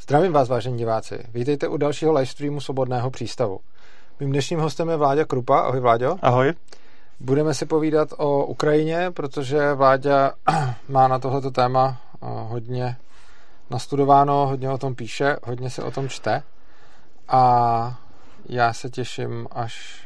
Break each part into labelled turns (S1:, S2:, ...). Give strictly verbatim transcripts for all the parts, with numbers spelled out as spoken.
S1: Zdravím vás, vážení diváci. Vítejte u dalšího livestreamu Svobodného přístavu. Mým dnešním hostem je Vláďa Krupa. Ahoj, Vláďo.
S2: Ahoj.
S1: Budeme si povídat o Ukrajině, protože Vláďa má na tohleto téma hodně nastudováno, hodně o tom píše, hodně se o tom čte. A já se těším, až,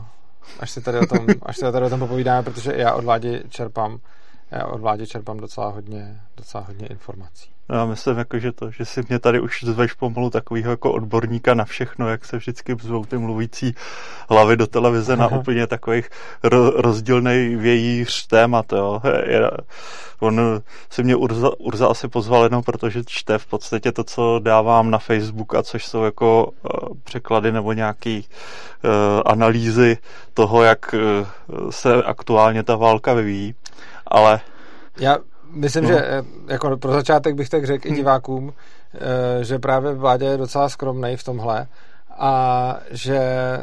S1: až si tady o tom, až si tady o tom popovídáme, protože já od Vládi čerpám, já od Vládi čerpám docela hodně, docela hodně informací.
S2: No, já myslím, jako, že to, že si mě tady už zveš pomalu takovýho jako odborníka na všechno, jak se vždycky zvou ty mluvící hlavy do televize na úplně takových ro- rozdílný vějíř témat. Jo. Je, on si mě Urza, Urza asi pozval jenom, protože čte v podstatě to, co dávám na Facebook, a což jsou jako uh, překlady nebo nějaký uh, analýzy toho, jak uh, se aktuálně ta válka vyvíjí. Ale
S1: já myslím, no. že jako pro začátek bych tak řekl hmm. i divákům, že právě Vláďa je docela skromnej v tomhle a že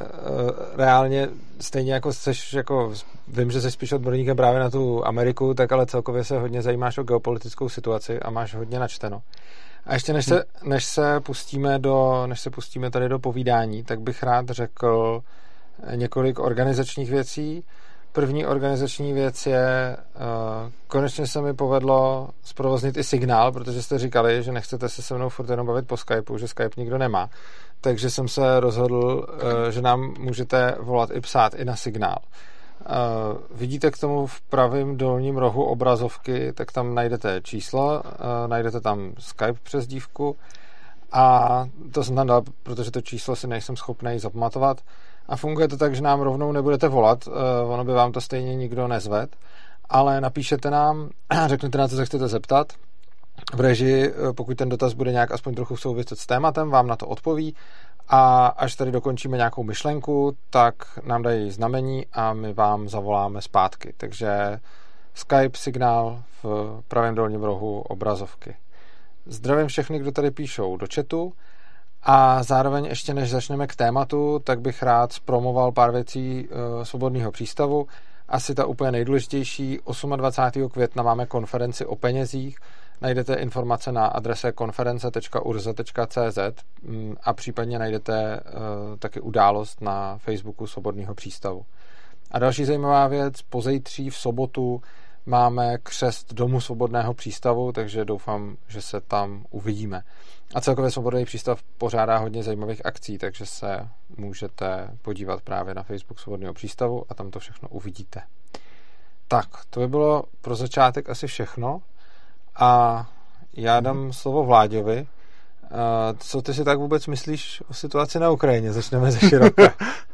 S1: reálně stejně jako seš, jako vím, že jsi spíš odborníkem právě na tu Ameriku, tak ale celkově se hodně zajímáš o geopolitickou situaci a máš hodně načteno. A ještě než se, než se pustíme do, než se pustíme tady do povídání, tak bych rád řekl několik organizačních věcí. První organizační věc je, uh, konečně se mi povedlo zprovoznit i signál, protože jste říkali, že nechcete se se mnou furt jenom bavit po Skypeu, že Skype nikdo nemá. Takže jsem se rozhodl, uh, že nám můžete volat i psát i na signál. Uh, vidíte k tomu v pravém dolním rohu obrazovky, tak tam najdete číslo, uh, najdete tam Skype přezdívku a to jsem tam dal, protože to číslo si nejsem schopný zapamatovat. A funguje to tak, že nám rovnou nebudete volat, uh, ono by vám to stejně nikdo nezved, ale napíšete nám, řeknete na co se chcete zeptat. V režii, pokud ten dotaz bude nějak aspoň trochu souviset s tématem, vám na to odpoví a až tady dokončíme nějakou myšlenku, tak nám dají znamení a my vám zavoláme zpátky. Takže Skype signál v pravém dolním rohu obrazovky. Zdravím všechny, kdo tady píšou do chatu. A zároveň ještě než začneme k tématu, tak bych rád zpromoval pár věcí uh, Svobodného přístavu. Asi ta úplně nejdůležitější, dvacátého osmého května máme konferenci o penězích. Najdete informace na adrese konference tečka urza tečka cé zet a případně najdete uh, taky událost na Facebooku Svobodného přístavu. A další zajímavá věc, pozejtří v sobotu máme křest Domu Svobodného přístavu, takže doufám, že se tam uvidíme. A celkově Svobodný přístav pořádá hodně zajímavých akcí, takže se můžete podívat právě na Facebook Svobodného přístavu a tam to všechno uvidíte. Tak, to by bylo pro začátek asi všechno a já dám hmm. slovo Vláďovi. Co ty si tak vůbec myslíš o situaci na Ukrajině? Začneme ze široka.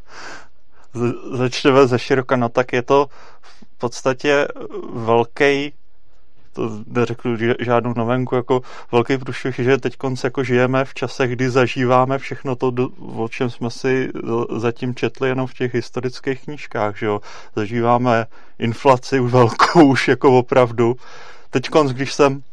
S2: Začneme ze široka, no tak je to v podstatě velký, to neřeknu žádnou novenku, jako velký průšvih, že teď konce jako žijeme v časech, kdy zažíváme všechno to, o čem jsme si zatím četli jenom v těch historických knížkách, že jo. Zažíváme inflaci velkou už jako opravdu. Teď konc, když jsem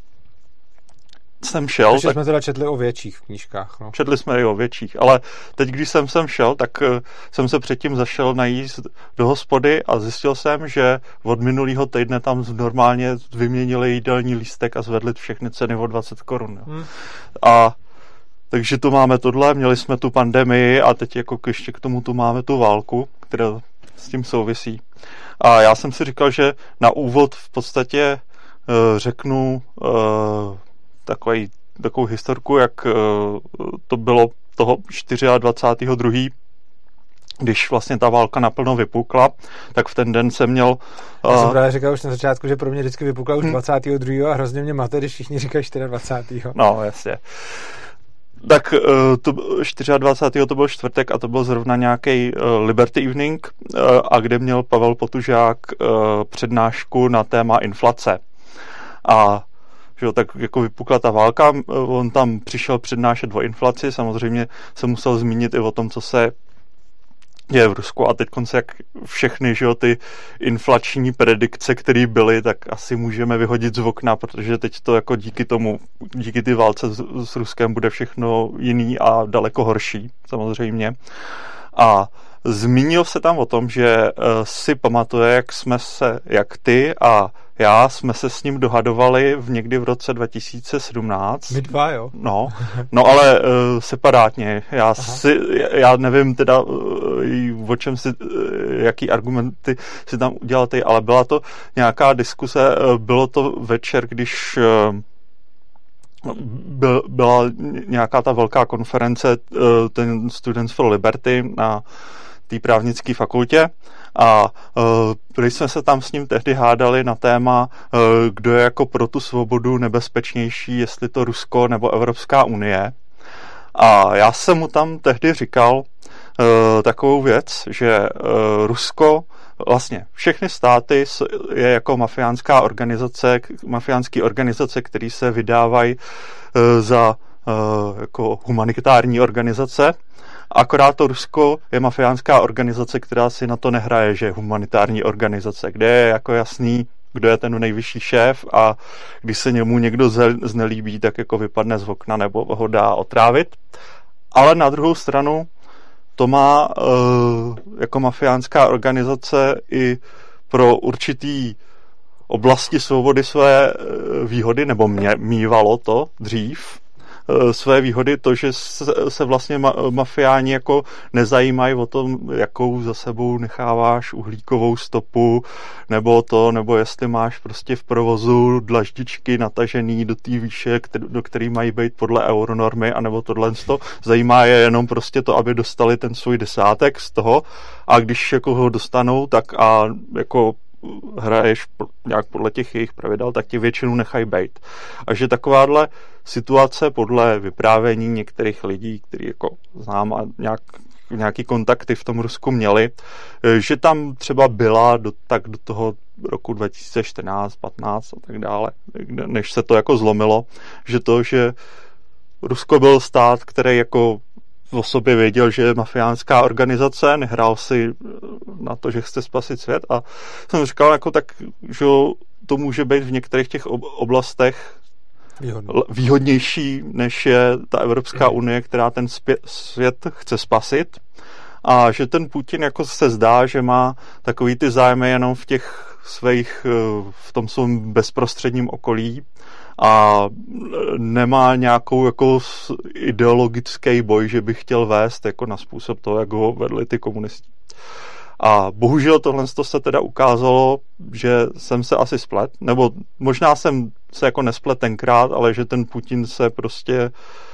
S2: jsem šel...
S1: Takže tak jsme teda četli o větších knížkách. No.
S2: Četli jsme i o větších, ale teď, když jsem sem šel, tak uh, jsem se předtím zašel najíst do hospody a zjistil jsem, že od minulého týdne tam normálně vyměnili jídelní lístek a zvedli všechny ceny o dvacet korun. Hmm. A takže tu máme tohle, měli jsme tu pandemii a teď jako ještě k tomu tu máme tu válku, která s tím souvisí. A já jsem si říkal, že na úvod v podstatě uh, řeknu uh, Takový, takovou historku, jak uh, to bylo toho dvacátého druhého druhého když vlastně ta válka naplno vypukla, tak v ten den jsem měl...
S1: Uh... Já jsem právě říkal už na začátku, že pro mě vždycky vypukla už dvacátého druhého a hrozně mě mate, když všichni říkají dvacátého čtvrtého
S2: No, jasně. Tak uh, to dvacátého čtvrtého to byl čtvrtek a to byl zrovna nějaký uh, Liberty Evening, uh, a kde měl Pavel Potužák uh, přednášku na téma inflace. A že jo, tak jako vypukla ta válka, on tam přišel přednášet o inflaci, samozřejmě se musel zmínit i o tom, co se děje v Rusku a teď konce jak všechny, že jo, ty inflační predikce, které byly, tak asi můžeme vyhodit z okna, protože teď to jako díky tomu, díky ty válce s, s Ruskem bude všechno jiný a daleko horší, samozřejmě. A zmínil se tam o tom, že uh, si pamatuje, jak jsme se, jak ty a já jsme se s ním dohadovali v někdy v roce dva tisíce sedmnáct.
S1: My dva, jo?
S2: No, no ale uh, separátně. Já, si, já nevím teda, uh, o čem si, uh, jaký argumenty si tam udělal ty, ale byla to nějaká diskuse, uh, bylo to večer, když uh, byl, byla nějaká ta velká konference, uh, ten Students for Liberty na té právnické fakultě, a uh, když jsme se tam s ním tehdy hádali na téma, uh, kdo je jako pro tu svobodu nebezpečnější, jestli to Rusko nebo Evropská unie. A já jsem mu tam tehdy říkal uh, takovou věc, že uh, Rusko, vlastně všechny státy je jako mafiánská organizace, mafiánský organizace, které se vydávají uh, za uh, jako humanitární organizace. Akorát to Rusko je mafiánská organizace, která si na to nehraje, že je humanitární organizace, kde je jako jasný, kdo je ten nejvyšší šéf, a když se němu někdo znelíbí, tak jako vypadne z okna nebo ho dá otrávit. Ale na druhou stranu to má uh, jako mafiánská organizace i pro určitý oblasti svobody své výhody, nebo mě, mívalo to dřív, své výhody, to, že se vlastně mafiáni jako nezajímají o tom, jakou za sebou necháváš uhlíkovou stopu, nebo to, nebo jestli máš prostě v provozu dlaždičky natažený do té výše, do který mají být podle euronormy, anebo tohle. Zajímá je jenom prostě to, aby dostali ten svůj desátek z toho, a když jako ho dostanou, tak a jako hraješ nějak podle těch jejich pravidel, tak ti většinu nechají bejt. A že takováhle situace podle vyprávění některých lidí, který jako znám a nějak, nějaký kontakty v tom Rusku měli, že tam třeba byla do, tak do toho roku dva tisíce čtrnáct, patnáct a tak dále, než se to jako zlomilo, že to, že Rusko byl stát, který jako o sobě věděl, že je mafiánská organizace, nehrál si na to, že chce spasit svět, a jsem říkal, jako tak, že to může být v některých těch oblastech Výhodný. výhodnější, než je ta Evropská unie, která ten svět chce spasit, a že ten Putin jako se zdá, že má takový ty zájmy jenom v těch svých, v tom svém bezprostředním okolí, a nemá nějakou jako ideologický boj, že by chtěl vést jako na způsob toho, jak ho vedli ty komunisti. A bohužel tohle se teda ukázalo, že jsem se asi splet, nebo možná jsem se jako nesplet tenkrát, ale že ten Putin se prostě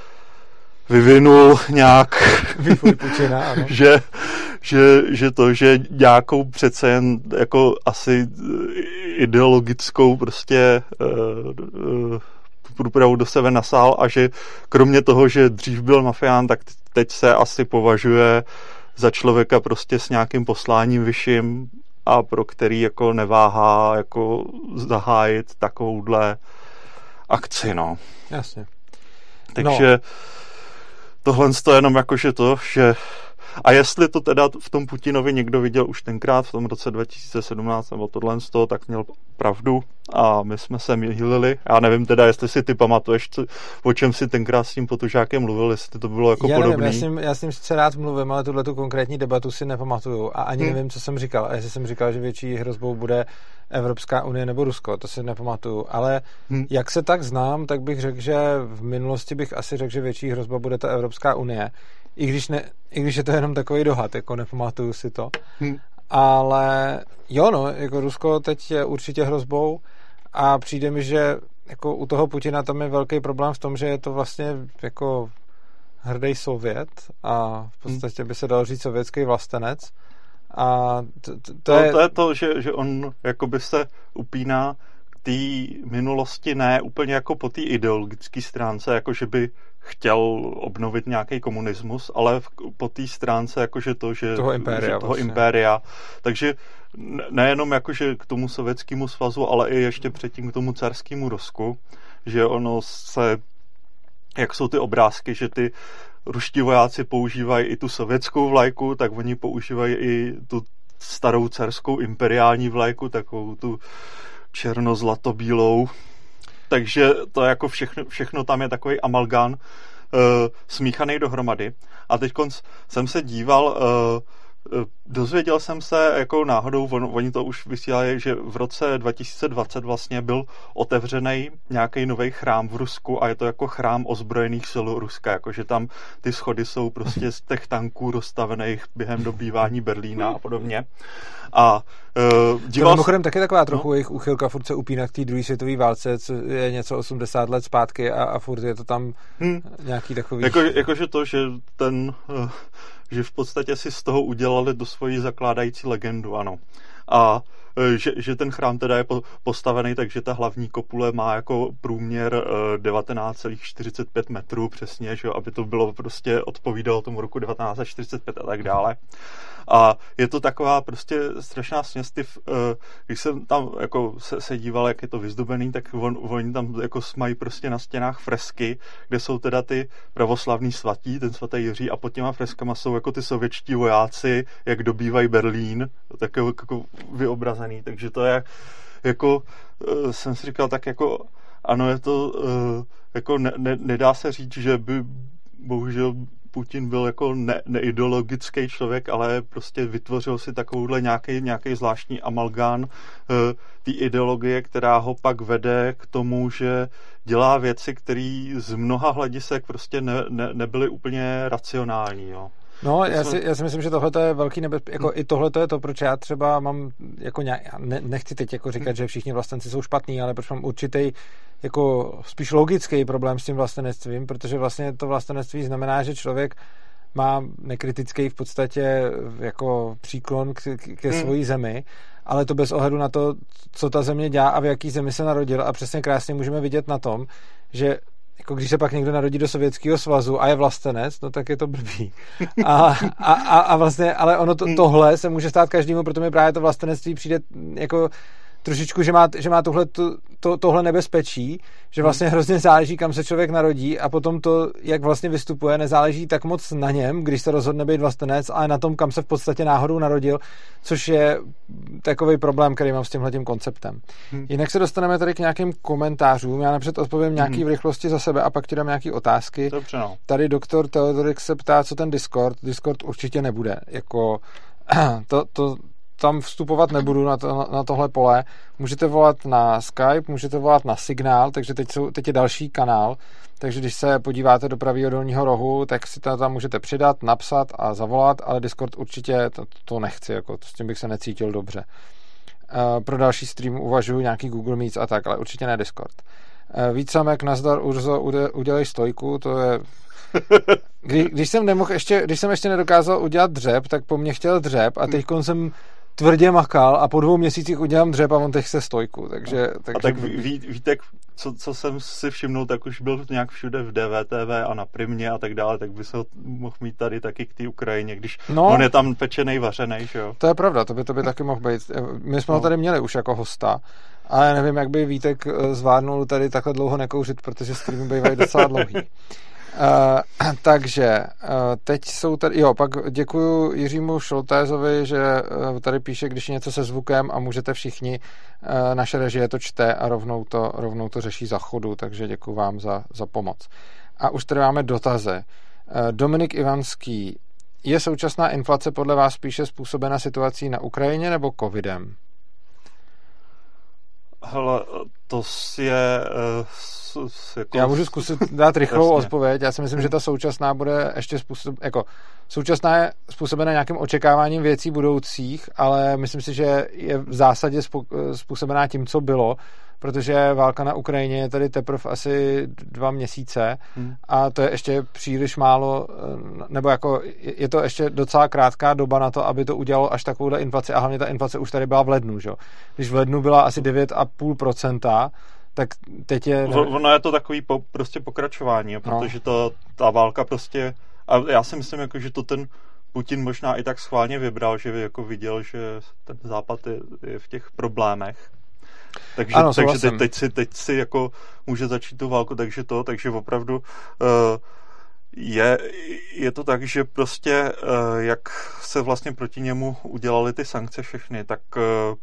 S2: vyvinul nějak,
S1: Putina, ano.
S2: že, že, že to, že nějakou přece jen jako asi ideologickou prostě uh, uh, průpravu do sebe nasál, a že kromě toho, že dřív byl mafián, tak teď se asi považuje za člověka prostě s nějakým posláním vyšším, a pro který jako neváhá jako zahájit takovouhle akci, no.
S1: Jasně.
S2: Takže no. Tohle je jenom jakože to, že a jestli to teda v tom Putinovi někdo viděl už tenkrát v tom roce dva tisíce sedmnáct nebo tohle z toho, tak měl pravdu a my jsme se mýlili. Já nevím teda, jestli si ty pamatuješ, co, o čem si tenkrát s tím Potužákem mluvil, jestli to bylo jako
S1: já
S2: podobný.
S1: Nevím, já, s ním, já s ním sice rád mluvím, ale tuhletu konkrétní debatu si nepamatuju a ani hmm. nevím, co jsem říkal. A jestli jsem říkal, že větší hrozbou bude Evropská unie nebo Rusko, to si nepamatuju. Ale hmm. jak se tak znám, tak bych řekl, že v minulosti bych asi řekl, že větší hrozba bude ta Evropská unie. I když, ne, I když je to jenom takový dohad, jako nepamatuju si to. Hmm. Ale jo, no, jako Rusko teď je určitě hrozbou a přijde mi, že jako u toho Putina tam je velký problém v tom, že je to vlastně jako hrdý Sovět a v podstatě by se dalo říct sovětský vlastenec. A to, to, to,
S2: to
S1: je...
S2: to je to, že, že on jakoby se upíná k té minulosti ne úplně jako po té ideologické stránce, jako že by chtěl obnovit nějaký komunismus, ale v, po té stránce jakože to, že
S1: toho impéria.
S2: Že toho
S1: vlastně.
S2: impéria. Takže nejenom jakože k tomu Sovětskému svazu, ale i ještě předtím k tomu carskému Rusku, že ono se, jak jsou ty obrázky, že ty ruští vojáci používají i tu sovětskou vlajku, tak oni používají i tu starou carskou imperiální vlajku, takovou tu černozlatobílou. Takže to jako všechno, všechno tam je takový amalgán uh, smíchaný dohromady. A teď jsem se díval, uh, dozvěděl jsem se jako náhodou, on, oni to už vysílali, že v roce dva tisíce dvacet vlastně byl otevřený nějaký nový chrám v Rusku a je to jako chrám ozbrojených sil Ruska, jakože tam ty schody jsou prostě z těch tanků rozstavených během dobývání Berlína a podobně. A uh,
S1: díval... To mimochodem taky taková trochu no? jejich úchylka furt se upínat k té druhé světové válce, co je něco osmdesát let zpátky a, a furt je to tam hmm. nějaký takový...
S2: Jako, jakože to, že ten... Uh, že v podstatě si z toho udělali do svojí zakládající legendu, ano. A že, že ten chrám teda je postavený, takže ta hlavní kopule má jako průměr devatenáct celá čtyřicet pět metrů přesně, že, aby to bylo prostě odpovídalo tomu roku devatenáct set čtyřicet pět a tak dále. A je to taková prostě strašná směsiv, když jsem tam jako se, se díval, jak je to vyzdobený, tak on, oni tam jako mají prostě na stěnách fresky, kde jsou teda ty pravoslavní svatí, ten svatý Jiří, a pod těma freskama jsou jako ty sovětští vojáci, jak dobývají Berlín, tak jako, jako vyobrazený, takže to je jako, jsem si říkal, tak jako ano, je to jako ne, ne, nedá se říct, že by bohužel Putin byl jako ne, neideologický člověk, ale prostě vytvořil si takovouhle nějaký, nějaký zvláštní amalgán uh, té ideologie, která ho pak vede k tomu, že dělá věci, které z mnoha hledisek prostě ne, ne, nebyly úplně racionální. Jo.
S1: No, já si, já si myslím, že tohle je velký nebezpečí. Jako i tohle je to, proč já třeba mám jako nějak, ne, nechci teď jako říkat, že všichni vlastenci jsou špatní, ale proč mám určitý jako spíš logický problém s tím vlastenectvím, protože vlastně to vlastenectví znamená, že člověk má nekritický v podstatě jako příklon k, ke hmm. svojí zemi, ale to bez ohledu na to, co ta země dělá a v jaký zemi se narodil, a přesně krásně můžeme vidět na tom, že jako když se pak někdo narodí do Sovětského svazu a je vlastenec, no tak je to blbý. A, a, a, a vlastně, ale ono to, tohle se může stát každému, proto mi právě to vlastenectví přijde jako trošičku, že má, že má tohle, to, to, tohle nebezpečí, že vlastně hrozně záleží, kam se člověk narodí, a potom to, jak vlastně vystupuje, nezáleží tak moc na něm, když se rozhodne být vlastenec, ale na tom, kam se v podstatě náhodou narodil, což je takový problém, který mám s tímhletím konceptem. Hmm. Jinak se dostaneme tady k nějakým komentářům. Já napřed odpovím nějaký v rychlosti za sebe a pak ti dám nějaký otázky.
S2: Dobře, no.
S1: Tady doktor Teodorik se ptá, co ten Discord. Discord určitě nebude. Jako to, to tam vstupovat nebudu na, to, na tohle pole. Můžete volat na Skype, můžete volat na Signál, takže teď, jsou, teď je další kanál, takže když se podíváte do pravého dolního rohu, tak si to tam můžete přidat, napsat a zavolat, ale Discord určitě to, to nechci, jako, s tím bych se necítil dobře. Uh, pro další stream uvažuji nějaký Google Meets a tak, ale určitě ne Discord. Uh, víc samek, nazdar, Urzo, udělej stojku, to je... Kdy, když jsem nemohl ještě, když jsem ještě nedokázal udělat dřep, tak po mně chtěl dřep a teď jsem tvrdě makal a po dvou měsících udělám dřep a on teď se stojku, takže... takže...
S2: A tak ví, víte, co, co jsem si všimnul, tak už byl nějak všude v D V T V a na Primě a tak dále, tak by se ho mohl mít tady taky k té Ukrajině, když no, on je tam pečenej, vařenej, že jo?
S1: To je pravda, to by, to by taky mohl být. My jsme no. ho tady měli už jako hosta, ale nevím, jak by Vítek zvládnul tady takhle dlouho nekouřit, protože streamy bývají docela dlouhý. Uh, takže uh, teď jsou tady, jo, pak děkuju Jiřímu Šoltézovi, že uh, tady píše, když je něco se zvukem a můžete všichni, uh, naše režie to čte a rovnou to, rovnou to řeší za chodu, takže děkuju vám za, za pomoc. A už tady máme dotazy. Uh, Dominik Ivanský, je současná inflace podle vás spíše způsobena situací na Ukrajině nebo covidem?
S2: Hele, to je... Uh, jako...
S1: Já můžu zkusit dát rychlou odpověď. Já si myslím, že ta současná bude ještě způsob... Jako, současná je způsobena nějakým očekáváním věcí budoucích, ale myslím si, že je v zásadě způsobená tím, co bylo, protože válka na Ukrajině je tady teprve asi dva měsíce hmm. a to je ještě příliš málo, nebo jako je to ještě docela krátká doba na to, aby to udělalo až takovouhle inflaci, a hlavně ta inflace už tady byla v lednu, že? Když v lednu byla asi devět celá pět procenta, tak teď je...
S2: Ono je to takový po, prostě pokračování, protože no. to, ta válka prostě... A já si myslím, jako, že to ten Putin možná i tak schválně vybral, že jako viděl, že ten západ je, je v těch problémech. Takže, ano, takže teď, teď, si, teď si jako může začít tu válku, takže to, takže opravdu uh, je, je to tak, že prostě uh, jak se vlastně proti němu udělali ty sankce všechny, tak uh,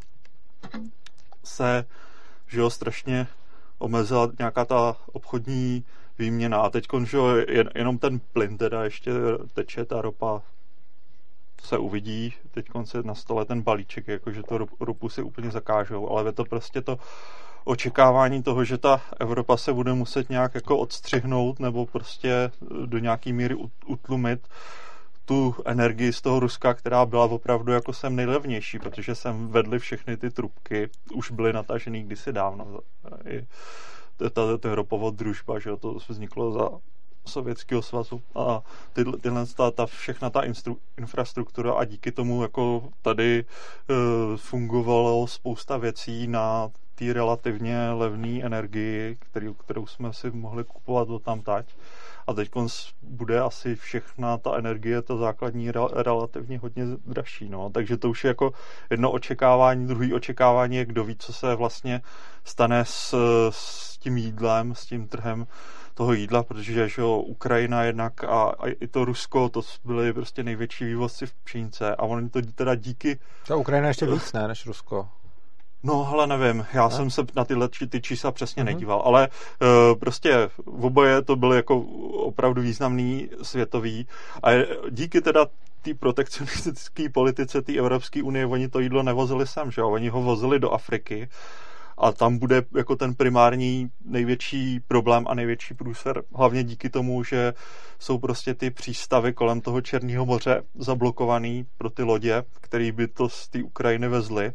S2: se, že jo, strašně omezila nějaká ta obchodní výměna a teď, že jo, jen, jenom ten plyn teda ještě teče, ta ropa se uvidí, teď se na stole ten balíček, jakože to ropu si úplně zakážou, ale je to prostě to očekávání toho, že ta Evropa se bude muset nějak jako odstřihnout nebo prostě do nějaký míry utlumit tu energii z toho Ruska, která byla opravdu jako sem nejlevnější, protože sem vedly všechny ty trubky, už byly natažený kdysi dávno. I ta, ta ropovod družba, že to vzniklo za Sovětského svazu a tyhle, tyhle ta, ta všechna ta instru, infrastruktura a díky tomu jako tady uh, fungovalo spousta věcí na té relativně levné energii, který, kterou jsme si mohli kupovat od tam tať. A teď bude asi všechna ta energie, ta základní, re, relativně hodně dražší. No. Takže to už je jako jedno očekávání, druhý očekávání je, kdo ví, co se vlastně stane s, s tím jídlem, s tím trhem toho jídla, protože že jo, Ukrajina jednak a, a i to Rusko, to byly prostě největší vývozci v pšenice a oni to teda díky...
S1: Ta Ukrajina ještě víc, ne, než Rusko.
S2: No, hele, nevím, já ne? jsem se na tyhle ty čísla přesně mm-hmm. nedíval, ale uh, prostě v oboje to byly jako opravdu významný světový a díky teda té protekcionistické politice té Evropské unie, oni to jídlo nevozili sem, že jo, oni ho vozili do Afriky a tam bude jako ten primární největší problém a největší průser, hlavně díky tomu, že jsou prostě ty přístavy kolem toho Černého moře zablokovaný pro ty lodě, který by to z té Ukrajiny vezly.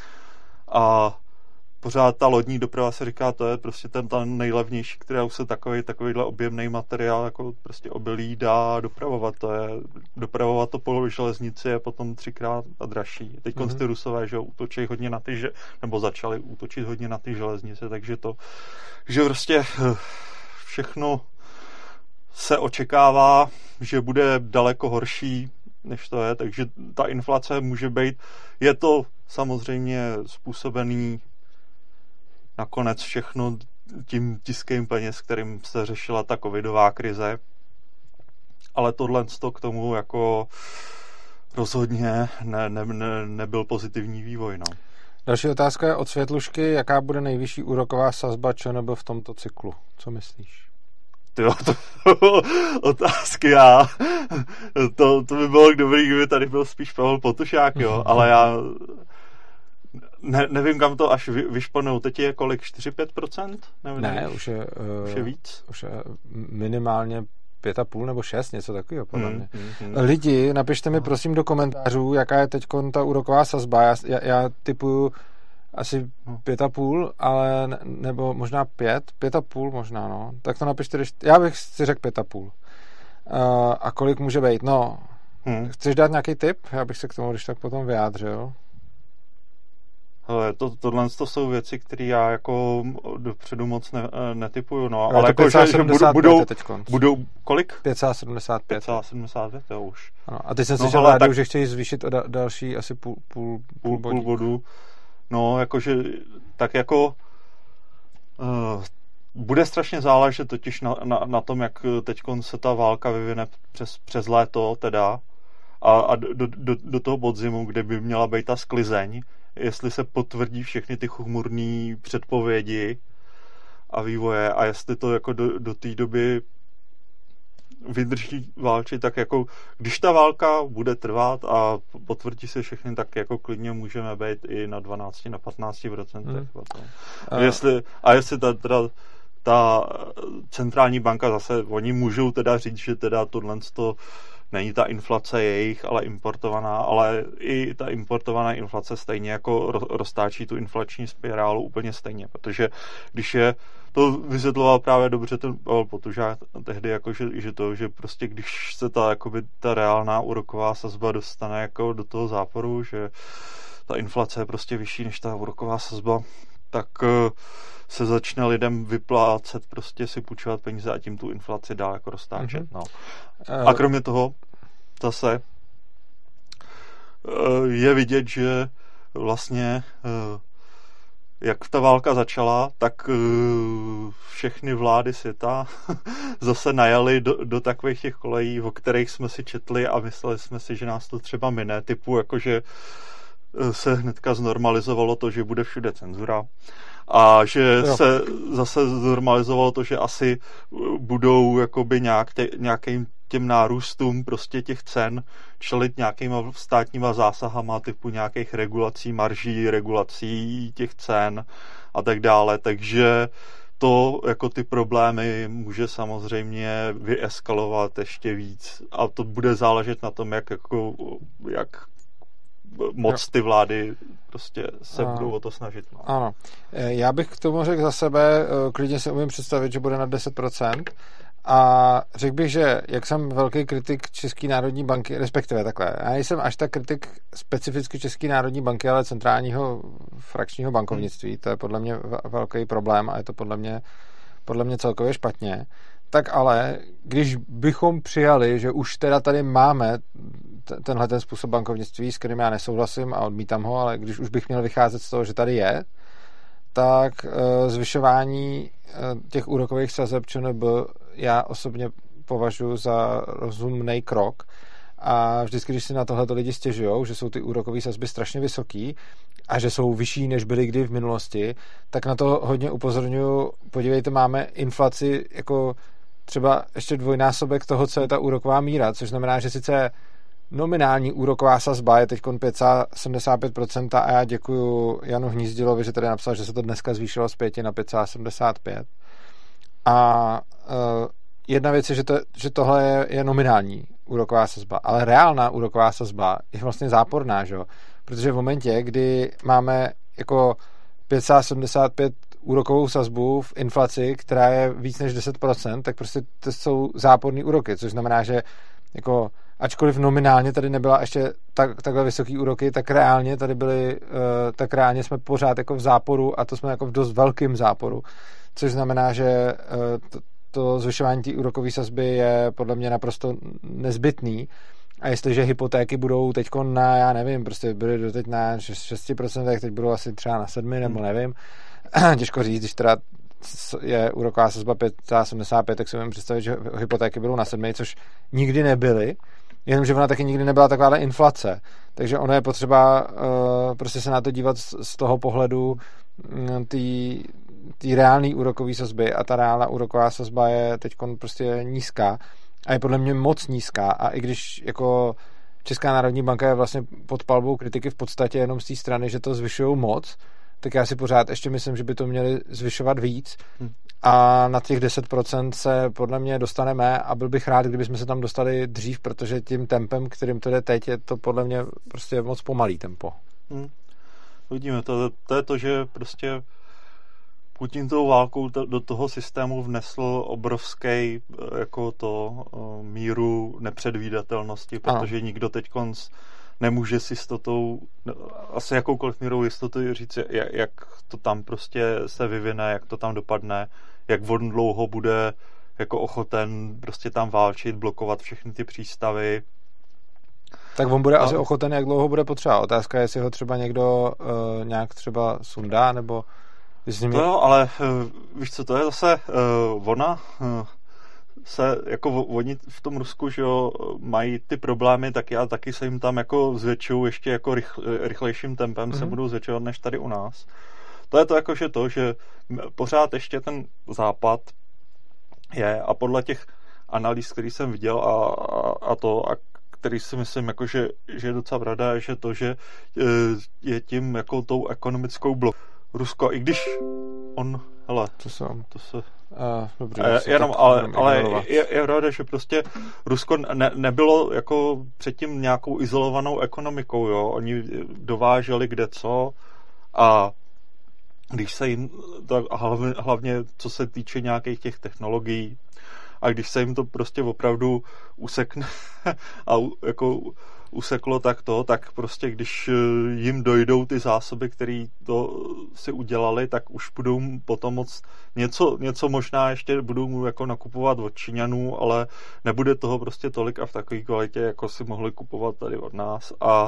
S2: A pořád ta lodní doprava se říká, to je prostě ten, ten nejlevnější, která už se takový, takovýhle objemný materiál jako prostě obilí dá dopravovat. To je, dopravovat to po železnici je potom třikrát a dražší. Teď mm-hmm. ty Rusové, že útočí hodně na ty, že, nebo začali útočit hodně na ty železnice, takže to, že prostě všechno se očekává, že bude daleko horší, než to je, takže ta inflace může být, je to samozřejmě způsobený nakonec všechno tím tiskem peněz, kterým se řešila ta covidová krize, ale tohle k tomu jako rozhodně ne, ne, ne, nebyl pozitivní vývoj. No.
S1: Další otázka je od Světlušky, jaká bude nejvyšší úroková sazba ČNB v tomto cyklu? Co myslíš?
S2: Tyjo, to otázky já. To, to by bylo dobrý, kdyby tady byl spíš Pavel Potušák, jo, ale já ne, nevím, kam to až vy, vyšponou. Teď je kolik? čtyři pět procent?
S1: Nevím, ne, už je,
S2: uh, už je víc?
S1: Už je minimálně pět a půl nebo šest, něco takového, podle
S2: hmm,
S1: mě.
S2: Hmm, hmm.
S1: Lidi, napište mi prosím do komentářů, jaká je teď ta úroková sazba. Já, já, já typuju asi pět a půl, ale ne, nebo možná pět, pět a půl možná, no. Tak to napište, když, já bych si řekl pět a půl. Uh, a kolik může být? No, hmm. Chceš dát nějaký tip? Já bych se k tomu když tak potom vyjádřil.
S2: Hele, to, tohle to jsou věci, které já jako dopředu moc ne, netypuju, no,
S1: ale, ale
S2: jako, že, že budou, budou, kolik?
S1: pět set sedmdesát pět.
S2: pět set sedmdesát pět, jo už.
S1: Ano, a teď jsem no, slyšel rádiu, tak... že chtějí zvýšit o da, další asi půl, půl,
S2: půl, půl bodu. No, jakože, tak jako uh, bude strašně záležet totiž na, na, na tom, jak teď se ta válka vyvine přes, přes léto teda a, a do, do, do toho podzimu, kde by měla být ta sklizeň, jestli se potvrdí všechny ty chmurné předpovědi a vývoje a jestli to jako do, do té doby vydrží válčit, tak jako když ta válka bude trvat a potvrdí se všechny, tak jako klidně můžeme být i na dvanáct, na patnáct procent. Hmm. A jestli, a jestli ta, teda, ta centrální banka zase, oni můžou teda říct, že teda tohle to není ta inflace jejich, ale importovaná, ale i ta importovaná inflace stejně jako roztáčí tu inflační spirálu úplně stejně, protože když je, to vysvětloval právě dobře ten Pavel Potušák tehdy, jako že, že to, že prostě když se ta, jakoby, ta reálná úroková sazba dostane jako do toho záporu, že ta inflace je prostě vyšší než ta úroková sazba, tak se začne lidem vyplácet prostě si půjčovat peníze a tím tu inflaci dál jako roztáčet. Mm-hmm. No. A kromě toho zase je vidět, že vlastně jak ta válka začala, tak všechny vlády světa zase najaly do, do takových těch kolejí, o kterých jsme si četli a mysleli jsme si, že nás to třeba mine, typu jakože se hnedka znormalizovalo to, že bude všude cenzura a že jo. se zase znormalizovalo to, že asi budou jakoby nějak tě, nějakým těm nárůstům prostě těch cen čelit nějakýma státníma zásahama typu nějakých regulací marží, regulací těch cen a tak dále, takže to jako ty problémy může samozřejmě vyeskalovat ještě víc a to bude záležet na tom, jak, jako, jak moc ty vlády prostě se ano. budou o to snažit. No.
S1: Ano. Já bych k tomu řekl za sebe, klidně si umím představit, že bude na deset procent a řekl bych, že jak jsem velký kritik České národní banky, respektive takhle, já nejsem až tak kritik specificky České národní banky, ale centrálního frakčního bankovnictví, hmm. to je podle mě velký problém a je to podle mě, podle mě celkově špatně. Tak ale, když bychom přijali, že už teda tady máme tenhle ten způsob bankovnictví, s kterým já nesouhlasím a odmítám ho, ale když už bych měl vycházet z toho, že tady je, tak zvyšování těch úrokových sazeb ČNB já osobně považuji za rozumný krok a vždycky, když si na tohleto lidi stěžujou, že jsou ty úrokové sazby strašně vysoký a že jsou vyšší, než byly kdy v minulosti, tak na to hodně upozorňuji. Podívejte, máme inflaci jako třeba ještě dvojnásobek toho, co je ta úroková míra, což znamená, že sice nominální úroková sazba je teď pět celá sedmdesát pět procent a já děkuju Janu Hnízdilovi, že tady napsal, že se to dneska zvýšilo z pěti na pět celá sedmdesát pět. A uh, jedna věc je, že, to, že tohle je, je nominální úroková sazba, ale reálná úroková sazba je vlastně záporná, že? Protože v momentě, kdy máme jako pět celá sedmdesát pět úrokovou sazbu v inflaci, která je víc než deset procent, tak prostě to jsou záporné úroky, což znamená, že jako ačkoliv nominálně tady nebyla ještě tak, takhle vysoký úroky, tak reálně tady byly, uh, tak reálně jsme pořád jako v záporu a to jsme jako v dost velkým záporu, což znamená, že uh, to, to zvyšování té úrokové sazby je podle mě naprosto nezbytný a jestliže hypotéky budou teď na, já nevím, prostě byly doteď na šest procent, tak teď budou asi třeba na sedmi nebo nevím, těžko říct, když teda je úroková sazba pět celá sedmdesát pět, tak si můžeme představit, že hypotéky budou na sedmi, což nikdy nebyly, jenomže ona taky nikdy nebyla taková inflace. Takže ono je potřeba uh, prostě se na to dívat z, z toho pohledu té reálné úrokové sazby a ta reálná úroková sazba je teď prostě nízká a je podle mě moc nízká a i když jako Česká národní banka je vlastně pod palbou kritiky v podstatě jenom z té strany, že to zvyšují moc, tak já si pořád ještě myslím, že by to měli zvyšovat víc a na těch deset procent se podle mě dostaneme a byl bych rád, kdybychom se tam dostali dřív, protože tím tempem, kterým to jde teď, je to podle mě prostě moc pomalý tempo. Hmm.
S2: Vidíme, to, to je to, že prostě Putin tou válkou to, do toho systému vnesl obrovský jako to míru nepředvídatelnosti, protože ano. nikdo teď konc nemůže s jistotou, asi jakoukoliv mírou jistoty říct, jak, jak to tam prostě se vyvine, jak to tam dopadne, jak on dlouho bude jako ochoten prostě tam válčit, blokovat všechny ty přístavy.
S1: Tak on bude a... asi ochoten, jak dlouho bude potřeba. Otázka je, jestli ho třeba někdo uh, nějak třeba sundá, nebo s nimi...
S2: To jo, ale uh, víš co, to je zase uh, ona... Uh, se, jako oni v tom Rusku, že jo, mají ty problémy, tak já taky se jim tam jako zvětšují ještě jako rychl, rychlejším tempem mm-hmm. se budou zvětšovat než tady u nás. To je to jako, že to, že pořád ještě ten západ je a podle těch analýz, který jsem viděl a, a, a to, a který si myslím, jako, že, že je docela pravda, je, že to, že je tím jako tou ekonomickou blok. Rusko, i když on, hele,
S1: to, jsem.
S2: to se...
S1: Uh, dobrý,
S2: uh, jenom, ale, ale je, je pravda, že prostě Rusko ne, nebylo jako předtím nějakou izolovanou ekonomikou, jo. Oni dováželi kde co a když se jim, tak hlavně, hlavně co se týče nějakých těch technologií, a když se jim to prostě opravdu usekne a jako useklo tak to, tak prostě když jim dojdou ty zásoby, které to si udělali, tak už budou potom moc něco, něco možná ještě budou jako nakupovat od Číňanů, ale nebude toho prostě tolik a v takové kvalitě, jako si mohli kupovat tady od nás a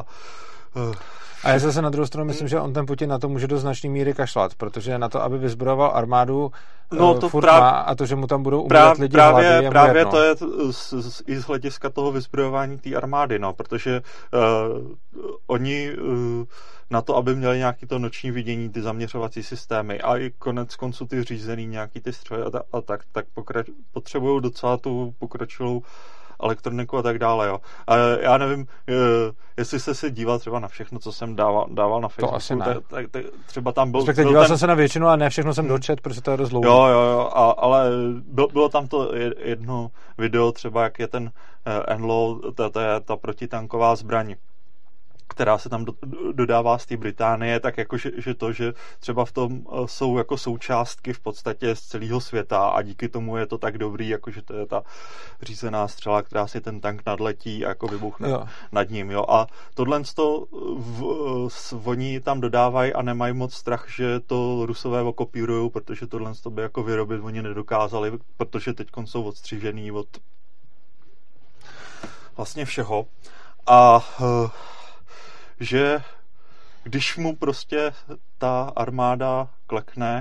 S1: A já zase na druhou stranu myslím, že on ten Putin na to může do značné míry kašlat, protože na to, aby vyzbrojoval armádu, no, to furt práv... má a to, že mu tam budou umírat lidi
S2: právě,
S1: hlady, je
S2: právě
S1: jedno.
S2: To je z, z, i z hlediska toho vyzbrojování té armády, no, protože uh, oni uh, na to, aby měli nějaký to noční vidění, ty zaměřovací systémy a i konec konců ty řízený nějaký ty stroje a, ta, a tak, tak pokrač, potřebují docela tu pokročilou elektroniku a tak dále, jo. A já nevím, jestli jste se díval třeba na všechno, co jsem dával, dával na Facebooku,
S1: to asi ne.
S2: tak, tak, tak třeba tam byl...
S1: Respektive díval ten... jsem se na většinu, ale ne všechno jsem dočet, protože to je dost dlouhé.
S2: Jo, jo, jo, a, ale bylo, bylo tam to jedno video třeba, jak je ten N L O, ta, ta, ta protitanková zbraň, která se tam do, dodává z té Británie, tak jako, že, že to, že třeba v tom jsou jako součástky v podstatě z celého světa a díky tomu je to tak dobrý, jako že to je ta řízená střela, která si ten tank nadletí a jako vybuchne jo. nad ním, jo. A tohle to v, v, oni tam dodávají a nemají moc strach, že to Rusové okopírujou, protože tohle to by jako vyrobit oni nedokázali, protože teď jsou odstřižený od vlastně všeho. A že když mu prostě ta armáda klekne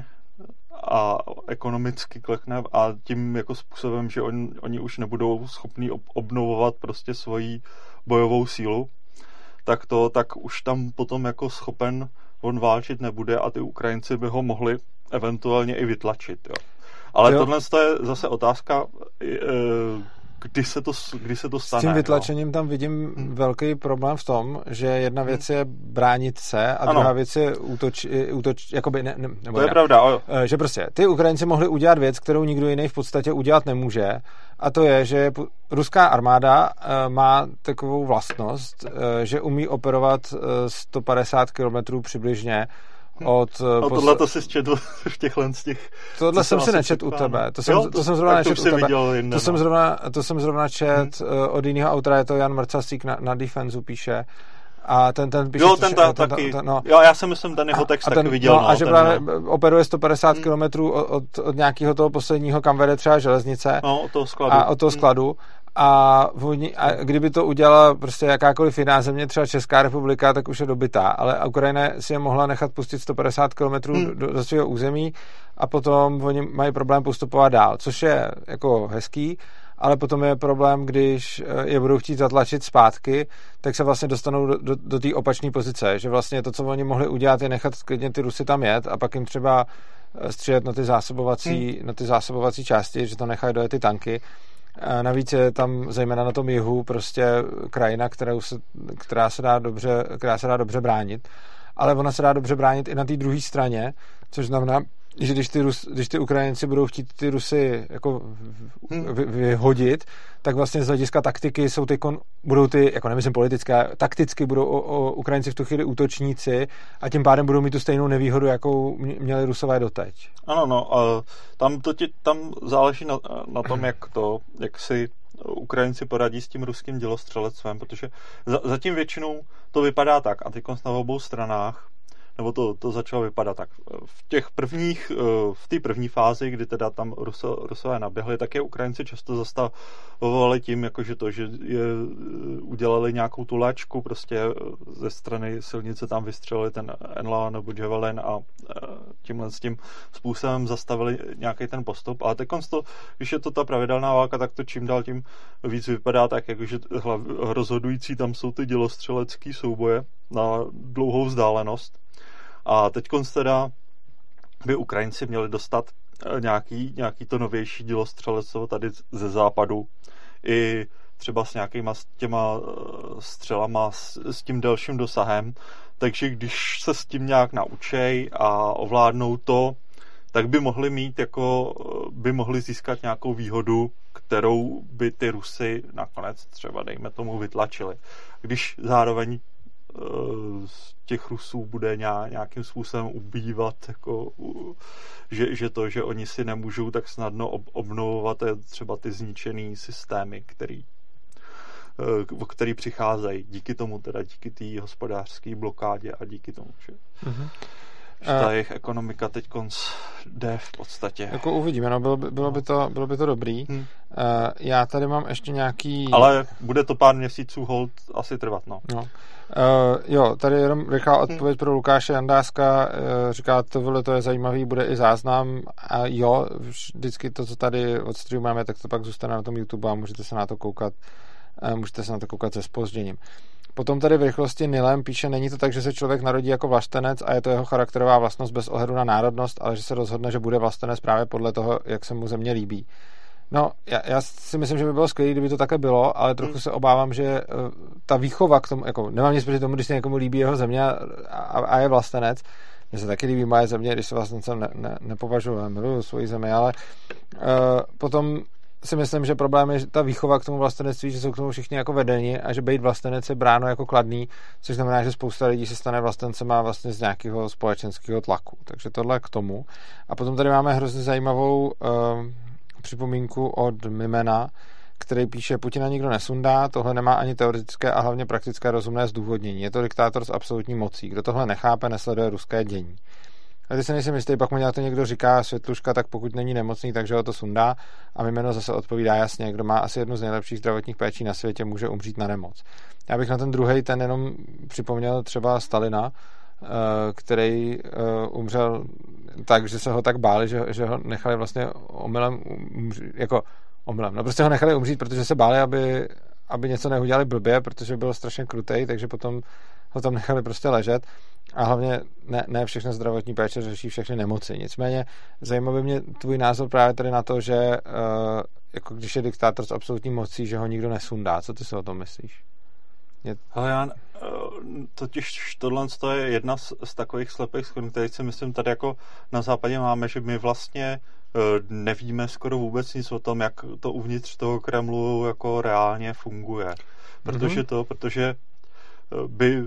S2: a ekonomicky klekne a tím jako způsobem, že on, oni už nebudou schopní ob, obnovovat prostě svoji bojovou sílu, tak to, tak už tam potom jako schopen on válčit nebude a ty Ukrajinci by ho mohli eventuálně i vytlačit, jo. Ale jo. Tohle je zase otázka, e, Kdy se, to, kdy se to stane.
S1: S tím vytlačením jo. tam vidím hmm. velký problém v tom, že jedna věc je bránit se a ano. druhá věc je útoč, útoč jakoby ne, ne, nebo
S2: to je
S1: ne.
S2: pravda. Jo.
S1: Že prostě ty Ukrajinci mohli udělat věc, kterou nikdo jiný v podstatě udělat nemůže, a to je, že ruská armáda má takovou vlastnost, že umí operovat sto padesát kilometrů přibližně od...
S2: No tohle posl... to si četl v těchhle z těch...
S1: Tohle jsem si nečet u tebe. To jsem,
S2: jo,
S1: to,
S2: to,
S1: jsem zrovna nečet u tebe.
S2: Jinde,
S1: to,
S2: no.
S1: jsem zrovna, to jsem zrovna čet hmm. od jiného autora, je to Jan Mrcasík na, na Defensu píše. A ten, ten píše...
S2: Jo, ten, ta, ten taky. Ten, no. Jo, já jsem myslím, ten jeho text a ten, taky viděl.
S1: No,
S2: no,
S1: a že
S2: ten,
S1: právě
S2: no.
S1: operuje sto padesát hmm. kilometrů od, od nějakého toho posledního, kam vede třeba železnice.
S2: No, od toho skladu.
S1: A od toho skladu. Hmm. A, oni, a kdyby to udělala prostě jakákoliv jiná země, třeba Česká republika, tak už je dobytá. Ale Ukrajina si je mohla nechat pustit sto padesát kilometrů hmm. do, do svého území a potom oni mají problém postupovat dál, což je jako hezký, ale potom je problém, když je budou chtít zatlačit zpátky, tak se vlastně dostanou do, do, do té opačné pozice, že vlastně to, co oni mohli udělat, je nechat klidně ty Rusy tam jet a pak jim třeba střílet na ty zásobovací, hmm. na ty zásobovací části, že to nechají dojet ty tanky. A navíc je tam zejména na tom jihu prostě krajina, kterou se, která, se dá dobře, která se dá dobře bránit, ale ona se dá dobře bránit i na té druhé straně, což znamená, že když ty, Rus, když ty Ukrajinci budou chtít ty Rusy jako vy, vyhodit, tak vlastně z hlediska taktiky jsou ty, budou ty, jako nemyslím politické, takticky budou o, o Ukrajinci v tu chvíli útočníci a tím pádem budou mít tu stejnou nevýhodu, jakou měli Rusové doteď.
S2: Ano, no, tam, to ti, tam záleží na, na tom, jak to, jak si Ukrajinci poradí s tím ruským dělostřelectvem, protože za, zatím většinou to vypadá tak a teď na obou stranách nebo to, to začalo vypadat tak. V těch prvních, v té první fázi, kdy teda tam Ruso, Rusové naběhli, tak je Ukrajinci často zastavovali tím, jakože to, že je udělali nějakou tu léčku, prostě ze strany silnice tam vystřelili ten N L A nebo Javelin a tímhle s tím způsobem zastavili nějaký ten postup. Ale teď to, když je to ta pravidelná válka, tak to čím dál tím víc vypadá tak, jakože rozhodující tam jsou ty dělostřelecký souboje na dlouhou vzdálenost. A teď teda by Ukrajinci měli dostat nějaký, nějaký to novější dělostřelectvo tady ze západu i třeba s nějakýma těma střelama s, s tím delším dosahem. Takže když se s tím nějak naučej a ovládnou to, tak by mohli mít jako, by mohli získat nějakou výhodu, kterou by ty Rusy nakonec třeba, dejme tomu, vytlačili. Když zároveň z těch Rusů bude nějakým způsobem ubývat, jako, že, že to, že oni si nemůžou tak snadno ob, obnovovat třeba ty zničený systémy, který, o který přicházejí díky tomu, teda díky té hospodářské blokádě a díky tomu, že, mm-hmm. že ta jejich ekonomika teď konc jde v podstatě.
S1: Jako uvidíme, no, bylo by, bylo by, to, bylo by to dobrý. Hmm. Uh, já tady mám ještě nějaký...
S2: Ale bude to pár měsíců hold asi trvat, no.
S1: no. Uh, jo, tady jenom rychlá odpověď hmm. pro Lukáše Jandáska. Uh, říká, tohle to je zajímavý, bude i záznam. A jo, vždycky to, co tady odstreamujeme, tak to pak zůstane na tom YouTube a můžete se na to koukat, uh, můžete se na to koukat se zpožděním. Potom tady v rychlosti Nilem píše, není to tak, že se člověk narodí jako vlastenec a je to jeho charakterová vlastnost bez ohledu na národnost, ale že se rozhodne, že bude vlastenec právě podle toho, jak se mu země líbí. No, já, já si myslím, že by bylo skvělé, kdyby to také bylo, ale trochu hmm. se obávám, že uh, ta výchova k tomu, jako nemám nic proti tomu, když se někomu líbí jeho země a, a, a je vlastenec. Mně se taky líbí moje země, když se vlastencem ne, ne, nepovažuji, já miluju svoji zemi, ale uh, potom si myslím, že problém je ta výchova k tomu vlastenectví, že jsou k tomu všichni jako vedeni a že být vlastenec je bráno jako kladný, což znamená, že spousta lidí se stane vlastencem a vlastně z nějakého společenského tlaku. Takže tohle k tomu. A potom tady máme hrozně zajímavou uh, připomínku od Mimena, který píše, Putina nikdo nesundá, tohle nemá ani teoretické a hlavně praktické rozumné zdůvodnění. Je to diktátor s absolutní mocí. Kdo tohle nechápe, nesleduje ruské dění. A když se nejsem jistý, pak mu nějak to někdo říká, Světluška, tak pokud není nemocný, takže ho to sundá. A Mimeno zase odpovídá jasně, kdo má asi jednu z nejlepších zdravotních péčí na světě, může umřít na nemoc. Já bych na ten druhý ten jenom připomněl třeba Stalina, který umřel tak, že se ho tak báli, že, že ho nechali vlastně omylem umřít, jako omylem. No prostě ho nechali umřít, protože se báli, aby, aby něco neudělali blbě, protože byl strašně krutej, takže potom ho tam nechali prostě ležet. A hlavně ne, ne všechno zdravotní péče řeší všechny nemoci. Nicméně zajímavý mě tvůj názor právě tady na to, že uh, jako když je diktátor s absolutní mocí, že ho nikdo nesundá. Co ty si o tom myslíš? Je...
S2: Ale já, totiž tohle je jedna z, z takových slepých schodů, který si myslím tady jako na západě máme, že my vlastně nevíme skoro vůbec nic o tom, jak to uvnitř toho Kremlu jako reálně funguje. Protože mm-hmm. to, protože by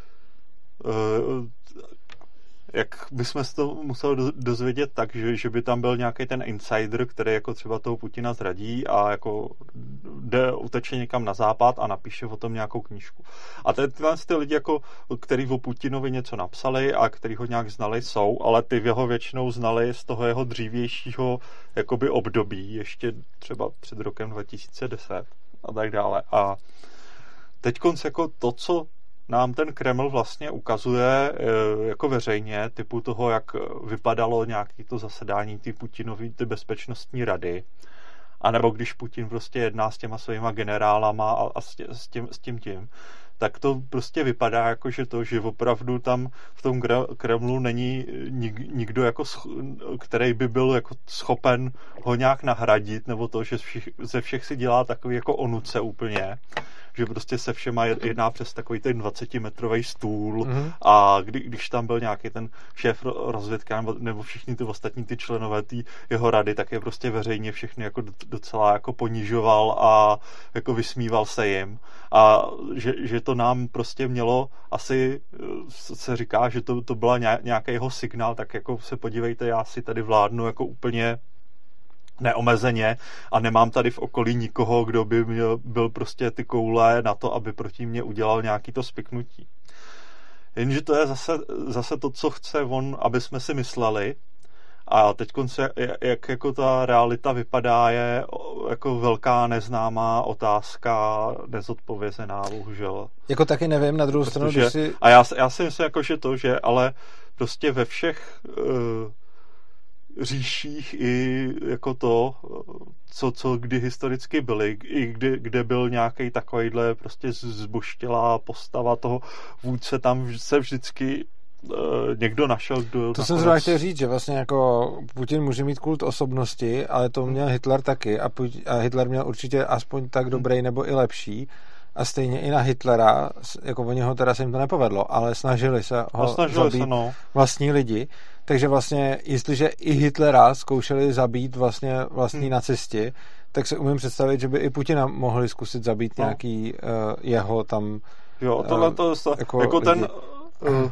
S2: jak bychom se to museli dozvědět tak, že, že by tam byl nějaký ten insider, který jako třeba toho Putina zradí a jako jde, uteče někam na západ a napíše o tom nějakou knížku. A tyhle ty lidi, jako, který o Putinovi něco napsali a který ho nějak znali, jsou, ale ty jeho většinou znali z toho jeho dřívějšího jakoby období, ještě třeba před rokem dva tisíce deset a tak dále. A teďkonc jako to, co nám ten Kreml vlastně ukazuje jako veřejně, typu toho, jak vypadalo nějaké to zasedání ty Putinovy, ty bezpečnostní rady, anebo když Putin prostě jedná s těma svýma generálama a, a s, tě, s, tím, s tím tím, tak to prostě vypadá jako, že to, že opravdu tam v tom Kremlu není nik, nikdo, jako, který by byl jako schopen ho nějak nahradit, nebo to, že všich, ze všech si dělá takový jako onuce úplně, že prostě se všema jedná přes takový ten dvacetimetrový stůl mm-hmm. a kdy, když tam byl nějaký ten šéf rozvědky nebo, nebo všichni ty ostatní ty členové tý jeho rady, tak je prostě veřejně všechny jako docela jako ponižoval a jako vysmíval se jim. A že, že to nám prostě mělo asi se říká, že to, to byla nějaký jeho signál, tak jako se podívejte, já si tady vládnu jako úplně neomezeně a nemám tady v okolí nikoho, kdo by měl, byl prostě ty koule na to, aby proti mě udělal nějaký to spiknutí. Jenže to je zase, zase to, co chce on, aby jsme si mysleli, a teď jak, jak jako ta realita vypadá, je jako velká neznámá otázka, nezodpovězená, bohužel.
S1: Jako taky nevím, na druhou Protože, stranu, když si...
S2: A já, já si myslím, jako, že to, že ale prostě ve všech uh, říších i jako to, co, co kdy historicky byly, i kdy, kde byl nějaký takovýhle prostě zboštělá postava toho vůdce, tam se vždycky někdo našel, kdo...
S1: To
S2: nakonec...
S1: jsem zrovna chtěl říct, že vlastně jako Putin může mít kult osobnosti, ale to měl Hitler taky a, Putin, a Hitler měl určitě aspoň tak dobrý nebo i lepší a stejně i na Hitlera, jako o něho teda se jim to nepovedlo, ale snažili se ho
S2: no, snažili
S1: zabít
S2: se, no.
S1: vlastní lidi, takže vlastně, jestliže i Hitlera zkoušeli zabít vlastně vlastní hmm. nacisti, tak se umím představit, že by i Putina mohli zkusit zabít no. nějaký uh, jeho tam...
S2: Jo, tohle to, uh, jako, jako ten... Uh,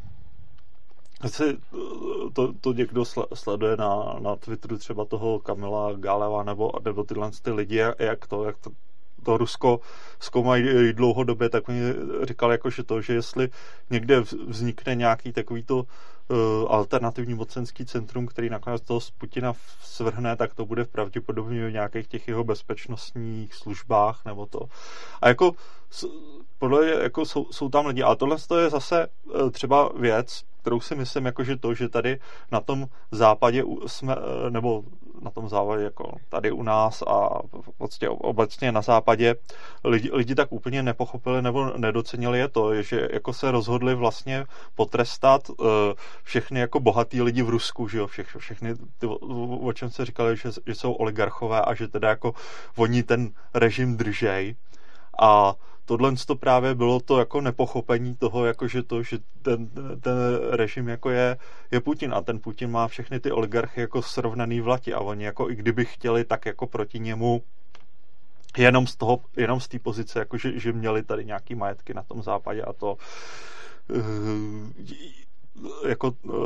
S2: To, to někdo sleduje na, na Twitteru třeba toho Kamila Gáleva nebo, nebo tyhle ty lidi, jak to, jak to, to Rusko zkoumají dlouhodobě, tak oni říkali jako, že to, že jestli někde vznikne nějaký takovýto uh, alternativní mocenský centrum, který nakonec toho z Putina svrhne, tak to bude pravděpodobně v nějakých těch jeho bezpečnostních službách nebo to. A jako podle jako jsou, jsou tam lidi, ale tohle je zase uh, třeba věc, kterou si myslím, jako, že to, že tady na tom západě jsme, nebo na tom západě, jako tady u nás a vlastně obecně na západě lidi, lidi tak úplně nepochopili nebo nedocenili je to, že jako se rozhodli vlastně potrestat uh, všechny jako bohatý lidi v Rusku, že jo, Vše, všechny ty, o čem se říkali, že, že jsou oligarchové a že teda jako oni ten režim držej. A tohle to právě bylo to jako nepochopení toho, jako že to, že ten, ten režim jako je, je Putin a ten Putin má všechny ty oligarchy jako srovnaný v lati a oni jako i kdyby chtěli, tak jako proti němu jenom z toho, jenom z té pozice, jako že, že měli tady nějaký majetky na tom západě a to uh, jako uh,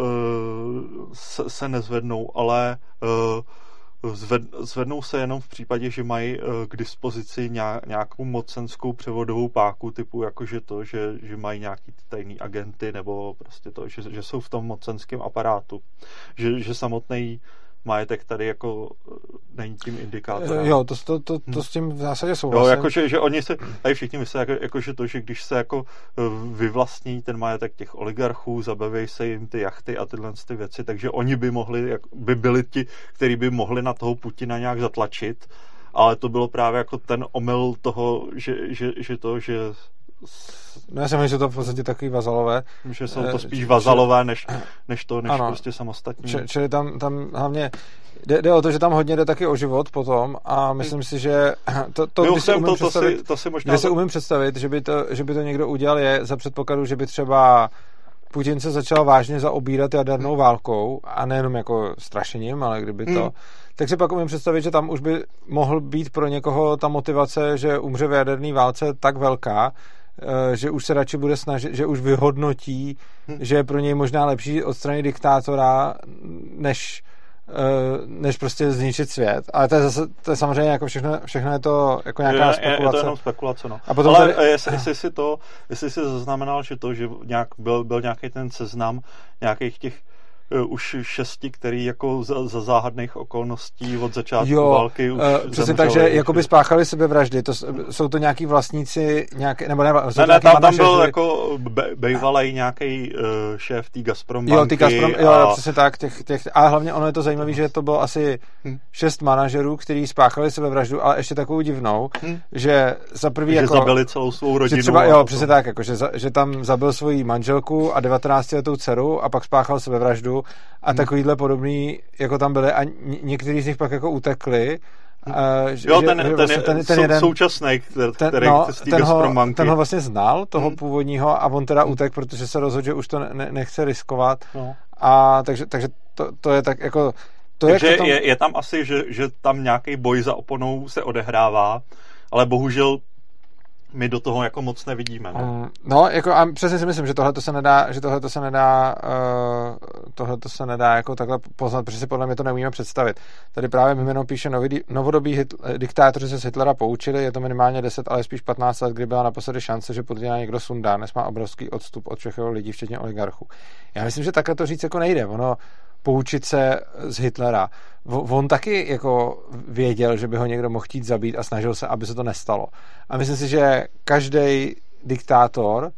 S2: se, se nezvednou, ale uh, Zved, zvednou se jenom v případě, že mají k dispozici nějakou mocenskou převodovou páku typu jakože to, že, že mají nějaký tajný agenty nebo prostě to, že, že jsou v tom mocenském aparátu. Že, že samotný majetek tady jako není tím indikátorem.
S1: Jo, to, to, to, to s tím v zásadě souhlasím.
S2: Jo, jakože, že oni se, tady všichni myslí, jako, jakože to, že když se jako vyvlastní ten majetek těch oligarchů, zabaví se jim ty jachty a tyhle ty věci, takže oni by mohli, by byli ti, kteří by mohli na toho Putina nějak zatlačit, ale to bylo právě jako ten omyl toho, že, že, že to, že
S1: no já si myslím, že to v podstatě takový vazalové.
S2: Že jsou to spíš vazalové, než, než to, než ano, prostě samostatní.
S1: Č- čili tam, tam hlavně jde, jde o to, že tam hodně jde taky o život potom a myslím si, že to, to, když si umím
S2: to,
S1: představit,
S2: to si, to si možná...
S1: když si umím představit, že by, to, že by to někdo udělal je za předpokladu, že by třeba Putin se začal vážně zaobírat jadernou válkou a nejenom jako strašením, ale kdyby to, hmm. tak si pak umím představit, že tam už by mohl být pro někoho ta motivace, že umře v jaderné válce tak velká, že už se radši bude snažit, že už vyhodnotí, hmm. že je pro něj možná lepší odstranit diktátora, než, než prostě zničit svět. Ale to je zase, to je samozřejmě jako všechno, všechno je to jako nějaká
S2: je,
S1: spekulace.
S2: Je to jenom spekulace, no.
S1: A potom
S2: ale
S1: tady...
S2: jestli, jestli si to, jestli si zaznamenal, že to, že nějak byl, byl nějaký ten seznam nějakých těch už šesti, který jako za, za záhadných okolností od začátku
S1: jo,
S2: války už
S1: uh, přesně tak, že jakoby spáchali sebevraždy. To, jsou to nějaký vlastníci, nějaké, nebo ne, jsou
S2: ne, ne
S1: tam,
S2: tam byl jako bejvalej nějaký uh, šéf té Gazprom banky.
S1: Jo, ty Gazprom, a... jo, přesně tak. Těch, těch, a hlavně ono je to zajímavé, že to bylo asi hmm. šest manažerů, kteří spáchali sebevraždu, ale ještě takovou divnou, hmm. že za prvý
S2: že
S1: jako...
S2: Že zabili celou svou rodinu.
S1: Třeba, jo, přesně tak, jako, že, za, že tam zabil svoji manželku a devatenáctiletou dceru a pak spáchal sebevraždu. A takovýhle podobný, jako tam byly a někteří z nich pak jako utekli. A, že,
S2: jo, ten,
S1: že,
S2: ten,
S1: vlastně
S2: ten,
S1: ten, ten jeden,
S2: současný, který,
S1: ten,
S2: který
S1: no,
S2: z té
S1: ten, ho,
S2: Gazprom
S1: ten ho vlastně znal, toho
S2: hmm.
S1: původního, a on teda hmm. utek, protože se rozhodl, že už to ne, nechce riskovat.
S2: No.
S1: A takže, takže to, to je tak jako... To
S2: takže
S1: je, tom...
S2: je, je tam asi, že, že tam nějaký boj za oponou se odehrává, ale bohužel my do toho jako moc nevidíme. Ne?
S1: Um, no, jako a přesně si myslím, že tohle to se nedá, že tohle to se nedá, uh, tohle to se nedá jako takhle poznat, protože si podle mě to neumíme představit. Tady právě Mimino píše, noví, novodobí hit, diktátoři se z Hitlera poučili, je to minimálně deset, ale spíš patnáct let, kdy byla naposledy šance, že Putina někdo sundá, dnes má obrovský odstup od všech lidí, včetně oligarchů. Já myslím, že takhle to říct jako nejde. Ono poučit se z Hitlera. On taky jako věděl, že by ho někdo mohl chtít zabít a snažil se, aby se to nestalo. A myslím si, že každý diktátor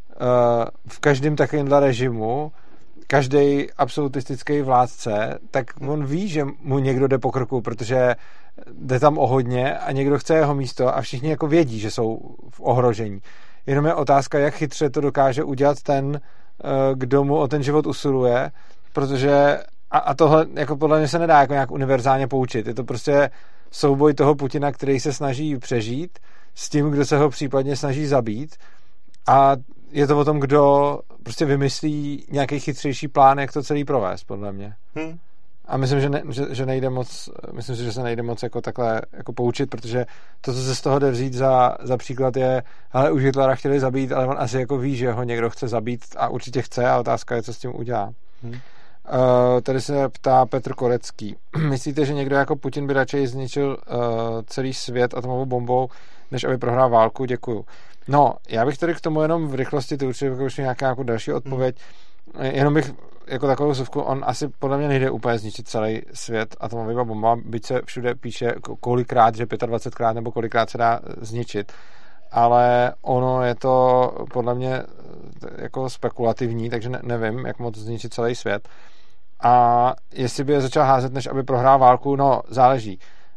S1: v každém takovémhle režimu, každý absolutistický vládce, tak on ví, že mu někdo jde po krku, protože jde tam o hodně a někdo chce jeho místo a všichni jako vědí, že jsou v ohrožení. Jenom je otázka, jak chytře to dokáže udělat ten, kdo mu o ten život usiluje, protože a, a tohle jako podle mě se nedá jako nějak univerzálně poučit. Je to prostě souboj toho Putina, který se snaží přežít s tím, kdo se ho případně snaží zabít, a je to o tom, kdo prostě vymyslí nějaký chytřejší plán, jak to celý provést, podle mě. Hmm. A myslím, že, ne, že, že nejde moc, myslím si, že se nejde moc jako takhle jako poučit, protože to, co se z toho jde vzít za, za příklad je, hele, už Hitlera chtěli zabít, ale on asi jako ví, že ho někdo chce zabít a určitě chce, a otázka je, co s tím udělá. Hmm. Uh, tady se ptá Petr Korecký. Myslíte, že někdo jako Putin by radši zničil uh, celý svět atomovou bombou, než aby prohrál válku? Děkuju. No, já bych tady k tomu jenom v rychlosti, ty určitě už nějaká jako další odpověď, hmm. jenom bych jako takovou suvku, on asi podle mě nejde úplně zničit celý svět atomová bomba, byť se všude píše kolikrát, že dvacetpětkrát nebo kolikrát se dá zničit. Ale ono je to podle mě jako spekulativní, takže ne, nevím, jak moc zničit celý svět. A jestli by je začal házet, než aby prohrál válku, no záleží.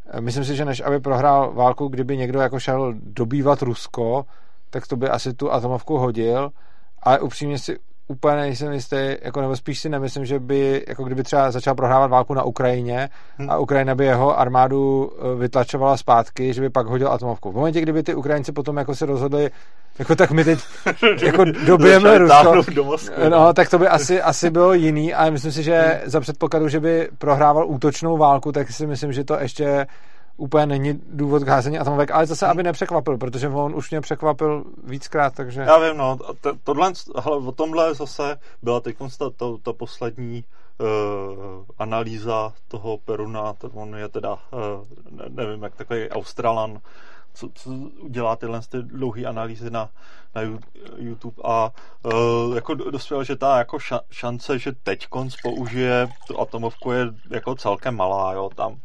S1: myslím si, že než aby prohrál válku, kdyby někdo jako šel dobývat Rusko, tak to by asi tu atomovku hodil, ale upřímně si úplně nejsem jistý, jako, nebo spíš si nemyslím, že by, jako kdyby třeba začal prohrávat válku na Ukrajině a Ukrajina by jeho armádu vytlačovala zpátky, že by pak hodil atomovku. V momentě, kdyby ty Ukrajinci potom jako se rozhodli, jako tak my teď jako dobijeme Rusko, no, tak to by asi, asi bylo jiný, ale myslím si, že za předpokladu, že by prohrával útočnou válku, tak si myslím, že to ještě úplně není důvod k házení atomovek, ale zase, aby nepřekvapil, protože on už mě překvapil víckrát, takže...
S2: Já vím, no, to, tohle, hele, o tomhle zase byla teď ta, ta, ta poslední uh, analýza toho Peruna, to on je teda, uh, ne, nevím, jak takový Australan, co, co udělá tyhle ty dlouhé analýzy na, na YouTube a uh, jako dospěl, že ta jako ša, šance, že teď konc použije tu atomovku je jako celkem malá, jo, tam.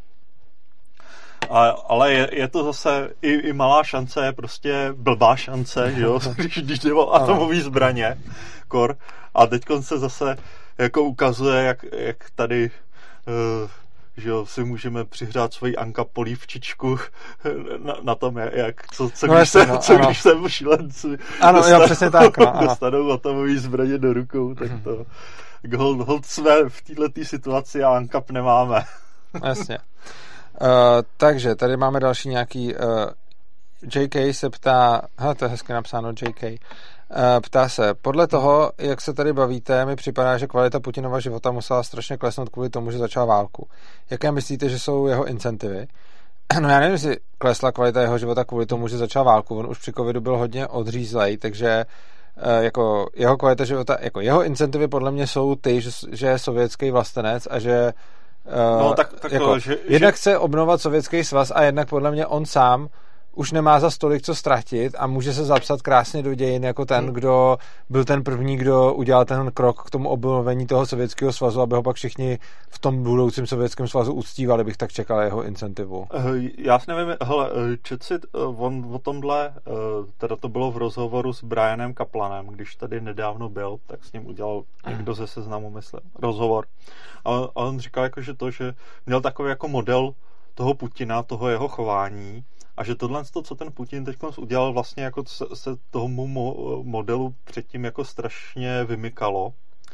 S2: A, ale je, je to zase i, i malá šance, je prostě blbá šance, jo, když, když jde o atomový zbraně, kor. A teď se zase jako ukazuje, jak, jak tady uh, že jo, si můžeme přihrát svoji Anka polívčičku na, na tom, jak co, co, no, když, se, no, co když se šílenci
S1: ano, dostanou, jo, přesně tak, no,
S2: dostanou atomový zbraně do rukou, tak to hold, hold jsme v této situaci a Ankap nemáme.
S1: Jasně. Uh, takže tady máme další nějaký uh, J K se ptá, hele, to je hezky napsáno J K, uh, ptá se, podle toho, jak se tady bavíte, mi připadá, že kvalita Putinova života musela strašně klesnout kvůli tomu, že začal válku. Jaké myslíte, že jsou jeho incentivy? No já nevím, jestli klesla kvalita jeho života kvůli tomu, že začal válku. On už při covidu byl hodně odřízlej, takže uh, jako jeho kvalita života, jako jeho incentivy podle mě jsou ty, že, že je sovětský vlastenec a že Uh,
S2: no, tak, tak
S1: jako,
S2: to, že,
S1: jednak
S2: že...
S1: chce obnovovat Sovětský svaz a jednak podle mě on sám už nemá za stolik co ztratit a může se zapsat krásně do dějin jako ten, hmm. kdo byl ten první, kdo udělal ten krok k tomu obnovení toho Sovětského svazu, aby ho pak všichni v tom budoucím Sovětském svazu uctívali, bych tak čekal jeho incentivu.
S2: Já si nevím, hele, čet si on o tomhle, teda to bylo v rozhovoru s Brianem Kaplanem, když tady nedávno byl, tak s ním udělal někdo ze Seznamu, myslím, rozhovor. A on říkal jako, že to, že měl takový jako model toho Putina, toho jeho chování, a že tohle, co ten Putin teď udělal, vlastně jako se, se tomu modelu předtím jako strašně vymykalo.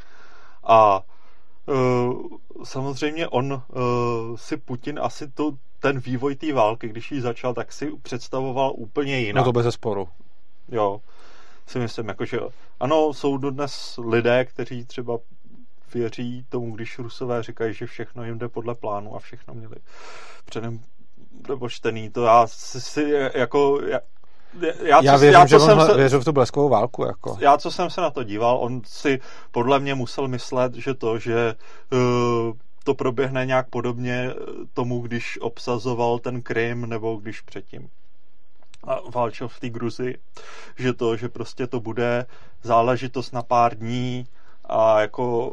S2: A uh, samozřejmě on uh, si Putin asi to, ten vývoj té války, když ji začal, tak si představoval úplně jinak.
S1: No to bez sporu.
S2: Jo, si myslím, jako, že ano, jsou dodnes lidé, kteří třeba věří tomu, když Rusové říkají, že všechno jim jde podle plánu a všechno měli předem dopočtený, to já si, si jako já, já,
S1: já
S2: co,
S1: věřím,
S2: já,
S1: že
S2: jsem
S1: on
S2: se,
S1: věřil v tu bleskovou válku. Jako.
S2: Já, co jsem se na to díval, on si podle mě musel myslet, že to, že uh, to proběhne nějak podobně tomu, když obsazoval ten Krym, nebo když předtím a válčil v té Gruzii, že to, že prostě to bude záležitost na pár dní a jako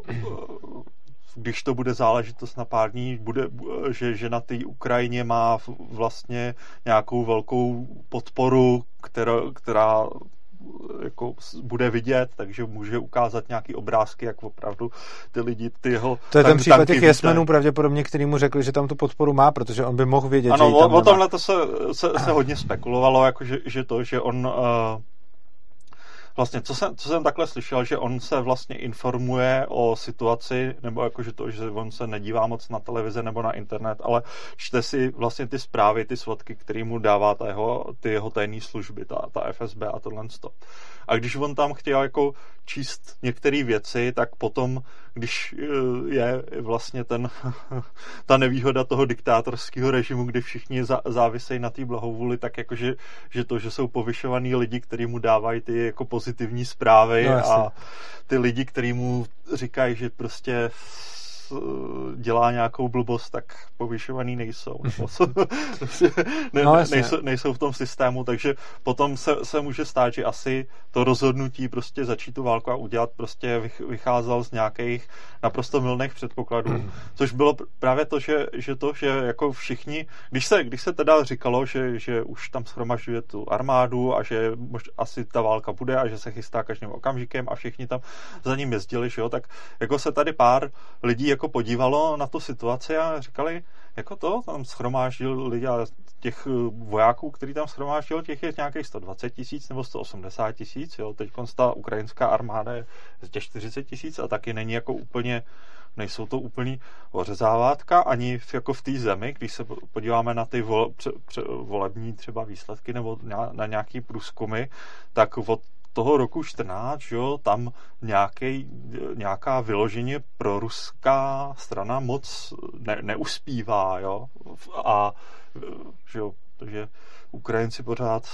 S2: když to bude záležitost na pár dní, bude, že, že na té Ukrajině má vlastně nějakou velkou podporu, která, která jako bude vidět, takže může ukázat nějaký obrázky, jak opravdu ty lidi, ty jeho
S1: to je ten případ těch jesmenů pravděpodobně, který mu řekli, že tam tu podporu má, protože on by mohl vědět, ano, že ji tam
S2: o, o tomhle to se, se, se hodně spekulovalo, jako že, že to, že on uh, vlastně, co jsem, co jsem takhle slyšel, že on se vlastně informuje o situaci, nebo jakože to, že on se nedívá moc na televize nebo na internet, ale čte si vlastně ty zprávy, ty svodky, který mu dává ta jeho, ty jeho tajné služby, ta, ta F S B a tohle. A když on tam chtěl jako číst některé věci, tak potom, když je vlastně ten, ta nevýhoda toho diktátorského režimu, kdy všichni závisejí na té blahovůli, tak jakože, že to, že jsou povyšovaný lidi, kteří mu dávají ty jako pozitivní zprávy no, a ty lidi, kteří mu říkají, že prostě dělá nějakou blbost, tak povyšovaný nejsou. ne, no, nejsou, nejsou v tom systému, takže potom se, se může stát, že asi to rozhodnutí prostě začít tu válku a udělat prostě vycházel z nějakých naprosto mylných předpokladů, což bylo právě to, že, že to, že jako všichni, když se, když se teda říkalo, že, že už tam shromažďuje tu armádu a že mož, asi ta válka bude a že se chystá každým okamžikem a všichni tam za ním jezdili, že jo, tak jako se tady pár lidí jako jako podívalo na tu situaci a říkali, jako to, tam shromáždil lidi a těch vojáků, který tam shromáždil, těch je nějakých sto dvacet tisíc nebo sto osmdesát tisíc, jo, teď ta ukrajinská armáda je z těch čtyřicet tisíc a taky není jako úplně, nejsou to úplný ořezávátka, ani v, jako v té zemi, když se podíváme na ty vol, pře, pře, volební třeba výsledky nebo na, na nějaký průzkumy, tak od toho roku čtrnáct, jo, tam nějaký, nějaká vyloženě proruská strana moc ne, neuspívá, jo, a že jo, takže Ukrajinci pořád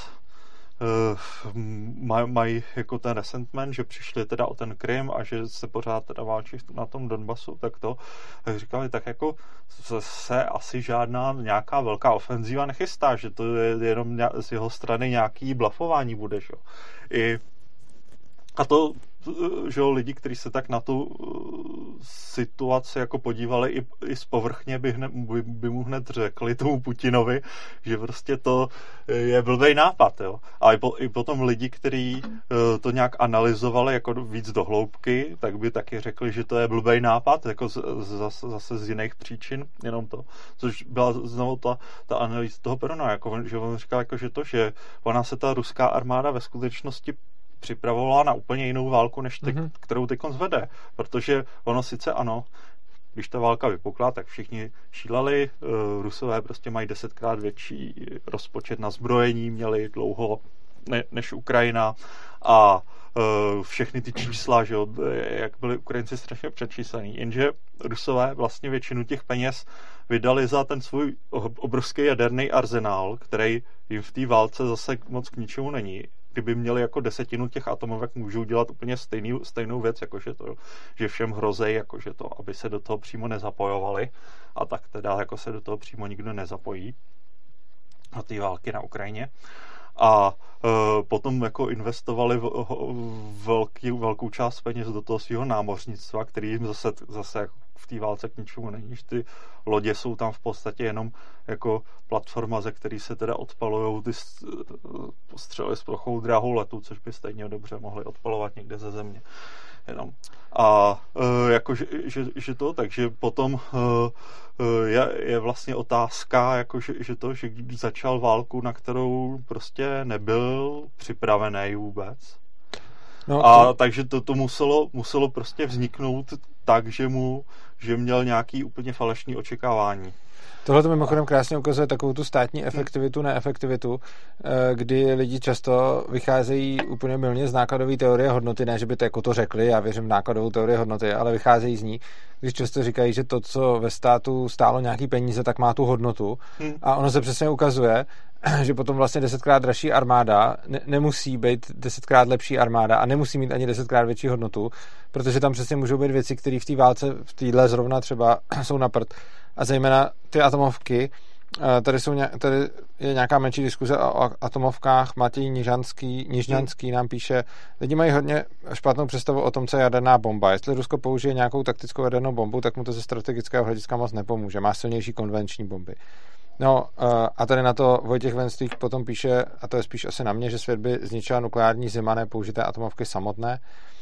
S2: uh, mají maj jako ten resentment, že přišli teda o ten Krym a že se pořád teda válčí na tom Donbasu, tak to, tak říkali, tak jako se asi žádná nějaká velká ofenzíva nechystá, že to je jenom z jeho strany nějaký blafování bude, že jo. I a to, že jo, lidi, kteří se tak na tu situaci jako podívali i, i zpovrchně, by, hne, by, by mu hned řekli tomu Putinovi, že prostě to je blbej nápad, jo. A i, po, i potom lidi, kteří to nějak analyzovali jako víc do hloubky, tak by taky řekli, že to je blbej nápad, jako z, z, zase z jiných příčin, jenom to. Což byla znovu ta, ta analýza toho Perona, jako, že on říkal, jako, že to, že ona se ta ruská armáda ve skutečnosti připravovala na úplně jinou válku, než ty, mm-hmm. kterou teď zvede. Protože ono sice ano, když ta válka vypukla, tak všichni šíleli. Rusové prostě mají desetkrát větší rozpočet na zbrojení, měli dlouho ne, než Ukrajina a všechny ty čísla, že jo, jak byli Ukrajinci strašně přečíslený. Jenže Rusové vlastně většinu těch peněz vydali za ten svůj obrovský jaderný arzenál, který jim v té válce zase moc k ničemu není. Kdyby měli jako desetinu těch atomovek, můžou dělat úplně stejný, stejnou věc, jakože to, že všem hrozí, jakože to, aby se do toho přímo nezapojovali, a tak teda jako se do toho přímo nikdo nezapojí do té války na Ukrajině. A e, potom jako investovali v, velký, velkou část peněz do toho svého námořnictva, který jim zase, zase v té válce k ničemu není. Ty lodě jsou tam v podstatě jenom jako platforma, ze který se teda odpalujou ty střely s trochou drahou letu, což by stejně dobře mohli odpalovat někde ze země. Jenom. A e, jako, že, že, že to, takže potom e, je, je vlastně otázka, jako, že, že to, že když začal válku, na kterou prostě nebyl připravený vůbec. No, a to... takže to, to muselo, muselo prostě vzniknout tak, že mu, že měl nějaký úplně falešný očekávání.
S1: Tohle to mimochodem krásně ukazuje takovou tu státní efektivitu, neefektivitu, kdy lidi často vycházejí úplně mylně z nákladové teorie hodnoty, ne, že by to jako to řekli, já věřím v nákladovou teorii hodnoty, ale vycházejí z ní, když často říkají, že to, co ve státu stálo nějaký peníze, tak má tu hodnotu. Hmm. A ono se přesně ukazuje, že potom vlastně desetkrát dražší armáda ne- nemusí být desetkrát lepší armáda a nemusí mít ani desetkrát větší hodnotu, protože tam přesně můžou být věci, které v té válce, v téhle zrovna třeba jsou na prd. A zejména ty atomovky, tady, jsou nějak, tady je nějaká menší diskuze o atomovkách. Matěj Nižanský, Nižňanský nám píše, lidi mají hodně špatnou představu o tom, co je jaderná bomba. Jestli Rusko použije nějakou taktickou jadernou bombu, tak mu to ze strategického hlediska moc nepomůže. Má silnější konvenční bomby. No a tady na to Vojtěch Venstvík potom píše, a to je spíš asi na mě, že svět by zničila nukleární zima, ne použité atomovky samotné.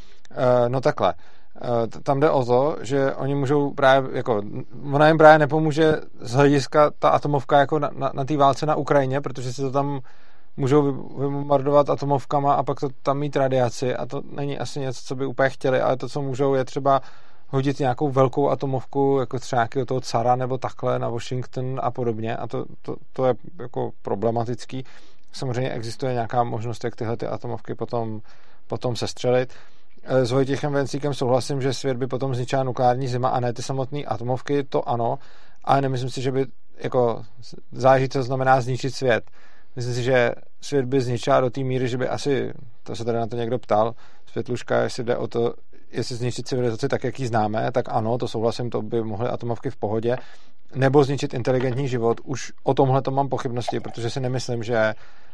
S1: No takhle. Tam jde o to, že oni můžou právě, jako, ona jim právě nepomůže z hlediska ta atomovka jako na, na, na té válce na Ukrajině, protože si to tam můžou vybombardovat atomovkama a pak to tam mít radiaci a to není asi něco, co by úplně chtěli, ale to, co můžou, je třeba hodit nějakou velkou atomovku, jako třeba nějakého toho cara nebo takhle na Washington a podobně a to, to, to je jako problematický. Samozřejmě existuje nějaká možnost, jak tyhle ty atomovky potom, potom sestřelit. S Vojtěchem Vencíkem souhlasím, že svět by potom zničila nukleární zima a ne ty samotné atomovky, to ano, ale nemyslím si, že by jako záleží, co znamená zničit svět. Myslím si, že svět by zničila do té míry, že by asi, to se tady na to někdo ptal, Světluška, jestli jde o to, jestli zničit civilizaci tak, jak ji známe, tak ano, to souhlasím, to by mohly atomovky v pohodě, nebo zničit inteligentní život. Už o tomhle to mám pochybnosti, protože si nemyslím, že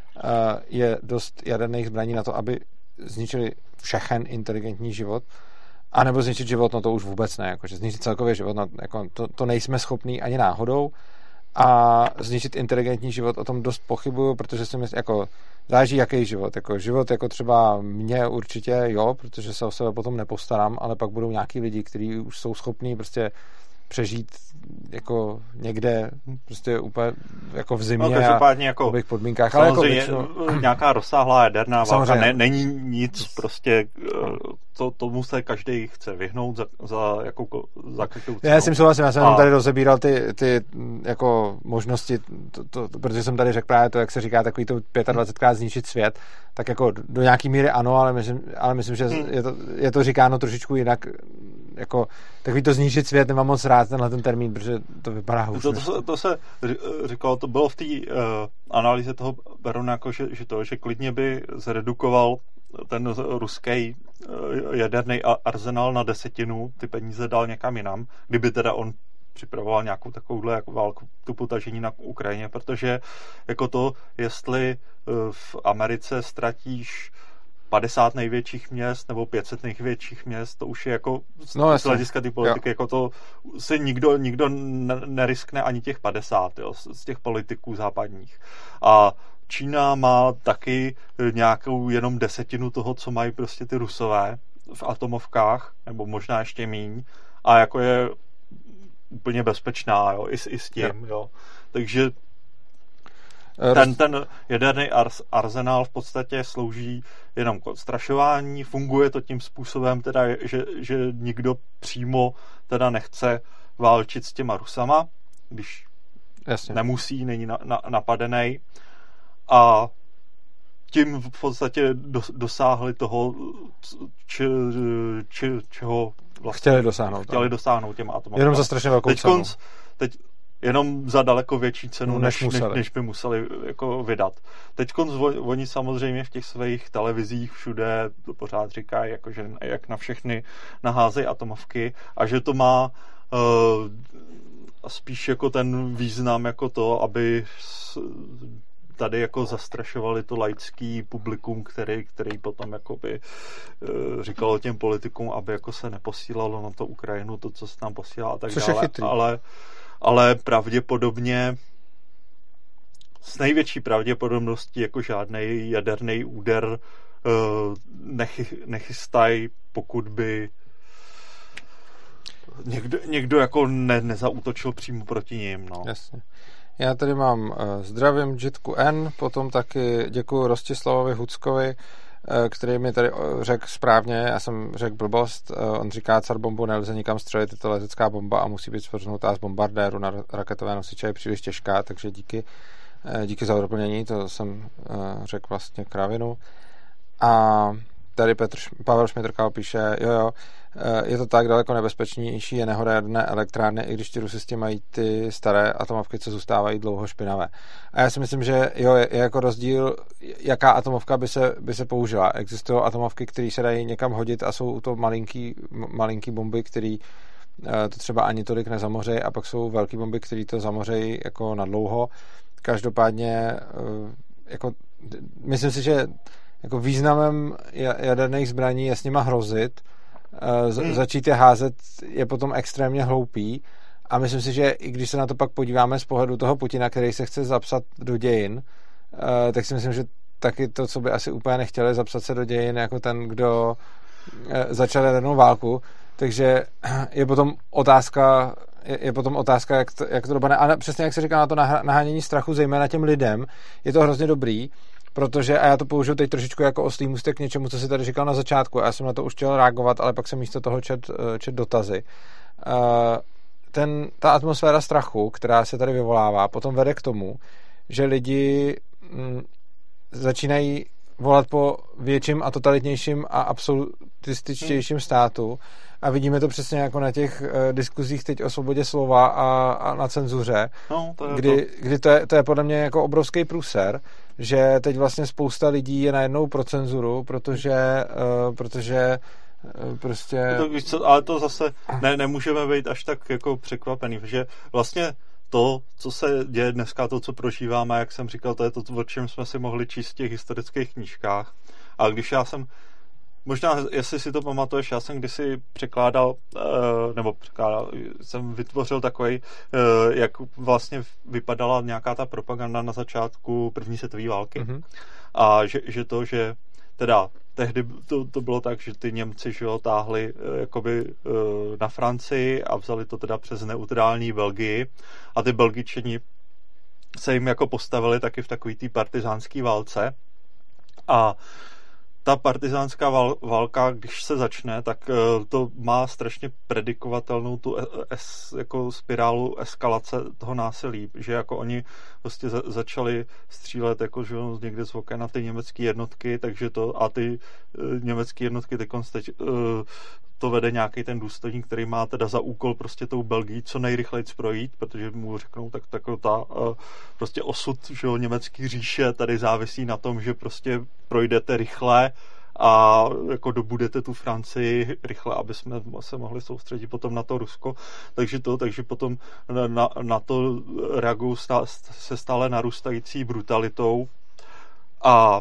S1: je dost jaderných zbraní na to, aby zničili všechen inteligentní život, anebo zničit život, no to už vůbec ne, jakože zničit celkově život, no, jako to, to nejsme schopní ani náhodou a zničit inteligentní život, o tom dost pochybuju, protože si myslím, jako záleží jaký život, jako život jako třeba mě určitě jo, protože se o sebe potom nepostarám, ale pak budou nějaký lidi, kteří už jsou schopní prostě přežít jako někde prostě úplně jako v zimě
S2: no,
S1: a
S2: jako,
S1: v podmínkách. Ale jako
S2: většinou... nějaká rozsáhlá jaderná válka ne, není nic
S1: yes.
S2: prostě to, tomu se každý chce vyhnout za, za, jako, za každou
S1: Já jsem souhlasím, já jsem a... tady rozebíral ty, ty jako možnosti, to, to, protože jsem tady řekl právě to, jak se říká, takový to dvacetpětkrát zničit svět, tak jako do nějaký míry ano, ale myslím, ale myslím že hmm. je, to, je to říkáno trošičku jinak, jako takový to zničit svět, nemám moc rád tenhle ten termín, protože to vypadá hůř.
S2: To, to, se, to se říkalo, to bylo v té uh, analýze toho Berona, jako že, že to, že klidně by zredukoval ten ruský uh, jaderný arzenál na desetinu, ty peníze dal někam jinam, kdyby teda on připravoval nějakou takovouhle jako válku, tu potažení na Ukrajině, protože jako to, jestli uh, v Americe ztratíš padesát největších měst nebo pět set největších měst, to už je jako
S1: no,
S2: z hlediska té politiky, jo. Jako to si nikdo, nikdo neriskne ani těch padesát, jo, z těch politiků západních. A Čína má taky nějakou jenom desetinu toho, co mají prostě ty Rusové v atomovkách, nebo možná ještě míň, a jako je úplně bezpečná, jo, i, i s tím, jo. jo. Takže Ten, ten jaderný arzenál v podstatě slouží jenom k odstrašování, funguje to tím způsobem, teda, že, že nikdo přímo teda nechce válčit s těma Rusama, když Jasně. nemusí, není na, na, napadený. A tím v podstatě do, dosáhli toho, či, či, čeho vlastně
S1: chtěli dosáhnout.
S2: Chtěli dosáhnout těma atomovkami.
S1: Jenom za strašně velkou cenu.
S2: Teď jenom za daleko větší cenu,
S1: než,
S2: než, než, než by museli jako vydat. Teď oni samozřejmě v těch svých televizích všude to pořád říkají, jako, že jak na všechny naházejí atomovky a že to má uh, spíš jako ten význam jako to, aby tady jako zastrašovali to laický publikum, který, který potom jakoby uh, říkalo těm politikům, aby jako se neposílalo na to Ukrajinu, to, co se tam posílá a tak
S1: Což
S2: dále. Ale ale pravděpodobně s největší pravděpodobností jako žádný jaderný úder uh, nechy, nechystají, pokud by někdo, někdo jako ne, nezaútočil přímo proti ním. No.
S1: Jasně. Já tady mám uh, zdravím Jitku N, potom taky děkuji Rostislavovi Huckovi, který mi tady řekl správně, já jsem řekl blbost, on říká, car bombu nelze nikam střelit, je to letecká bomba a musí být svrhnutá z bombardéru na raketové nosiče, je příliš těžká, takže díky, díky za doplnění, to jsem řekl vlastně kravinu. A tady Petr, Pavel Šmitrkal píše, jo jo, je to tak daleko nebezpečnější, je nehoda jaderné elektrárny, i když ti Rusisti mají ty staré atomovky, co zůstávají dlouho špinavé. A já si myslím, že jo, je, je jako rozdíl, jaká atomovka by se, by se použila. Existují atomovky, které se dají někam hodit a jsou to malinký, malinký bomby, které to třeba ani tolik nezamořejí, a pak jsou velký bomby, které to zamořejí jako na dlouho. Každopádně jako, myslím si, že jako významem jaderných zbraní je s nima hrozit, z- hmm. začít je házet je potom extrémně hloupý, a myslím si, že i když se na to pak podíváme z pohledu toho Putina, který se chce zapsat do dějin, tak si myslím, že taky to, co by asi úplně nechtěli, zapsat se do dějin jako ten, kdo začal jadernou válku, takže je potom otázka je, je potom otázka, jak to, jak to dopadne. A přesně jak se říká na to nahánění strachu, zejména těm lidem, je to hrozně dobrý, protože, a já to použiju teď trošičku jako oslý můstek k něčemu, co si tady říkal na začátku, a já jsem na to už chtěl reagovat, ale pak jsem místo toho čet, čet dotazy. Ten, ta atmosféra strachu, která se tady vyvolává, potom vede k tomu, že lidi m, začínají volat po větším a totalitnějším a absolutističtějším státu, a vidíme to přesně jako na těch uh, diskuzích teď o svobodě slova a, a na cenzuře,
S2: no, to je
S1: kdy,
S2: to.
S1: kdy to, je, to je podle mě jako obrovský průser, že teď vlastně spousta lidí je najednou pro cenzuru, protože, uh, protože uh, prostě...
S2: To, víš co, ale to zase ne, nemůžeme být až tak jako překvapený, že vlastně to, co se děje dneska, to, co prožíváme, jak jsem říkal, to je to, o čem jsme si mohli číst v těch historických knížkách. A když já jsem Možná, jestli si to pamatuješ, já jsem kdysi překládal, nebo překládal, jsem vytvořil takový, jak vlastně vypadala nějaká ta propaganda na začátku první světové války. Mm-hmm. A že, že to, že teda tehdy to, to bylo tak, že ty Němci, že jo, táhli jakoby na Francii a vzali to teda přes neutrální Belgii a ty Belgičani se jim jako postavili taky v takový té partizánské válce a ta partizánská válka, když se začne, tak to má strašně predikovatelnou tu es, jako spirálu eskalace toho násilí, že jako oni prostě za, začali střílet jako, že někde z oken na ty německé jednotky, takže to a ty německé jednotky teď to vede nějaký ten důstojník, který má teda za úkol prostě tou Belgii co nejrychleji projít, protože mu řeknou, tak, tak ta prostě osud, že jo, německý říše tady závisí na tom, že prostě projdete rychle a jako dobudete tu Francii rychle, aby jsme se mohli soustředit potom na to Rusko. Takže to, takže potom na, na to reagují stá, se stále narůstající brutalitou a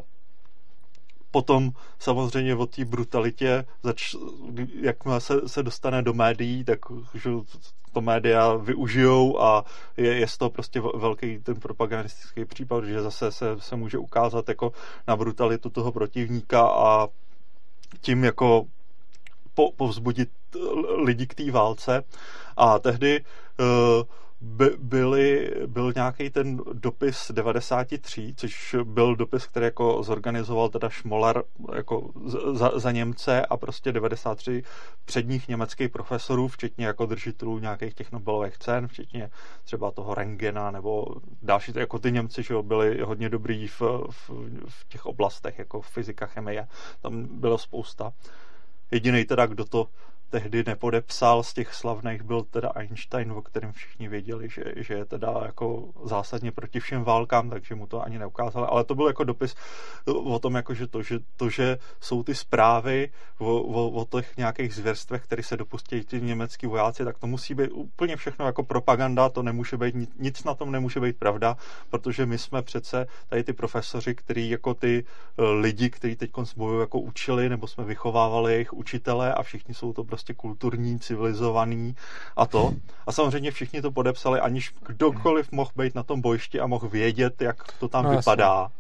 S2: potom samozřejmě o té brutalitě, zač, jakmile se, se dostane do médií, tak že to média využijou a je, je z toho prostě velký ten propagandistický případ, že zase se, se může ukázat jako na brutalitu toho protivníka a tím jako po, povzbudit lidi k té válce. A tehdy uh, by, byly, byl nějaký ten dopis devadesát tři, což byl dopis, který jako zorganizoval teda Schmoller jako za, za Němce a prostě devadesát tři předních německých profesorů, včetně jako držitelů nějakých těch Nobelových cen, včetně třeba toho Rengena nebo další, jako ty Němci, že byli hodně dobrý v, v, v těch oblastech, jako fyzika, chemie, tam bylo spousta. Jedinej teda, kdo to tehdy nepodepsal z těch slavných, byl teda Einstein, o kterém všichni věděli, že, že je teda jako zásadně proti všem válkám, takže mu to ani neukázali. Ale to byl jako dopis o tom, jako, že, to, že to, že jsou ty zprávy o, o, o těch nějakých zvěrstvech, které se dopustí ti německý vojáci, tak to musí být úplně všechno jako propaganda, to nemůže být, nic na tom nemůže být pravda, protože my jsme přece tady ty profesoři, který jako ty lidi, kteří teď bojují, jako učili, nebo jsme vychovávali jejich učitele a všichni jsou to prostě kulturní, civilizovaný a to. A samozřejmě všichni to podepsali, aniž kdokoliv mohl být na tom bojišti a mohl vědět, jak to tam no, vypadá. Jasně.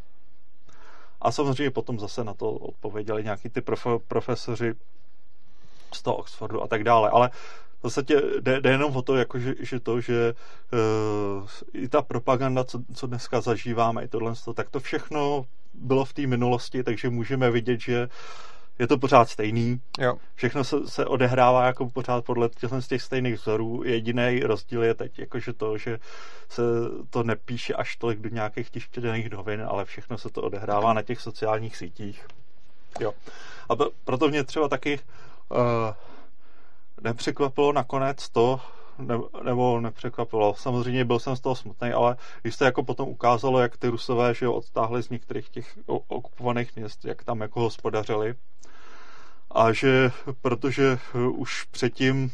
S2: A samozřejmě potom zase na to odpověděli nějaký ty prof- profesoři z toho Oxfordu a tak dále. Ale v podstatě jde, jde jenom o to, jako že, že to, že uh, i ta propaganda, co, co dneska zažíváme, i tohle, tak to všechno bylo v té minulosti, takže můžeme vidět, že je to pořád stejný. Jo. Všechno se, se odehrává jako pořád podle těchto z těch stejných vzorů. Jediný rozdíl je teď jakože to, že se to nepíše až tolik do nějakých tištěných novin, ale všechno se to odehrává na těch sociálních sítích. Jo. A to, proto mě třeba taky uh, nepřekvapilo nakonec to, ne, nebo nepřekvapilo. Samozřejmě byl jsem z toho smutný, ale když se jako potom ukázalo, jak ty Rusové, že jo, odtáhli z některých těch okupovaných měst, jak tam jako hospodařili, a že protože už předtím,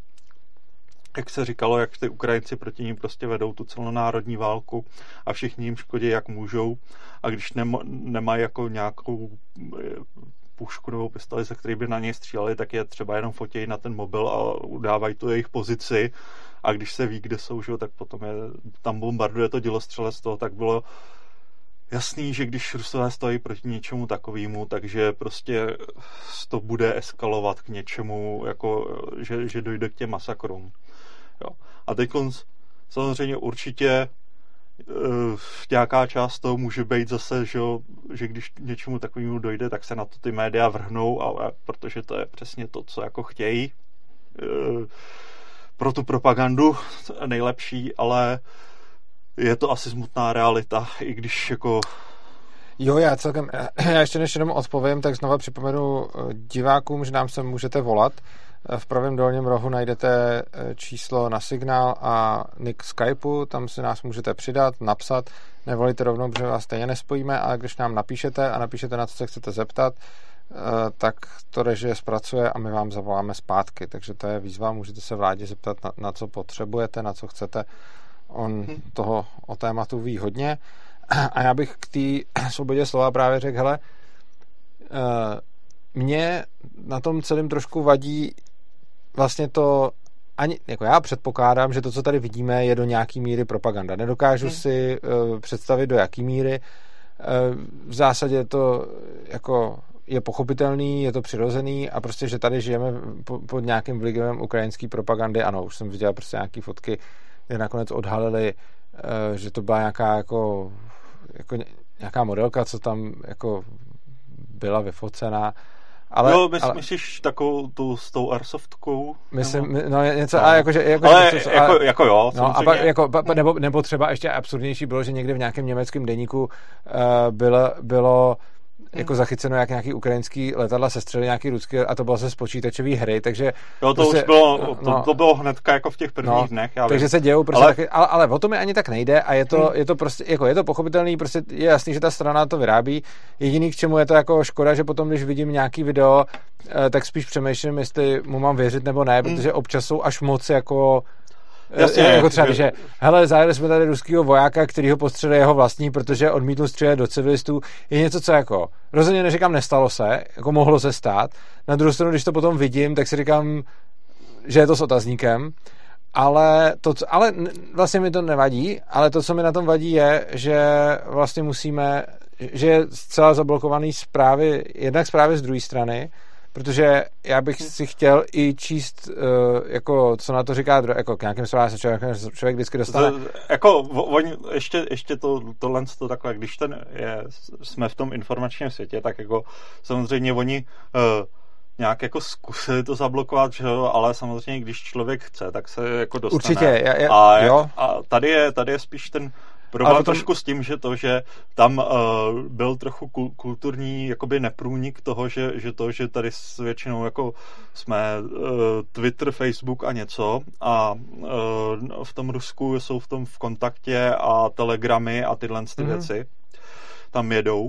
S2: jak se říkalo, jak ty Ukrajinci proti ním prostě vedou tu celonárodní válku a všichni jim škodí, jak můžou, a když nema, nemají jako nějakou pušku nebo pistoli, se který by na něj stříleli, tak je třeba jenom fotějí na ten mobil a udávají tu jejich pozici, a když se ví, kde jsou, že, tak potom je, tam bombarduje to dělostřelectvo, tak bylo jasný, že když Rusové stojí proti něčemu takovému, takže prostě to bude eskalovat k něčemu, jako, že, že dojde k těm masakrům. Jo. A teď samozřejmě určitě uh, nějaká část toho může být zase, že, že když k něčemu takovému dojde, tak se na to ty média vrhnou, a, a protože to je přesně to, co jako chtějí uh, pro tu propagandu nejlepší, ale je to asi smutná realita, i když jako...
S1: Jo, já celkem, já ještě než jenom odpovím, tak znova připomenu divákům, že nám se můžete volat. V pravém dolním rohu najdete číslo na Signál a nick Skypeu, tam si nás můžete přidat, napsat, nevolíte rovnou, protože vás stejně nespojíme, ale když nám napíšete a napíšete, na co se chcete zeptat, tak to režie zpracuje a my vám zavoláme zpátky. Takže to je výzva, můžete se Vládě zeptat, na, na co potřebujete, na co chcete. On toho o tématu ví hodně. A já bych k té svobodě slova právě řekl, hele, mě na tom celém trošku vadí vlastně to, ani, jako já předpokládám, že to, co tady vidíme, je do nějaký míry propaganda. Nedokážu hmm. si uh, představit, do jaký míry. Uh, v zásadě to jako je pochopitelný, je to přirozený a prostě, že tady žijeme pod nějakým vlivem ukrajinské propagandy. Ano, už jsem viděl prostě nějaký fotky, kde nakonec odhalili, že to byla nějaká jako, jako nějaká modelka, co tam jako byla vyfocená. Ale,
S2: jo, mys,
S1: ale,
S2: myslíš takovou tu s tou airsoftkou?
S1: Myslím, no něco, no. A jakože, jako,
S2: ale
S1: že to,
S2: jako,
S1: ale,
S2: jako jo,
S1: no, a pa, jako, pa, nebo, nebo třeba ještě absurdnější bylo, že někde v nějakém německém deníku uh, bylo, bylo jako zachyceno, jak nějaký ukrajinský letadla sestřelili nějaký ruský a to bylo ze z počítačové hry, takže...
S2: Jo, to prostě, už bylo, to, no, to bylo hnedka jako v těch prvních
S1: no,
S2: dnech, já
S1: takže
S2: vím.
S1: se dějou prostě
S2: ale...
S1: taky, ale, ale o tom je ani tak nejde a je to, hmm. je to prostě, jako je to pochopitelný, prostě je jasný, že ta strana to vyrábí, jediný k čemu je to jako škoda, že potom, když vidím nějaký video, tak spíš přemýšlím, jestli mu mám věřit nebo ne, hmm. protože občas jsou až moc jako... Jasně, jako třeba, že, že hele, zajeli jsme tady ruskýho vojáka, který ho postřelil jeho vlastní, protože odmítnul střílet do civilistů, je něco, co jako, rozhodně neříkám, nestalo se, jako mohlo se stát. Na druhou stranu, když to potom vidím, tak si říkám, že je to s otazníkem, ale, to, ale vlastně mi to nevadí, ale to, co mi na tom vadí, je, že vlastně musíme, že je zcela zablokovaný zprávy, jednak zprávy z druhé strany, protože já bych si chtěl i číst, uh, jako, co na to říká, jako k nějakým zprávám se člověk, člověk vždycky dostane.
S2: Z, jako, oni, ještě, ještě to, tohle to takhle, když ten je, jsme v tom informačním světě, tak jako samozřejmě oni uh, nějak jako zkusili to zablokovat, že jo, ale samozřejmě, když člověk chce, tak se jako dostane.
S1: Určitě, já, já,
S2: a,
S1: jo.
S2: a tady je, tady je spíš ten problém potom... trošku s tím, že to, že tam uh, byl trochu kulturní jakoby neprůnik toho, že, že to, že tady s většinou jako jsme uh, Twitter, Facebook a něco a uh, v tom Rusku jsou v tom v kontaktě a telegramy a tyhle ty mm-hmm. věci tam jedou.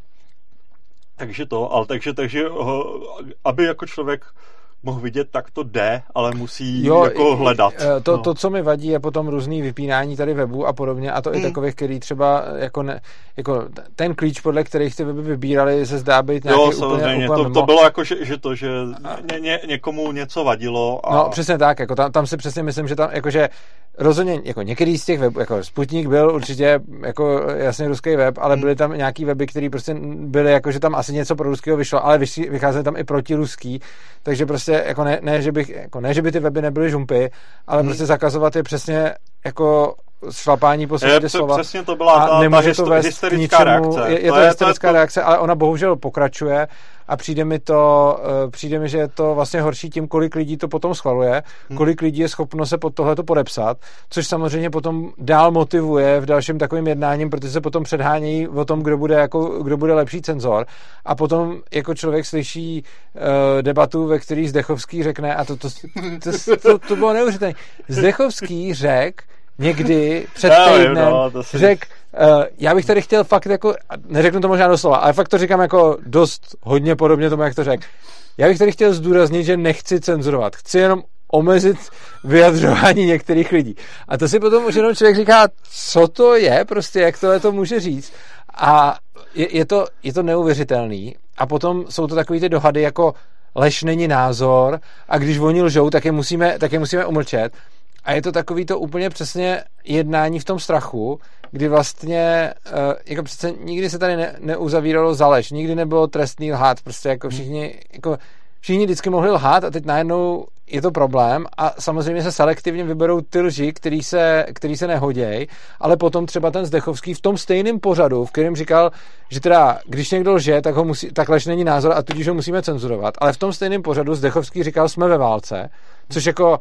S2: Takže to, ale takže, takže uh, aby jako člověk mohl vidět, tak to jde, ale musí jo, jako hledat.
S1: To,
S2: no.
S1: to, co mi vadí, je potom různý vypínání tady webu a podobně, a to mm. i takových, který třeba jako, ne, jako ten klíč, podle kterých ty weby vybírali, se zdá být nějaký
S2: jo,
S1: úplně,
S2: samozřejmě.
S1: úplně
S2: to, to bylo jako, že, že to, že ně, ně, někomu něco vadilo. A...
S1: No, přesně tak, jako tam, tam si přesně myslím, že tam, jakože rozhodně, jako některý z těch webů, jako Sputnik byl určitě jako jasně ruský web, ale byly tam nějaký weby, které prostě byly jako, že tam asi něco pro ruského vyšlo, ale vycházely tam i proti ruský, takže prostě jako ne, ne, že bych, jako ne, že by ty weby nebyly žumpy, ale hmm. prostě zakazovat je přesně jako šlapání po svobodě slova.
S2: Přesně to byla ta,
S1: nemůže
S2: ta
S1: to vést
S2: hysterická
S1: ničemu,
S2: reakce.
S1: Je, je to,
S2: to
S1: hysterická
S2: je to...
S1: reakce, ale ona bohužel pokračuje a přijde mi to, přijde mi, že je to vlastně horší tím, kolik lidí to potom schvaluje, hmm. kolik lidí je schopno se pod tohleto podepsat, což samozřejmě potom dál motivuje v dalším takovým jednáním, protože se potom předhánějí o tom, kdo bude, jako, kdo bude lepší cenzor. A potom jako člověk slyší uh, debatu, ve který Zdechovský řekne, a to, to, to, to, to, to bylo neuvěřitelné, Zdechovský řekl někdy před týdnem, no, řekl, uh, já bych tady chtěl fakt jako, neřeknu to možná doslova, ale fakt to říkám jako dost hodně podobně tomu, jak to řekl. Já bych tady chtěl zdůraznit, že nechci cenzurovat. Chci jenom omezit vyjadřování některých lidí. A to si potom už jenom člověk říká, co to je, prostě jak tohle to může říct. A je, je, to, je to neuvěřitelný. A potom jsou to takový ty dohady jako lež není názor a když oni lžou, tak je musíme, tak je musíme umlčet. A je to takový to úplně přesně jednání v tom strachu, kdy vlastně jako přece nikdy se tady ne, neuzavíralo za lež, nikdy nebylo trestný lhát, prostě jako všichni, jako všichni vždycky mohli lhát a teď najednou je to problém a samozřejmě se selektivně vyberou ty lži, který se, který se nehodějí, ale potom třeba ten Zdechovský v tom stejném pořadu, v kterém říkal, že teda, když někdo lže, tak, ho musí, tak lež není názor a tudíž ho musíme cenzurovat, ale v tom stejném pořadu Zdechovský říkal, jsme ve válce, což jako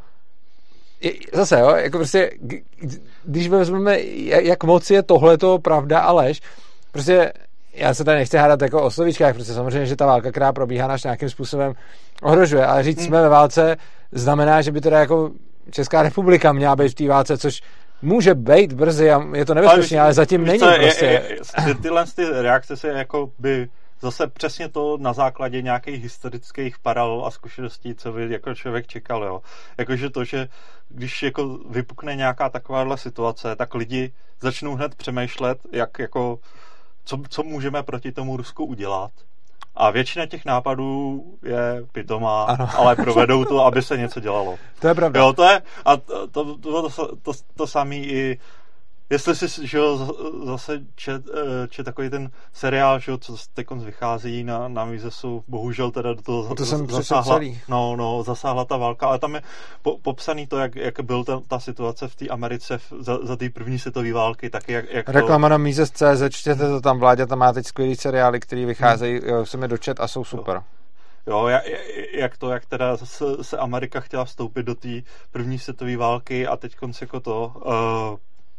S1: zase, jo, jako prostě, když vezmeme, jak moc je tohleto pravda a lež, prostě já se tady nechci hádat jako o slovíčkách, protože samozřejmě, že ta válka, která probíhá, nás nějakým způsobem ohrožuje, ale říct, jsme ve válce, znamená, že by teda jako Česká republika měla být v té válce, což může být brzy a je to nebezpečné, ale, ale zatím není
S2: je,
S1: prostě.
S2: Je, je, tyhle ty reakce se jako by zase přesně to na základě nějakých historických paralel a zkušeností, co by jako člověk čekal, jo. Jakože to, že když jako vypukne nějaká takováhle situace, tak lidi začnou hned přemýšlet, jak jako, co, co můžeme proti tomu Rusku udělat. A většina těch nápadů je pitomá, ano. ale provedou to, aby se něco dělalo.
S1: To je pravda.
S2: Jo, to je, a to, to, to, to, to, to samý i jestli si, že jo, zase čet, čet takový ten seriál, že jo, co teď vychází na, na Misesu, bohužel teda do toho
S1: to jsem
S2: zasáhla, no, no, zasáhla ta válka, ale tam je po, popsaný to, jak, jak byl ta, ta situace v té Americe v, za, za té první světové války, taky jak, jak
S1: reklama to... na Mises tečka cé zet, čtěte to tam, Vláďa tam má teď skvělý seriály, který vycházejí, hmm. jo, jsem je dočet a jsou super. Jo.
S2: Jo, jak to, jak teda se, se Amerika chtěla vstoupit do té první světové války a teď konc jako to... Uh,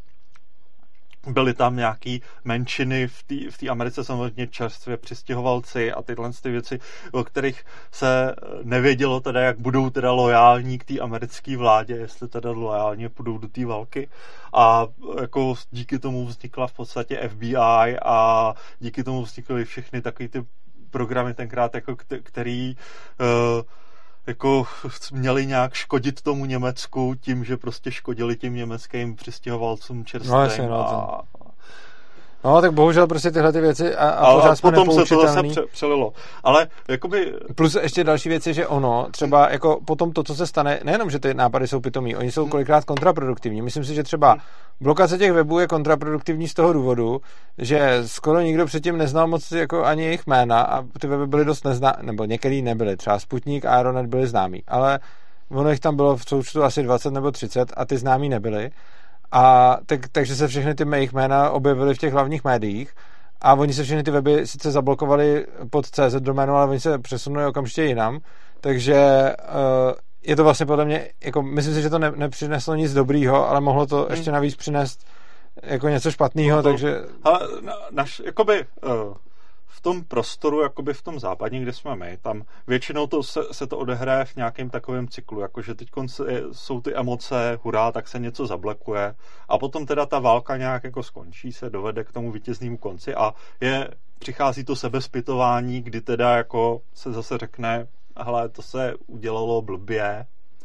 S2: byly tam nějaký menšiny v té Americe, samozřejmě čerstvě přistěhovalci a tyhle ty věci, o kterých se nevědělo teda, jak budou teda lojální k té americké vládě, jestli teda lojálně půjdou do té války. A jako díky tomu vznikla v podstatě F B I a díky tomu vznikly všechny takové ty programy tenkrát, jako který uh, jako měli nějak škodit tomu Německu tím, že prostě škodili tím německým přistěhovalcům čerstvým. No, jasně, no, a...
S1: no, tak bohužel prostě tyhle ty věci a, a pořád jsme
S2: potom se to zase pře- přelilo. Ale jakoby...
S1: Plus ještě další věc je, že ono, třeba jako potom to, co se stane, nejenom, že ty nápady jsou pitomí, oni jsou kolikrát kontraproduktivní. Myslím si, že třeba blokace těch webů je kontraproduktivní z toho důvodu, že skoro nikdo předtím neznal moc jako ani jejich jména a ty weby byly dost nezná, nebo některý nebyly, třeba Sputnik a Aeronet byly známí, ale ono jich tam bylo v součtu asi dvacet nebo třicet a ty známí nebyly. A tak, takže se všechny ty jejich jména objevily v těch hlavních médiích a oni se všechny ty weby sice zablokovali pod C Z doménu, ale oni se přesunuli okamžitě jinam, takže uh, je to vlastně podle mě, jako myslím si, že to ne, nepřineslo nic dobrýho, ale mohlo to hmm. ještě navíc přinést jako něco špatného, no, takže...
S2: Ale na, naš, jakoby... Uh... v tom prostoru, jakoby v tom západní, kde jsme my, tam většinou to se, se to odehraje v nějakém takovém cyklu, jakože teď jsou ty emoce, hurá, tak se něco zablokuje a potom teda ta válka nějak jako skončí, se dovede k tomu vítěznému konci a je, přichází to sebezpytování, kdy teda jako se zase řekne, hele, to se udělalo blbě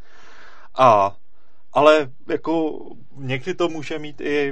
S2: a ale jako někdy to může mít i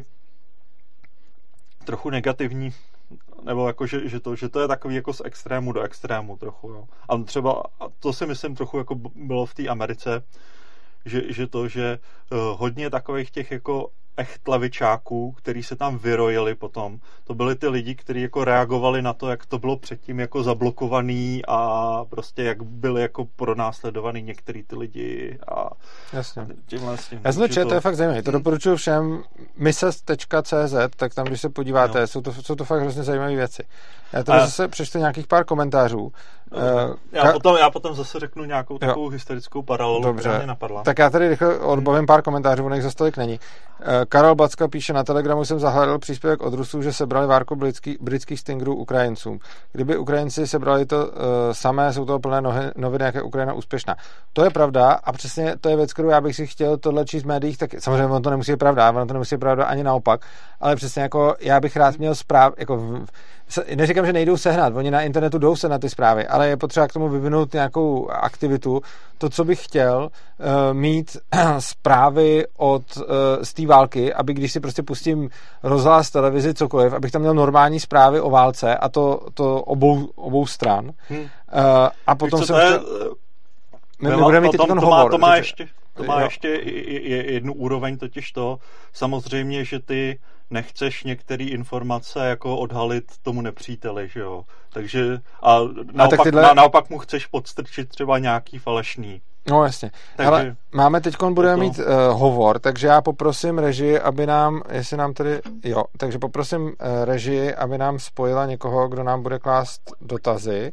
S2: trochu negativní, nebo jako, že, že, to, že to je takový jako z extrému do extrému trochu, jo. A třeba, a to si myslím trochu jako bylo v té Americe, že, že to, že uh, hodně takových těch jako echt levičáků, který se tam vyrojili potom, to byli ty lidi, kteří jako reagovali na to, jak to bylo předtím jako zablokovaný a prostě jak byli jako pronásledovaný některý ty lidi a
S1: jasně.
S2: Tímhle s tím.
S1: Já jsem to, to je fakt zajímavé. To doporučuji všem mises tečka cé zet, tak tam, když se podíváte, no. jsou, to, jsou to fakt hrozně zajímavé věci. Já tady a... zase přečtu nějakých pár komentářů.
S2: No, uh, já, ka... potom, já potom zase řeknu nějakou takovou jo. historickou paralelu, která mě napadla.
S1: Tak já tady rychle odbavím pár komentářů, ono jich zase tolik není. Uh, Karel Backa píše, na Telegramu jsem zahledal příspěvek od Rusů, že sebrali várku britský, britských Stingerů Ukrajincům. Kdyby Ukrajinci sebrali to uh, samé, jsou toho plné nohy, noviny, jak je Ukrajina úspěšná. To je pravda a přesně to je věc, kterou já bych si chtěl tohle číst v médiích, tak samozřejmě on to nemusí být pravda, ono to nemusí být pravda ani naopak, ale přesně jako já bych rád měl zpráv, jako v, neříkám, že nejdou sehnat, oni na internetu jdou se na ty zprávy, ale je potřeba k tomu vyvinout nějakou aktivitu. To, co bych chtěl, uh, mít zprávy od uh, z té války, aby když si prostě pustím rozhlas, televizi, cokoliv, abych tam měl normální zprávy o válce a to, to obou, obou stran. Hmm. Uh, a potom
S2: co,
S1: jsem
S2: je,
S1: chtěl... My, my budeme mít teď ten hovor.
S2: To má ještě, to má ještě jednu úroveň, totiž to, samozřejmě, že ty nechceš některé informace jako odhalit tomu nepříteli, že jo. Takže a naopak, a tyhle... na, naopak mu chceš podstrčit třeba nějaký falešný.
S1: No jasně. Takže, ale máme teďkon, budeme to... mít uh, hovor, takže já poprosím režii, aby nám, jestli nám tady, jo, takže poprosím uh, režii, aby nám spojila někoho, kdo nám bude klást dotazy.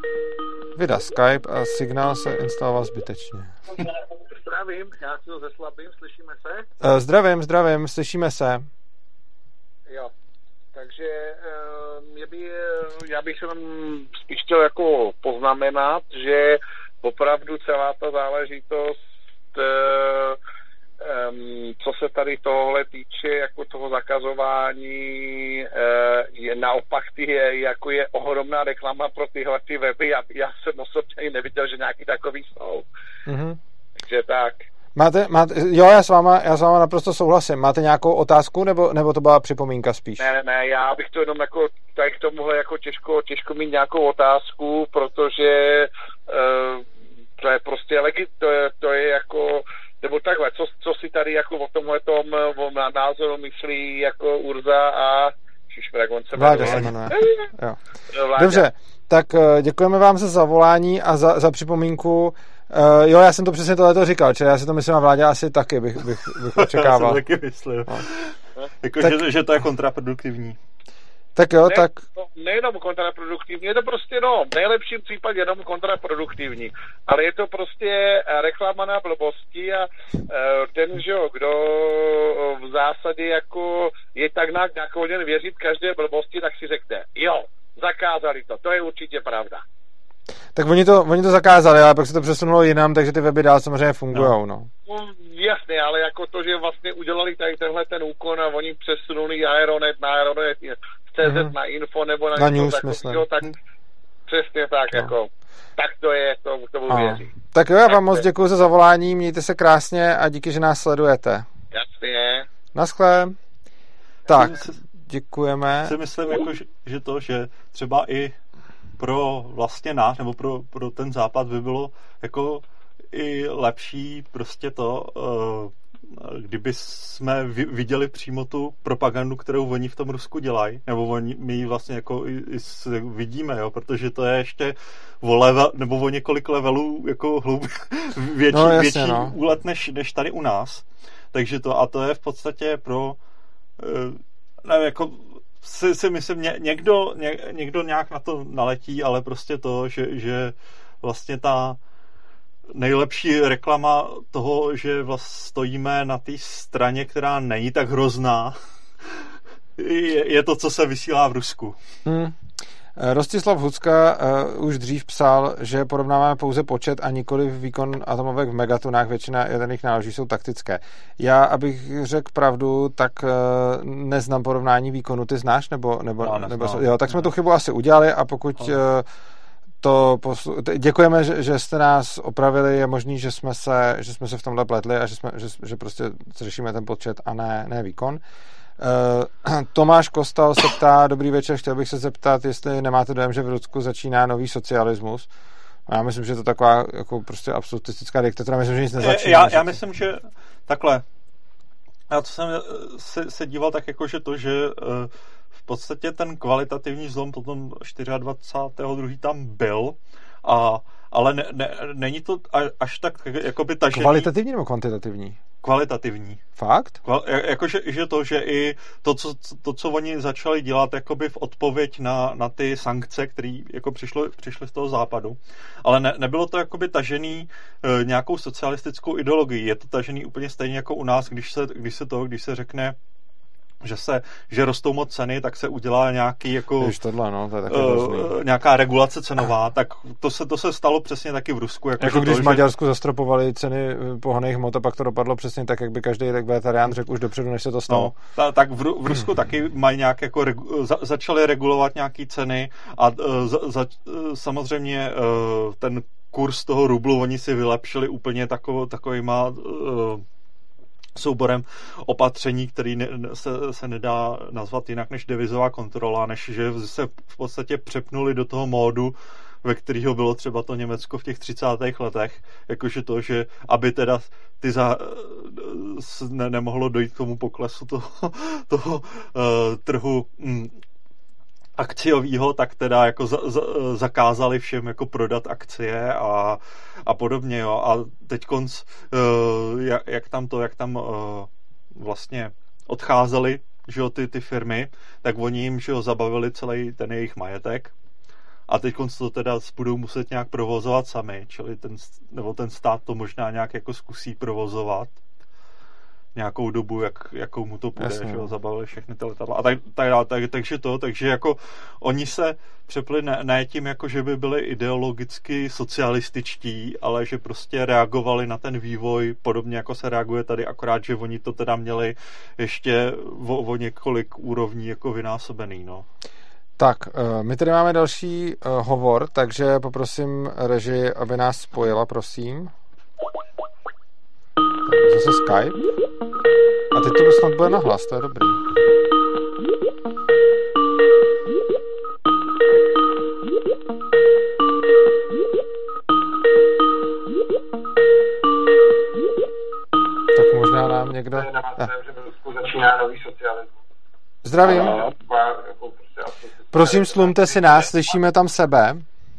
S1: Vydá Skype a signál se instaloval zbytečně.
S3: Zdravím, já si to zeslabím, slyšíme se?
S1: Uh, zdravím, zdravím, slyšíme se.
S3: Jo, takže mě by, já bych se tam spíš chtěl jako poznamenat, že opravdu celá ta záležitost, co se tady tohle týče, jako toho zakazování, je naopak ty, jako je ohromná reklama pro tyhle ty weby. Já, já jsem osobně neviděl, že nějaký takový jsou. Mm-hmm. Takže tak.
S1: Máte, máte, jo, já s váma, já s váma naprosto souhlasím. Máte nějakou otázku, nebo, nebo to byla připomínka spíš?
S3: Ne, ne, ne, já bych to jenom jako, tady k tomuhle jako těžko, těžko mít nějakou otázku, protože uh, to je prostě legit, to je, to je jako, nebo takhle, co, co si tady jako o tomhletom o názoru myslí jako Urza a Šišper, jak on se
S1: Vláďa se jmenuje. Jo. Dobře, tak děkujeme vám za zavolání a za, za připomínku. Uh, jo, já jsem to přesně tohleto říkal, čili já si to myslím a Vláďa asi taky bych, bych, bych očekával.
S2: Já jsem taky myslel. No. Jako, tak, že, že to je kontraproduktivní.
S1: Tak jo,
S3: ne,
S1: tak...
S3: No, nejenom kontraproduktivní, je to prostě, no, v nejlepším případě jenom kontraproduktivní, ale je to prostě reklama na blbosti a uh, ten, že jo, kdo v zásadě jako je tak nakloněn věřit každé blbosti, tak si řekne, jo, zakázali to, to je určitě pravda.
S1: Tak oni to, oni to zakázali, ale pak se to přesunulo jinam, takže ty weby dál samozřejmě fungujou, no.
S3: no. Jasně, ale jako to, že vlastně udělali tady tenhle ten úkon a oni přesunuli Aeronet na Aeronet, C Z mm. na Info nebo na,
S1: na News, takovýho,
S3: tak přesně tak, no. Jako, tak to je, to, to budu věřit.
S1: Tak jo, já vám moc děkuji za zavolání, mějte se krásně a díky, že nás sledujete.
S3: Jasně.
S1: Naschle. Tak, děkujeme.
S2: Si myslím, jako, že, že to, že třeba i pro vlastně náš, nebo pro, pro ten západ by bylo jako i lepší prostě to, kdyby jsme viděli přímo tu propagandu, kterou oni v tom Rusku dělají, nebo oni, my ji vlastně jako i, i vidíme, jo, protože to je ještě o level, nebo o několik levelů jako hloub, větší, no, jasně, větší no. úlet než, než tady u nás. Takže to, a to je v podstatě pro nevím, jako si, si myslím, ně, někdo, ně, někdo nějak na to naletí, ale prostě to, že, že vlastně ta nejlepší reklama toho, že vlastně stojíme na té straně, která není tak hrozná, je, je to, co se vysílá v Rusku.
S1: Hmm. Rostislav Hucka uh, už dřív psal, že porovnáváme pouze počet a nikoli výkon atomovek v megatunách, většina jaderných náloží jsou taktické. Já, abych řekl pravdu, tak uh, neznám porovnání výkonu. Ty znáš? Nebo, nebo, no, nebo, jo, tak jsme tu chybu asi udělali a pokud uh, to poslu... děkujeme, že, že jste nás opravili, je možný, že jsme se, že jsme se v tomhle pletli a že, jsme, že, že prostě řešíme ten počet a ne, ne výkon. Uh, Tomáš Kostal se ptá, dobrý večer, chtěl bych se zeptat, jestli nemáte dojem, že v Rusku začíná nový socialismus. Já myslím, že je to taková jako prostě absolutistická diktatura, myslím, že nic nezačíná.
S2: Já, já myslím, že takhle. Já to jsem se, se díval tak jako, že to, že uh, v podstatě ten kvalitativní zlom potom dvacátého druhého druhého tam byl, a, ale ne, ne, není to až tak jakoby tažený.
S1: Kvalitativní nebo kvantitativní?
S2: Kvalitativní.
S1: Fakt?
S2: Kval, jakože že to, že i to co, to, co oni začali dělat jakoby v odpověď na, na ty sankce, které jako přišlo, přišly z toho západu, ale ne, nebylo to jakoby tažený e, nějakou socialistickou ideologií. Je to tažený úplně stejně jako u nás, když se, když se to, když se řekne, že se, že rostou moc ceny, tak se udělá nějaký jako
S1: tohle, no, to je taky
S2: uh, nějaká regulace cenová, tak to se, to se stalo přesně taky v Rusku.
S1: Jako, jako když to, v Maďarsku že... zastropovali ceny pohonných hmot a pak to dopadlo přesně tak, jak by každý tak vegetarián řekl už dopředu, než se to stalo.
S2: No, ta, tak v, v Rusku taky mají nějak jako regu, za, začali regulovat nějaký ceny a uh, za, za, uh, samozřejmě uh, ten kurz toho rublu oni si vylepšili úplně takovou, takovýma uh, souborem opatření, který ne, se, se nedá nazvat jinak než devizová kontrola, než že se v podstatě přepnuli do toho módu, ve kterého bylo třeba to Německo v těch třicátých letech, jakože to, že aby teda ty za, ne, nemohlo dojít k tomu poklesu toho, toho uh, trhu um, akciovýho, tak teda jako za, za, zakázali všem jako prodat akcie a, a podobně, jo. A teď konc, uh, jak, jak tam to, jak tam uh, vlastně odcházeli, že jo, ty, ty firmy, tak oni jim, že jo, zabavili celý ten jejich majetek a teď konc to teda budou muset nějak provozovat sami, čili ten, nebo ten stát to možná nějak jako zkusí provozovat nějakou dobu, jak, jakou mu to půjde, že jo, zabavili všechny ty letadla a tak, tak, tak, takže to, takže jako oni se přepli ne, ne tím, jako že by byli ideologicky socialističtí, ale že prostě reagovali na ten vývoj podobně, jako se reaguje tady, akorát, že oni to teda měli ještě o, o několik úrovní jako vynásobený, no.
S1: Tak, my tady máme další hovor, takže poprosím režii, aby nás spojila, prosím. Tak zase Skype. A teď to snad bude nahlas, to je dobrý. Tak možná nám někdo...
S3: Začíná nový socialismus.
S1: Zdravím. Prosím, slumte si nás, slyšíme tam sebe.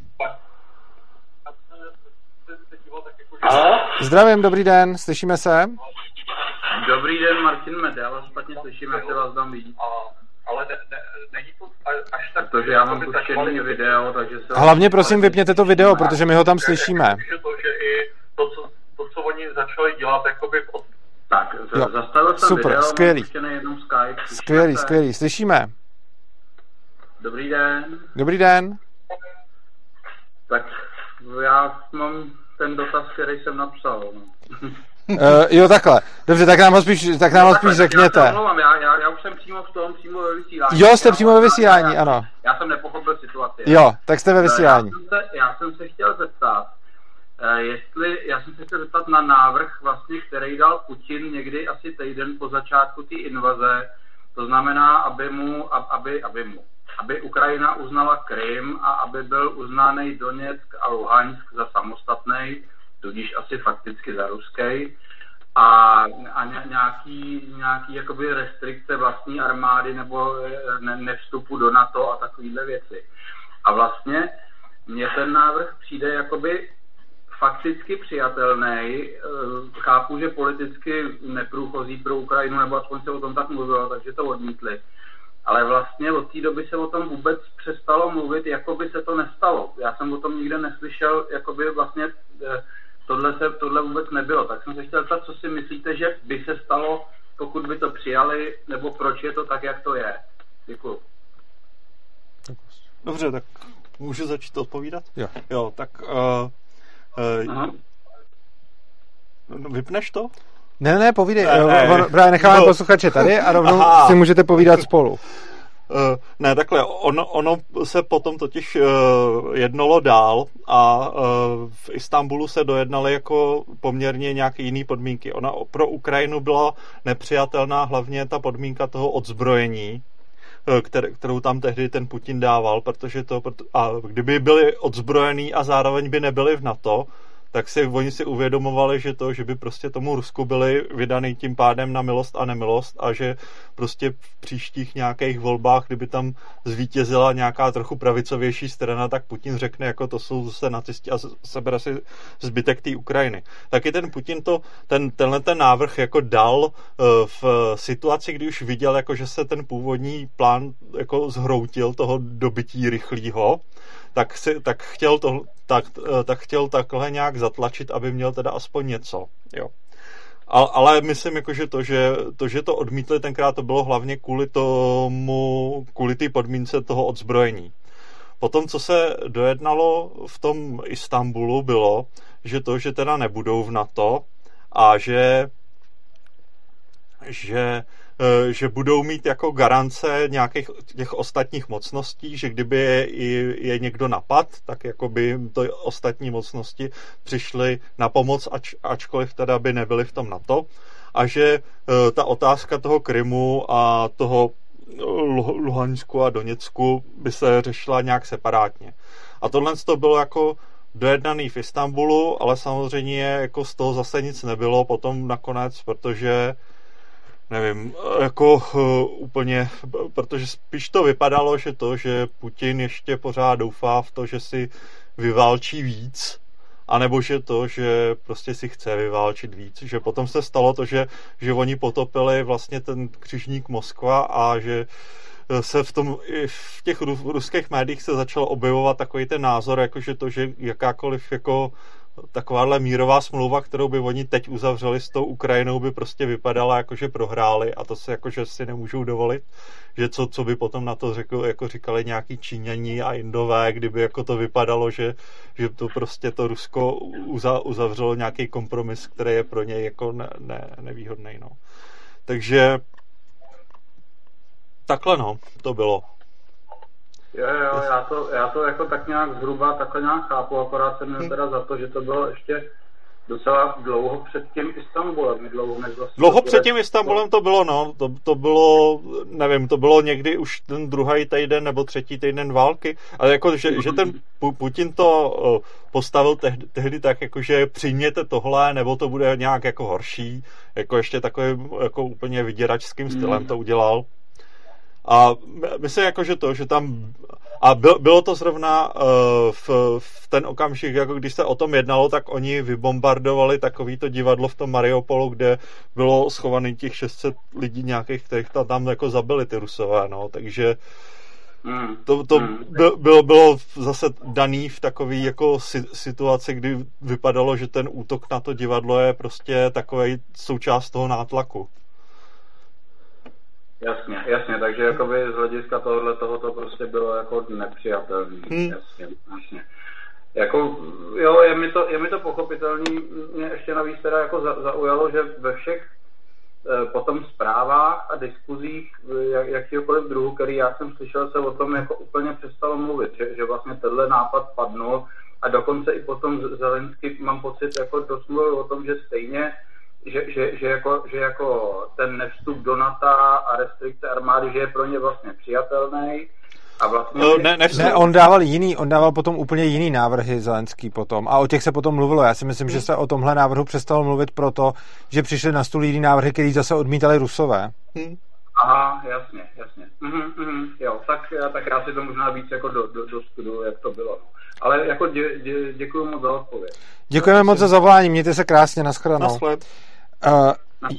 S1: Zdravím, dobrý den, slyšíme se?
S4: Dobrý den, Martin Med, já vás špatně slyším, jak se vás dám vidět.
S3: Ale ne, ne, není to až tak...
S4: Protože já mám puštěný video, takže se...
S1: Hlavně prosím vypněte to video, protože my ho tam slyšíme.
S3: To, že i to, co, to, co oni začali dělat, jakoby... Od...
S4: Tak, zastavil jsem
S1: super,
S4: video,
S1: skvělý.
S4: mám puštěný jenom Skype.
S1: Skvělý, skvělý, slyšíme.
S4: Dobrý den.
S1: Dobrý den.
S4: Tak já mám ten dotaz, který jsem napsal. No.
S1: Uh, jo, takhle. Dobře, tak nám ho spíš, tak nám ho spíš řekněte.
S4: Já, já, já, já už jsem přímo v tom, přímo ve vysílání.
S1: Jo, jste přímo ve vysílání,
S4: já,
S1: ano.
S4: Já jsem nepochopil situaci.
S1: Jo, tak jste ve vysílání.
S4: Já jsem se, já jsem se chtěl zeptat, jestli, já jsem se chtěl zeptat na návrh, vlastně, který dal Putin někdy asi týden po začátku té invaze. To znamená, aby mu, aby, aby mu, aby Ukrajina uznala Krym a aby byl uznáný Doněck a Luhansk za samostatný, tudíž asi fakticky za ruský, a, a nějaký, nějaký jakoby restrikce vlastní armády nebo ne, nevstupu do NATO a takovéhle věci. A vlastně mně ten návrh přijde jakoby fakticky přijatelný. Chápu, že politicky neprůchozí pro Ukrajinu, nebo aspoň se o tom tak mluvilo, takže to odmítli. Ale vlastně od té doby se o tom vůbec přestalo mluvit, jako by se to nestalo. Já jsem o tom nikde neslyšel, jako by vlastně tohle, se, tohle vůbec nebylo. Tak jsem se chtěl ptát, co si myslíte, že by se stalo, pokud by to přijali, nebo proč je to tak, jak to je. Děkuju.
S2: Dobře, tak můžu začít odpovídat?
S1: Jo.
S2: Jo, tak uh, uh, vypneš to?
S1: Ne, ne, povídej.
S2: Ne, ne.
S1: Právě necháme no. posluchače tady a rovnou Aha. si můžete povídat spolu.
S2: Uh, ne, takhle, ono, ono se potom totiž uh, jednalo dál a uh, v Istanbulu se dojednaly jako poměrně nějaké jiné podmínky. Ona pro Ukrajinu byla nepřijatelná hlavně ta podmínka toho odzbrojení, Kter, kterou tam tehdy ten Putin dával, protože to, a kdyby byli odzbrojení a zároveň by nebyli v NATO, tak si oni si uvědomovali, že to, že by prostě tomu Rusku byli vydaný tím pádem na milost a nemilost a že prostě v příštích nějakých volbách, kdyby tam zvítězila nějaká trochu pravicovější strana, tak Putin řekne, jako to jsou zase nacisti a sebere si zbytek té Ukrajiny. Taky ten Putin to, ten, tenhle ten návrh jako dal v situaci, kdy už viděl, jako že se ten původní plán jako zhroutil toho dobytí rychlýho, tak, si, tak, chtěl to, tak, tak chtěl takhle nějak zatlačit, aby měl teda aspoň něco. Jo. Ale, ale myslím, jako, že to, že to, že to odmítli tenkrát, to bylo hlavně kvůli tomu, kvůli té podmínce toho odzbrojení. Potom, co se dojednalo v tom Istanbulu, bylo, že to, že teda nebudou v NATO a že že že budou mít jako garance nějakých těch ostatních mocností, že kdyby je, je někdo napad, tak jako by to ostatní mocnosti přišly na pomoc, ač, ačkoliv teda by nebyly v tom NATO. A že ta otázka toho Krymu a toho Luhansku a Doněcku by se řešila nějak separátně. A tohle to bylo jako dojednaný v Istanbulu, ale samozřejmě jako z toho zase nic nebylo potom nakonec, protože nevím, jako uh, úplně, protože spíš to vypadalo, že to, že Putin ještě pořád doufá v to, že si vyválčí víc, anebo že to, že prostě si chce vyválčit víc. Že potom se stalo to, že, že oni potopili vlastně ten křižník Moskva a že se v tom, i v těch ruských médiích se začal objevovat takový ten názor, jakože to, že jakákoliv jako takováhle mírová smlouva, kterou by oni teď uzavřeli s tou Ukrajinou, by prostě vypadala jako, že prohráli a to se jako, že si nemůžou dovolit, že co, co by potom na to řekl, jako říkali nějaký Číňaní a Indové, kdyby jako to vypadalo, že, že to prostě to Rusko uza, uzavřelo nějaký kompromis, který je pro něj jako ne, ne, nevýhodný, no. Takže takhle no, to bylo.
S4: Jo, jo, já to, já to jako tak nějak zhruba takhle nějak chápu, akorát jsem měl teda za to, že to bylo ještě docela dlouho před tím Istanbulem. Dlouho, než vlastně
S2: dlouho před tím Istanbulem to bylo, no. To, to bylo, nevím, to bylo někdy už ten druhý týden nebo třetí týden války, ale jako, že, že ten Putin to postavil tehdy, tehdy tak, jako, že přijměte tohle, nebo to bude nějak jako horší, jako ještě takovým jako úplně vyděračským stylem to udělal. A myslím jako, že to, že tam a bylo to zrovna uh, v, v ten okamžik, jako když se o tom jednalo, tak oni vybombardovali takovýto divadlo v tom Mariupolu, kde bylo schovaný těch šest set lidí nějakých, kterých tam jako zabili ty Rusové, no, takže to, to bylo, bylo zase daný v takové jako situaci, kdy vypadalo, že ten útok na to divadlo je prostě takovej součást toho nátlaku.
S4: Jasně, jasně, takže jakoby z hlediska tohohle toho to prostě bylo jako nepřijatelné. Hmm. Jasně, jasně. Jako, jo, je mi to, je mi to pochopitelný, mě ještě navíc teda jako za, zaujalo, že ve všech e, potom zprávách a diskuzích jak, jakýkoliv druhu, který já jsem slyšel, se o tom jako úplně přestalo mluvit, že, že vlastně tenhle nápad padnul a dokonce i potom Zelenský mám pocit jako dost mluvil o tom, že stejně Že, že, že, jako, že jako ten nevstup do NATO a restrikce armády, že je pro ně vlastně přijatelný. A vlastně...
S1: No, ne, ne, on dával jiný, on dával potom úplně jiný návrhy Zelenský potom a o těch se potom mluvilo. Já si myslím, hmm. že se o tomhle návrhu přestalo mluvit proto, že přišli na stůl jiný návrhy, který zase odmítali Rusové.
S4: Hmm. Aha, jasně, jasně. Mhm, mhm, jo, tak, tak já si to možná víc jako do, do, do studu, jak to bylo. Ale jako dě, dě, děkuju moc za odpověď.
S1: Děkujeme moc za zavolání, mějte se krásně, nashledanou.
S2: Nasled.
S1: Uh,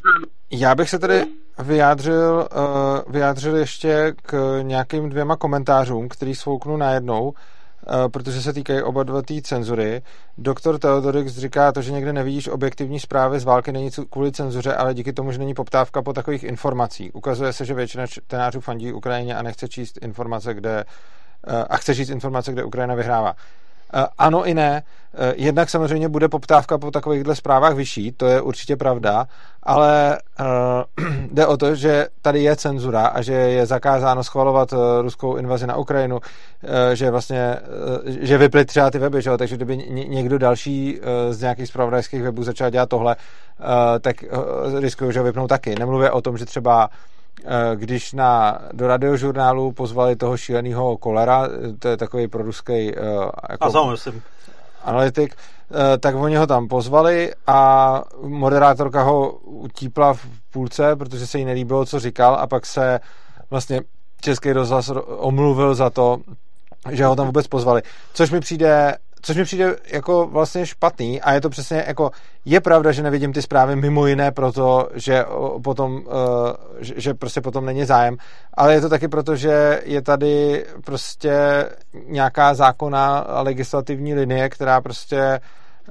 S1: já bych se tady vyjádřil, uh, vyjádřil ještě k nějakým dvěma komentářům, který svouknu najednou, uh, protože se týkají oba dva té cenzury. Doktor Theodorix říká to, že někde nevidíš objektivní zprávy z války, není kvůli cenzuře, ale díky tomu, že není poptávka po takových informací. Ukazuje se, že většina čtenářů fandí Ukrajině a nechce číst informace, kde uh, a chce číst informace, kde Ukrajina vyhrává. Uh, ano i ne. Uh, jednak samozřejmě bude poptávka po takovýchhle zprávách vyšší, to je určitě pravda, ale uh, jde o to, že tady je cenzura a že je zakázáno schvalovat uh, ruskou invazi na Ukrajinu, uh, že vlastně, uh, že vyply třeba ty weby, že? Takže kdyby někdo další uh, z nějakých zpravodajských webů začal dělat tohle, uh, tak uh, riskují, že ho vypnou taky. Nemluvě o tom, že třeba když na, do radiožurnálu pozvali toho šíleného Kolera, to je takový proruský jako analytik, tak oni ho tam pozvali a moderátorka ho utípla v půlce, protože se jí nelíbilo, co říkal, a pak se vlastně Český rozhlas omluvil za to, že ho tam vůbec pozvali. Což mi přijde Což mi přijde jako vlastně špatný a je to přesně jako, je pravda, že nevidím ty zprávy mimo jiné proto, že potom, že prostě potom není zájem, ale je to taky proto, že je tady prostě nějaká zákonná a legislativní linie, která prostě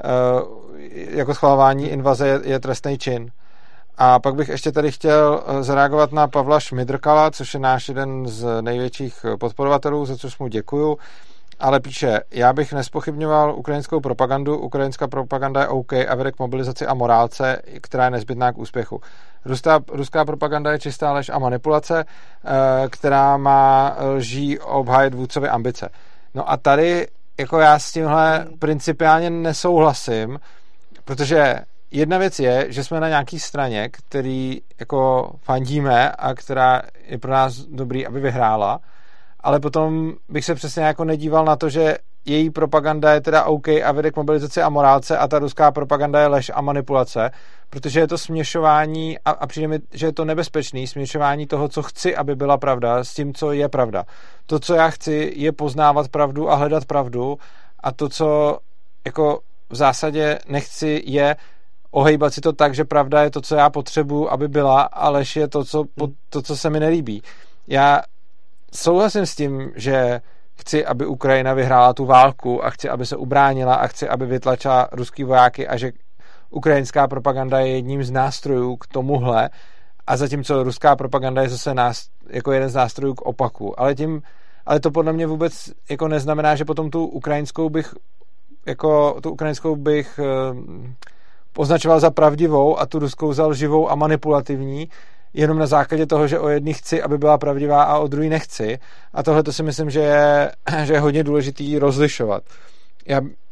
S1: jako schvalování invaze je, je trestný čin. A pak bych ještě tady chtěl zareagovat na Pavla Šmidrkala, což je náš jeden z největších podporovatelů, za což mu děkuju. Ale píše, já bych nespochybňoval ukrajinskou propagandu, ukrajinská propaganda je OK a vede k mobilizaci a morálce, která je nezbytná k úspěchu. Ruská, ruská propaganda je čistá lež a manipulace, která má lží obhájit vůdcovy ambice. No a tady jako já s tímhle principiálně nesouhlasím, protože jedna věc je, že jsme na nějaký straně, který jako fandíme a která je pro nás dobrý, aby vyhrála, ale potom bych se přesně jako nedíval na to, že její propaganda je teda OK a vede k mobilizaci a morálce a ta ruská propaganda je lež a manipulace, protože je to směšování a, a přijde mi, že je to nebezpečný směšování toho, co chci, aby byla pravda, s tím, co je pravda. To, co já chci, je poznávat pravdu a hledat pravdu a to, co jako v zásadě nechci, je ohejbat si to tak, že pravda je to, co já potřebuji, aby byla, a lež je to, co, to, co se mi nelíbí. Já souhlasím s tím, že chci, aby Ukrajina vyhrála tu válku a chci, aby se ubránila a chci, aby vytlačila ruský vojáky a že ukrajinská propaganda je jedním z nástrojů k tomuhle a zatímco ruská propaganda je zase nást, jako jeden z nástrojů k opaku. Ale, tím, ale to podle mě vůbec jako neznamená, že potom tu ukrajinskou bych jako tu ukrajinskou bych eh, označoval za pravdivou a tu ruskou za lživou a manipulativní, jenom na základě toho, že o jedných chci, aby byla pravdivá a o druhý nechci. A tohle to si myslím, že je, že je hodně důležitý rozlišovat. Já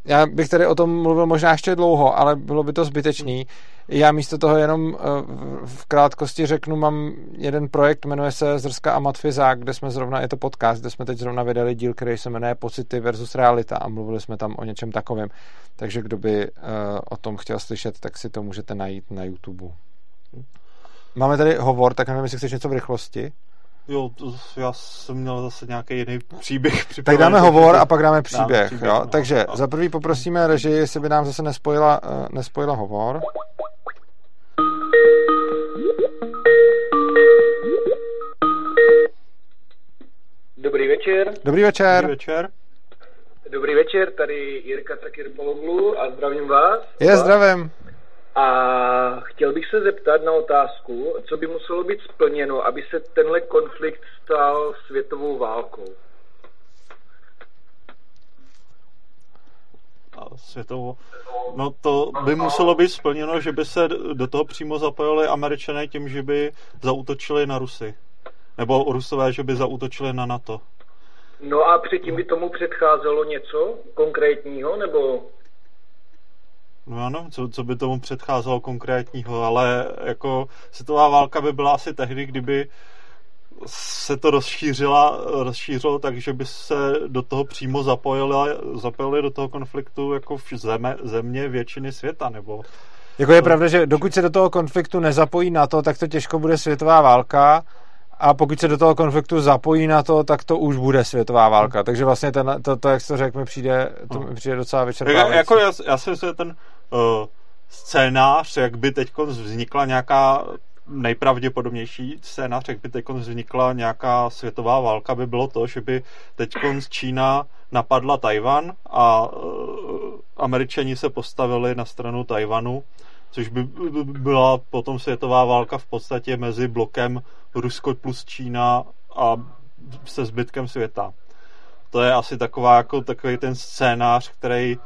S1: já bych tady o tom mluvil možná ještě dlouho, ale bylo by to zbytečný. Já místo toho jenom v krátkosti řeknu, mám jeden projekt, jmenuje se Zrska a Matfizák, kde jsme zrovna, je to podcast, kde jsme teď zrovna vydali díl, který se jmenuje Pocity versus realita a mluvili jsme tam o něčem takovém. Takže kdo by o tom chtěl slyšet, tak si to můžete najít na YouTube. Máme tady hovor, tak nevím, jestli chceš něco v rychlosti.
S2: Jo, to, já jsem měl zase nějaký jiný příběh.
S1: Tak dáme hovor a pak dáme příběh. Dáme příběh jo?
S2: No,
S1: Takže
S2: no.
S1: za prvý poprosíme režii, jestli by nám zase nespojila, uh, nespojila hovor.
S5: Dobrý večer.
S1: Dobrý večer.
S2: Dobrý večer.
S5: Dobrý večer, tady Jirka Takirpologlu a zdravím vás.
S1: Je, zdravím.
S5: A chtěl bych se zeptat na otázku, co by muselo být splněno, aby se tenhle konflikt stal světovou válkou.
S2: A světovou... No to by muselo být splněno, že by se do toho přímo zapojili Američané tím, že by zaútočili na Rusy. Nebo Rusové, že by zaútočili na NATO.
S5: No a předtím by tomu předcházelo něco konkrétního, nebo...
S2: No ano, co, co by tomu předcházelo konkrétního, ale jako světová válka by byla asi tehdy, kdyby se to rozšířila, rozšířilo tak, že by se do toho přímo zapojili, zapojili do toho konfliktu jako v zeme, země většiny světa, nebo...
S1: Jako je to... pravda, že dokud se do toho konfliktu nezapojí NATO, tak to těžko bude světová válka, a pokud se do toho konfliktu zapojí NATO, tak to už bude světová válka. Takže vlastně ten, to, to, jak jsi to řekl, mi přijde, to mi přijde docela vyčerpávající.
S2: Jako já, já si myslím, že ten uh, scénář, jak by teď vznikla nějaká nejpravděpodobnější scénář, jak by teď vznikla nějaká světová válka, by bylo to, že by teď Čína napadla Tajvan a uh, Američani se postavili na stranu Tajvanu, což by byla potom světová válka v podstatě mezi blokem Rusko plus Čína a se zbytkem světa. To je asi taková jako takový ten scénář, který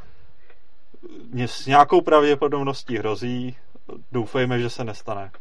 S2: s nějakou pravděpodobností hrozí. Doufejme, že se nestane.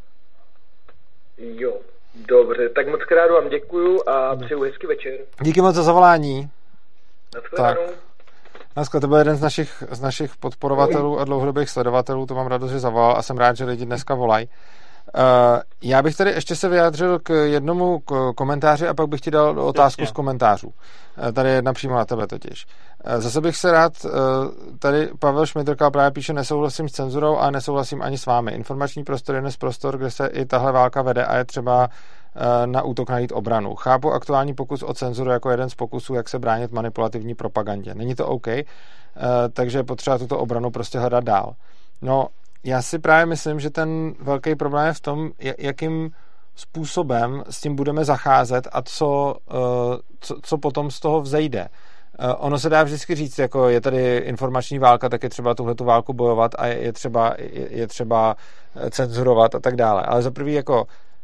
S5: Jo, dobře. Tak moc krát vám děkuju a přeju hezký večer.
S1: Díky moc za zavolání.
S5: Naschledanou.
S1: Dneska to byl jeden z našich, z našich podporovatelů a dlouhodobých sledovatelů, to mám radost, že zavolal a jsem rád, že lidi dneska volají. Uh, já bych tady ještě se vyjádřil k jednomu k komentáři a pak bych ti dal otázku z komentářů. Uh, tady jedna přímo na tebe totiž. Uh, zase bych se rád, uh, tady Pavel Šmitrka právě píše, nesouhlasím s cenzurou a nesouhlasím ani s vámi. Informační prostor je dnes prostor, kde se i tahle válka vede a je třeba uh, na útok najít obranu. Chápu aktuální pokus o cenzuru jako jeden z pokusů, jak se bránit manipulativní propagandě. Není to OK, uh, takže je potřeba tuto obranu prostě hledat dál. No, já si právě myslím, že ten velký problém je v tom, jakým způsobem s tím budeme zacházet a co, co, co potom z toho vzejde. Ono se dá vždycky říct, jako je tady informační válka, tak je třeba tuhletu válku bojovat a je třeba, je třeba cenzurovat a tak dále. Ale za prvý jako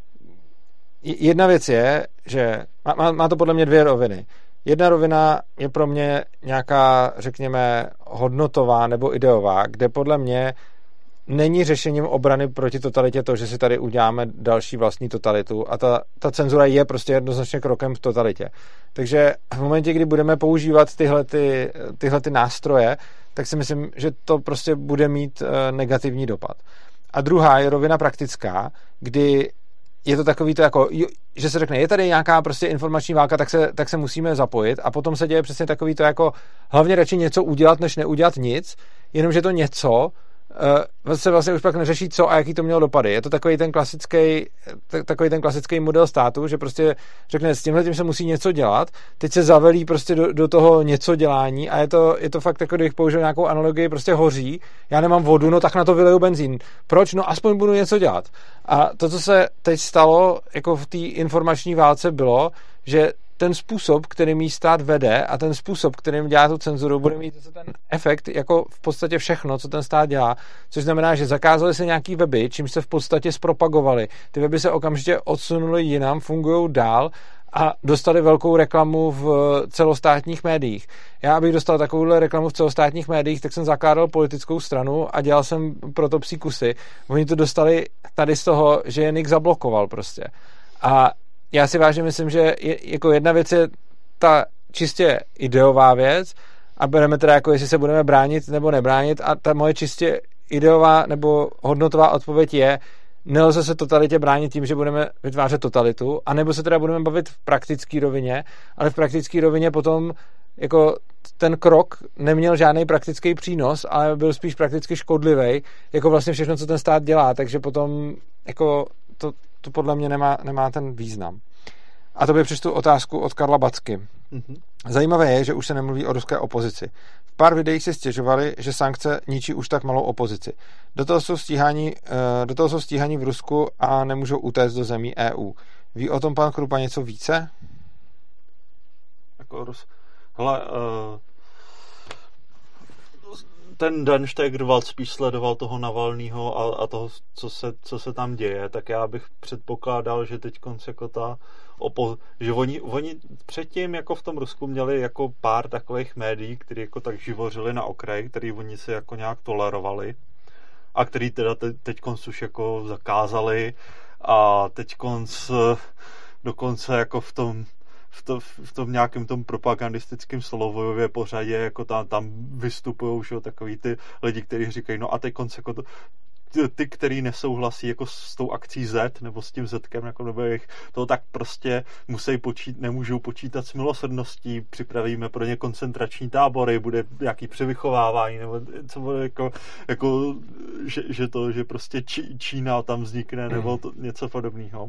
S1: jedna věc je, že má, má to podle mě dvě roviny. Jedna rovina je pro mě nějaká, řekněme, hodnotová nebo ideová, kde podle mě není řešením obrany proti totalitě to, že si tady uděláme další vlastní totalitu a ta, ta cenzura je prostě jednoznačně krokem v totalitě. Takže v momentě, kdy budeme používat tyhle, ty, tyhle ty nástroje, tak si myslím, že to prostě bude mít negativní dopad. A druhá je rovina praktická, kdy je to takový to jako, že se řekne, je tady nějaká prostě informační válka, tak se, tak se musíme zapojit a potom se děje přesně takový to jako hlavně radši něco udělat, než neudělat nic, jenomže to něco Uh, se vlastně už pak neřeší, co a jaký to mělo dopady. Je to takový ten klasický, takový ten klasický model státu, že prostě řekne, s tímhle tím se musí něco dělat, teď se zavelí prostě do, do toho něco dělání a je to, je to fakt jako, kdybych použil nějakou analogii, prostě hoří, já nemám vodu, no tak na to vyleju benzín. Proč? No aspoň budu něco dělat. A to, co se teď stalo jako v té informační válce bylo, že ten způsob, kterým jí stát vede a ten způsob, kterým dělá tu cenzuru, bude mít zase ten efekt jako v podstatě všechno, co ten stát dělá, což znamená, že zakázali se nějaký weby, čím se v podstatě zpropagovali. Ty weby se okamžitě odsunuly jinam, fungují dál a dostali velkou reklamu v celostátních médiích. Já, abych dostal takovouhle reklamu v celostátních médiích, tak jsem zakládal politickou stranu a dělal jsem pro to psí kusy. Oni to dostali tady z toho, že je Nick zablokoval prostě. A já si vážně myslím, že je, jako jedna věc je ta čistě ideová věc a bereme teda jako, jestli se budeme bránit nebo nebránit a ta moje čistě ideová nebo hodnotová odpověď je, nelze se totalitě bránit tím, že budeme vytvářet totalitu, anebo se teda budeme bavit v praktické rovině, ale v praktické rovině potom jako ten krok neměl žádný praktický přínos, ale byl spíš prakticky škodlivý, jako vlastně všechno, co ten stát dělá, takže potom jako to, to podle mě nemá, nemá ten význam. A to by přečtu otázku od Karla Backy. Mm-hmm. Zajímavé je, že už se nemluví o ruské opozici. V pár videích si stěžovali, že sankce ničí už tak malou opozici. Do toho jsou stíhaní, do toho jsou stíhaní v Rusku a nemůžou utéct do zemí E U. Ví o tom pan Krupa něco více?
S2: Jako Rus... Hele, uh... ten Dan Stegerwald spíš sledoval toho Navalnýho a, a toho, co se, co se tam děje, tak já bych předpokládal, že teď konc jako ta opo- že oni, oni předtím jako v tom Rusku měli jako pár takových médií, který jako tak živořili na okraji, který oni si jako nějak tolerovali a který teda te, teď konc už jako zakázali a teď konc dokonce jako v tom V, to, v tom nějakém tom propagandistickém slovojově pořadě, jako tam, tam vystupují už takový ty lidi, kteří říkají, no a teď konce jako to, ty, ty, který nesouhlasí jako s tou akcí Z, nebo s tím Zetkem, jako nebo jich, to tak prostě musí počít, nemůžou počítat s milosrdností, připravíme pro ně koncentrační tábory, bude nějaký převychovávání, nebo co bude jako, jako že, že to, že prostě Čí, Čína tam vznikne, nebo to, něco podobného.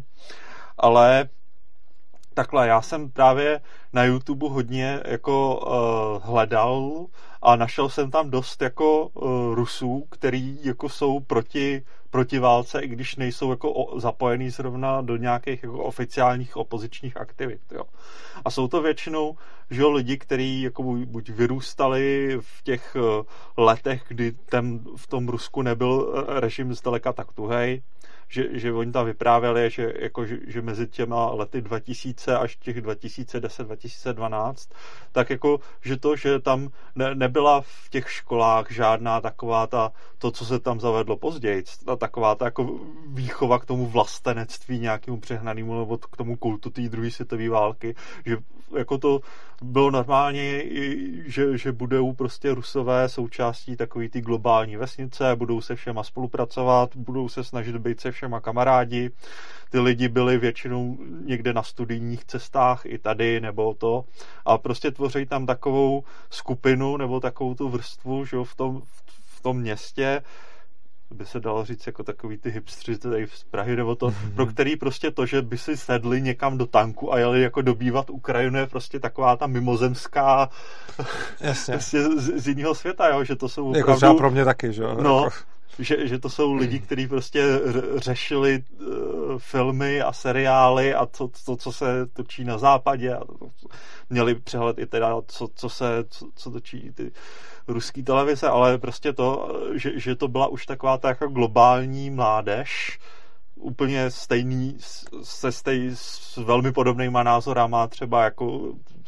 S2: Ale takhle, já jsem právě na YouTube hodně jako uh, hledal a našel jsem tam dost jako uh, Rusů, který jako jsou proti, proti válce, i když nejsou jako o, zapojený zrovna do nějakých jako oficiálních opozičních aktivit. Jo. A jsou to většinou, že jo, lidi, kteří jako buď vyrůstali v těch uh, letech, kdy ten, v tom Rusku nebyl režim zdaleka tak tuhej, Že, že oni tam vyprávěli, že, jako, že, že mezi těma lety dva tisíce až těch dva tisíce deset dva tisíce dvanáct, tak jako, že to, že tam ne, nebyla v těch školách žádná taková ta, to, co se tam zavedlo později, ta taková ta jako výchova k tomu vlastenectví nějakému přehnanému nebo k tomu kultu té druhé světové války, že jako to bylo normálně, že, že budou prostě Rusové součástí takový ty globální vesnice, budou se všema spolupracovat, budou se snažit být se všema kamarádi. Ty lidi byli většinou někde na studijních cestách i tady nebo to a prostě tvoří tam takovou skupinu nebo takovou tu vrstvu, že v tom, v tom městě, by se dalo říct jako takový ty hipstři tady z Prahy nebo to, mm-hmm. pro který prostě to, že by si sedli někam do tanku a jeli jako dobývat Ukrajinu, je prostě taková ta mimozemská
S1: Jasně.
S2: z, z jiného světa, jo, že to jsou opravdu...
S1: Jako třeba pro mě taky, že jo?
S2: No,
S1: jako...
S2: že, že to jsou lidi, kteří prostě řešili uh, filmy a seriály a to, to, co se točí na západě a měli přehled i teda, co, co se, co, co točí ty ruský televize, ale prostě to, že, že to byla už taková ta jako globální mládež, úplně stejný, se stej, s velmi podobnýma názorama, třeba jako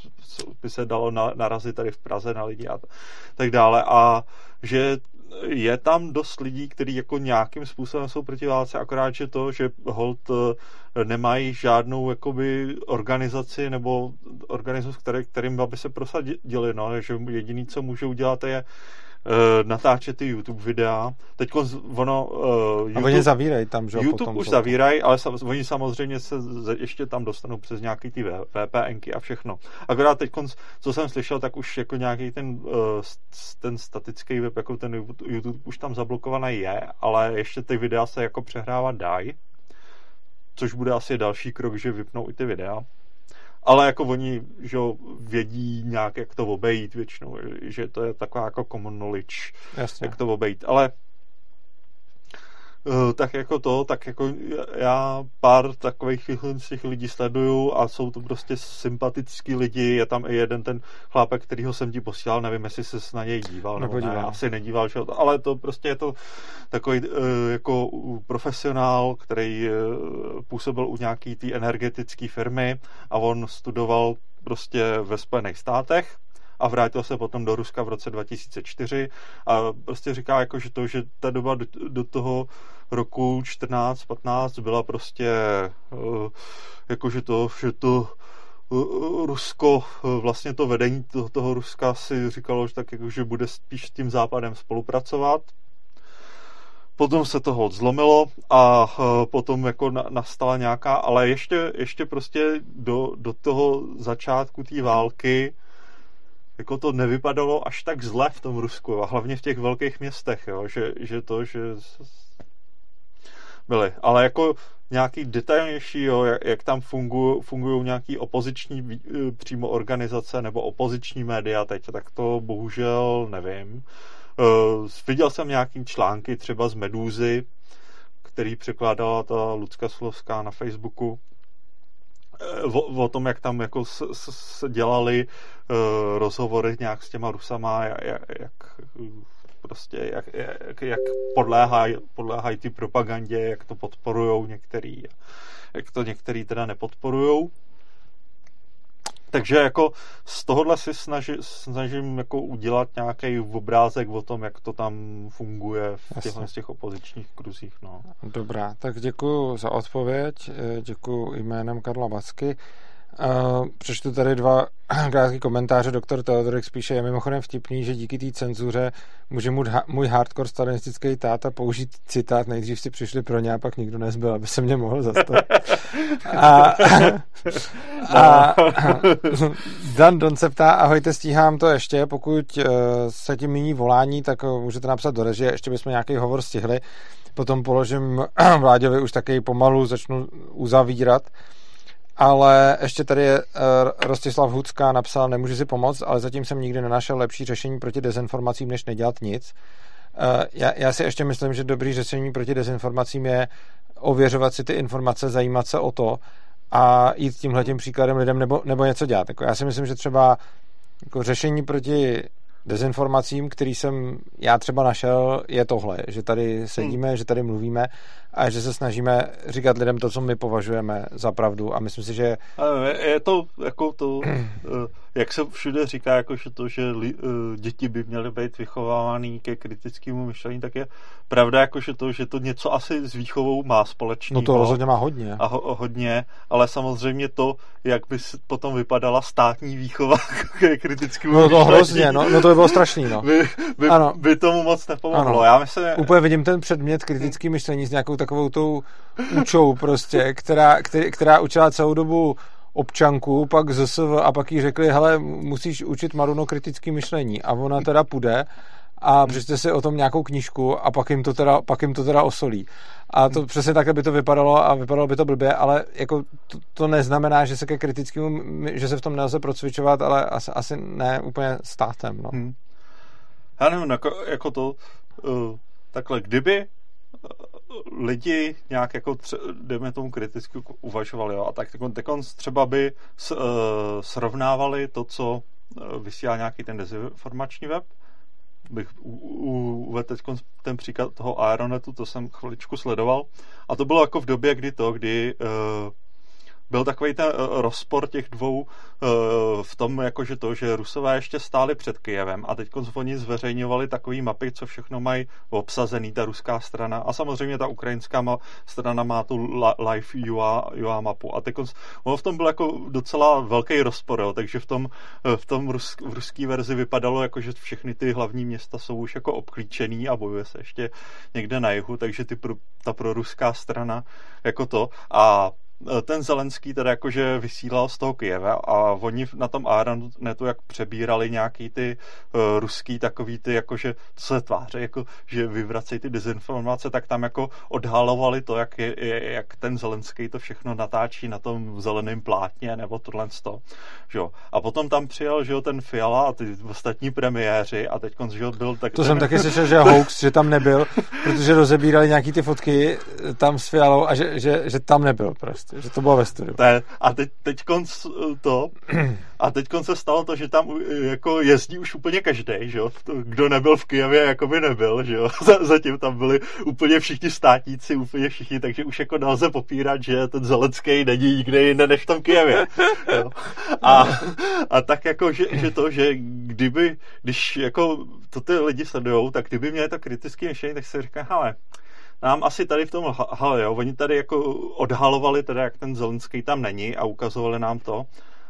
S2: by se dalo narazit tady v Praze na lidi a tak dále a že je tam dost lidí, kteří jako nějakým způsobem jsou proti válce, akorát, že to, že hold nemají žádnou jakoby organizaci nebo organismus, který, kterým by se prosadili, no, že jediný, co můžou dělat, je uh, natáčet ty YouTube videa. Teď ono... Uh, YouTube,
S1: a oni zavírají tam, že jo?
S2: YouTube
S1: potom
S2: už
S1: jsou...
S2: zavírají, ale sam, oni samozřejmě se ještě tam dostanou přes nějaký ty VPNky a všechno. Akorát teď, co jsem slyšel, tak už jako nějaký ten, uh, ten statický web, jako ten YouTube už tam zablokovaný je, ale ještě ty videa se jako přehrávat dají, což bude asi další krok, že vypnou i ty videa. Ale jako oni, že vědí nějak, jak to obejít většinou, že to je taková jako common knowledge,
S1: Jasně.
S2: jak to obejít. Ale tak jako to, tak jako já pár takových z těch lidí sleduju a jsou to prostě sympatický lidi, je tam i jeden ten chlápek, kterýho jsem ti posílal, nevím, jestli ses na něj díval, nebo ne, asi nedíval, že? Ale to prostě je to takový jako profesionál, který působil u nějaký té energetické firmy a on studoval prostě ve Spojených státech a vrátil se potom do Ruska v roce dva tisíce čtyři a prostě říká, jako, že to, že ta doba do, do toho roku čtrnáct patnáct byla prostě uh, jako, že to, že to Rusko, vlastně to vedení toho, toho Ruska si říkalo, že tak jako, že bude spíš s tím Západem spolupracovat. Potom se toho zlomilo a potom jako nastala nějaká, ale ještě, ještě prostě do, do toho začátku té války jako to nevypadalo až tak zle v tom Rusku a hlavně v těch velkých městech, jo, že, že to, že byly. Ale jako nějaký detailnější, jo, jak, jak tam fungují fungují nějaký opoziční přímo organizace nebo opoziční média teď, tak to bohužel nevím. Uh, viděl jsem nějaký články třeba z Medúzy, který překládala ta Lucka Sulovská na Facebooku, uh, o, o tom, jak tam jako s, s, s dělali uh, rozhovory nějak s těma Rusama, jak, jak prostě jak, jak, jak podléhají podléhaj ty propagandě, jak to podporujou některý, jak to některý teda nepodporujou. Takže jako z tohohle si snaži, snažím jako udělat nějaký obrázek o tom, jak to tam funguje v těchto z těch opozičních kruzích. No.
S1: Dobrá, tak děkuji za odpověď, děkuji jménem Karla Vacky. Uh, přečtu tady dva krátké komentáře. Doktor Teodorix píše, je mimochodem vtipný, že díky té cenzuře může můj, můj hardcore stalinistický táta použít citát, nejdřív si přišli pro ně a pak nikdo nezbyl, aby se mě mohl zastat. a, a Dan Don se ptá, ahojte, stíhám to ještě, pokud uh, se tím míní volání, tak uh, můžete napsat do režie, ještě bychom nějaký hovor stihli, potom položím Vláďovi už taky pomalu, začnu uzavírat. Ale ještě tady je uh, Rostislav Hucka napsal, nemůžu si pomoct, ale zatím jsem nikdy nenašel lepší řešení proti dezinformacím, než nedělat nic. Uh, já, já si ještě myslím, že dobrý řešení proti dezinformacím je ověřovat si ty informace, zajímat se o to a jít tímhletím příkladem lidem nebo, nebo něco dělat. Jako já si myslím, že třeba jako řešení proti dezinformacím, který jsem já třeba našel, je tohle, že tady sedíme, hmm. že tady mluvíme a že se snažíme říkat lidem to, co my považujeme za pravdu a myslím si, že
S2: je to jako to, jak se všude říká, jako že to, že li, děti by měly být vychovávaný ke kritickému myšlení, tak je pravda, jako že to, že to něco asi s výchovou má společného.
S1: No to rozhodně má hodně.
S2: A ho, hodně, ale samozřejmě to, jak by potom vypadala státní výchova ke kritickému
S1: no,
S2: myšlení.
S1: No to hrozně, no, no to by bylo strašný, no.
S2: By, by, ano. by tomu moc nepomohlo.
S1: Ano.
S2: Já myslím,
S1: úplně vidím ten předmět kritický myšlení s nějakou takovou tou učou prostě, která, který, která učila celou dobu občanku, pak Z S V a pak jí řekli, hele, musíš učit Maruno kritický myšlení a ona teda půjde a přečte si o tom nějakou knížku a pak jim to teda, pak jim to teda osolí. A to přesně takhle by to vypadalo a vypadalo by to blbě, ale jako to, to neznamená, že se ke kritickému, že se v tom nelze procvičovat, ale asi, asi ne úplně státem, no. Hmm.
S2: Já nevím, jako, jako to uh, takhle, kdyby lidi nějak jako tře- dejme tomu kriticky uvažovali, jo, a tak takon třeba by s, uh, srovnávali to, co uh, vysílá nějaký ten dezinformační web. Bych uvedl teď ten příklad toho Aeronetu, to jsem chviličku sledoval. A to bylo jako v době, kdy to, kdy uh, byl takový ten rozpor těch dvou uh, v tom, jakože to, že Rusové ještě stáli před Kyjevem a teď oni zveřejňovali takový mapy, co všechno mají obsazený, ta ruská strana a samozřejmě ta ukrajinská ma, strana má tu live U A mapu a teď ono v tom byl jako docela velký rozpor, jo, takže v tom, v tom rusk, v ruský verzi vypadalo jako, že všechny ty hlavní města jsou už jako obklíčený a bojuje se ještě někde na jihu, takže ty pro, ta proruská strana jako to a ten Zelenský teda jakože vysílal z toho Kyjeva a oni na tom Aeronetu jak přebírali nějaký ty uh, ruský takový ty jakože to se tváře jako, že vyvracejí ty dezinformace, tak tam jako odhalovali to, jak, je, je, jak ten Zelenský to všechno natáčí na tom zeleném plátně nebo tohle sto, že jo. A potom tam přijel, že jo, ten Fiala a ty ostatní premiéři a teď že jo, byl tak...
S1: To jsem taky slyšel, že hoax, že tam nebyl, protože rozebírali nějaký ty fotky tam s Fialou a že, že, že tam nebyl prostě. Že to bylo ve studiu.
S2: A teď, teď konc to a teď se stalo to, že tam jako jezdí už úplně každej, že jo? Kdo nebyl v Kyjevě, jako by nebyl, že jo? Zatím tam byli úplně všichni státníci, úplně všichni, takže už jako nelze popírat, že ten Zelenský není nikde jinde než v tom Kyjevě. Jo? A, a tak jako, že, že to, že kdyby, když jako to ty lidi sledujou, tak kdyby měli to kritické myšlení, tak se říká, hele, nám asi tady v tom, hele jo, oni tady jako odhalovali teda, jak ten Zelenský tam není a ukazovali nám to.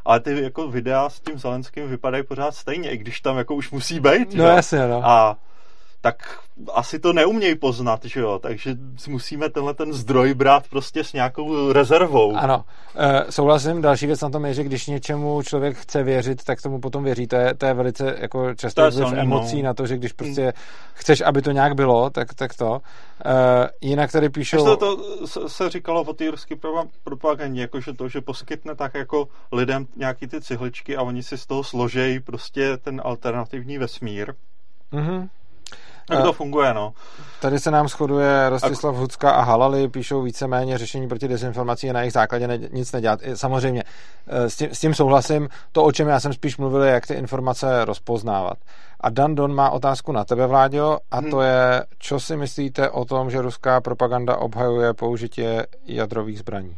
S2: ale ty jako videa s tím Zelenským vypadají pořád stejně, i když tam jako už musí být.
S1: No jasně, no.
S2: A tak asi to neumějí poznat, že jo, takže musíme tenhle ten zdroj brát prostě s nějakou rezervou.
S1: Ano, e, souhlasím, další věc na tom je, že když něčemu člověk chce věřit, tak tomu potom věří, to je, to je velice jako často vliv emocí no. na to, že když prostě hmm. chceš, aby to nějak bylo, tak, tak to. E, jinak tady píšou...
S2: To, to se říkalo o té ruské propagandě, jako že to, že poskytne tak jako lidem nějaký ty cihličky a oni si z toho složejí prostě ten alternativní vesmír. Mhm. Jak to funguje, no.
S1: Tady se nám shoduje Rostislav Hucka a Halali, píšou víceméně řešení proti dezinformací a na jejich základě ne, nic nedělat. Samozřejmě, s tím, s tím souhlasím. To, o čem já jsem spíš mluvil, je, jak ty informace rozpoznávat. A Dan Don má otázku na tebe, Vláďo, a to je, čo si myslíte o tom, že ruská propaganda obhajuje použití jadrových zbraní?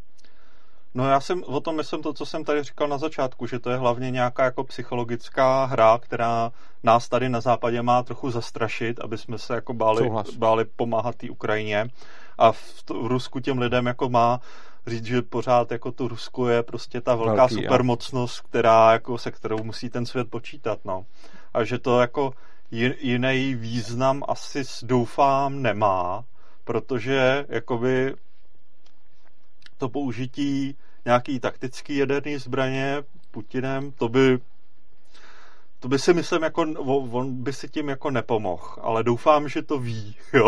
S2: No já jsem o tom myslím to, co jsem tady říkal na začátku, že to je hlavně nějaká jako psychologická hra, která nás tady na západě má trochu zastrašit, aby jsme se jako báli, báli pomáhat té Ukrajině. A v, v Rusku těm lidem jako má říct, že pořád jako to Rusko je prostě ta velká Velký, supermocnost, která jako se kterou musí ten svět počítat, no. A že to jako jiný význam asi doufám nemá, protože jakoby to použití nějaký taktický jaderný zbraně Putinem, to by to by si myslím, jako on by si tím jako nepomohl, ale doufám, že to ví, jo.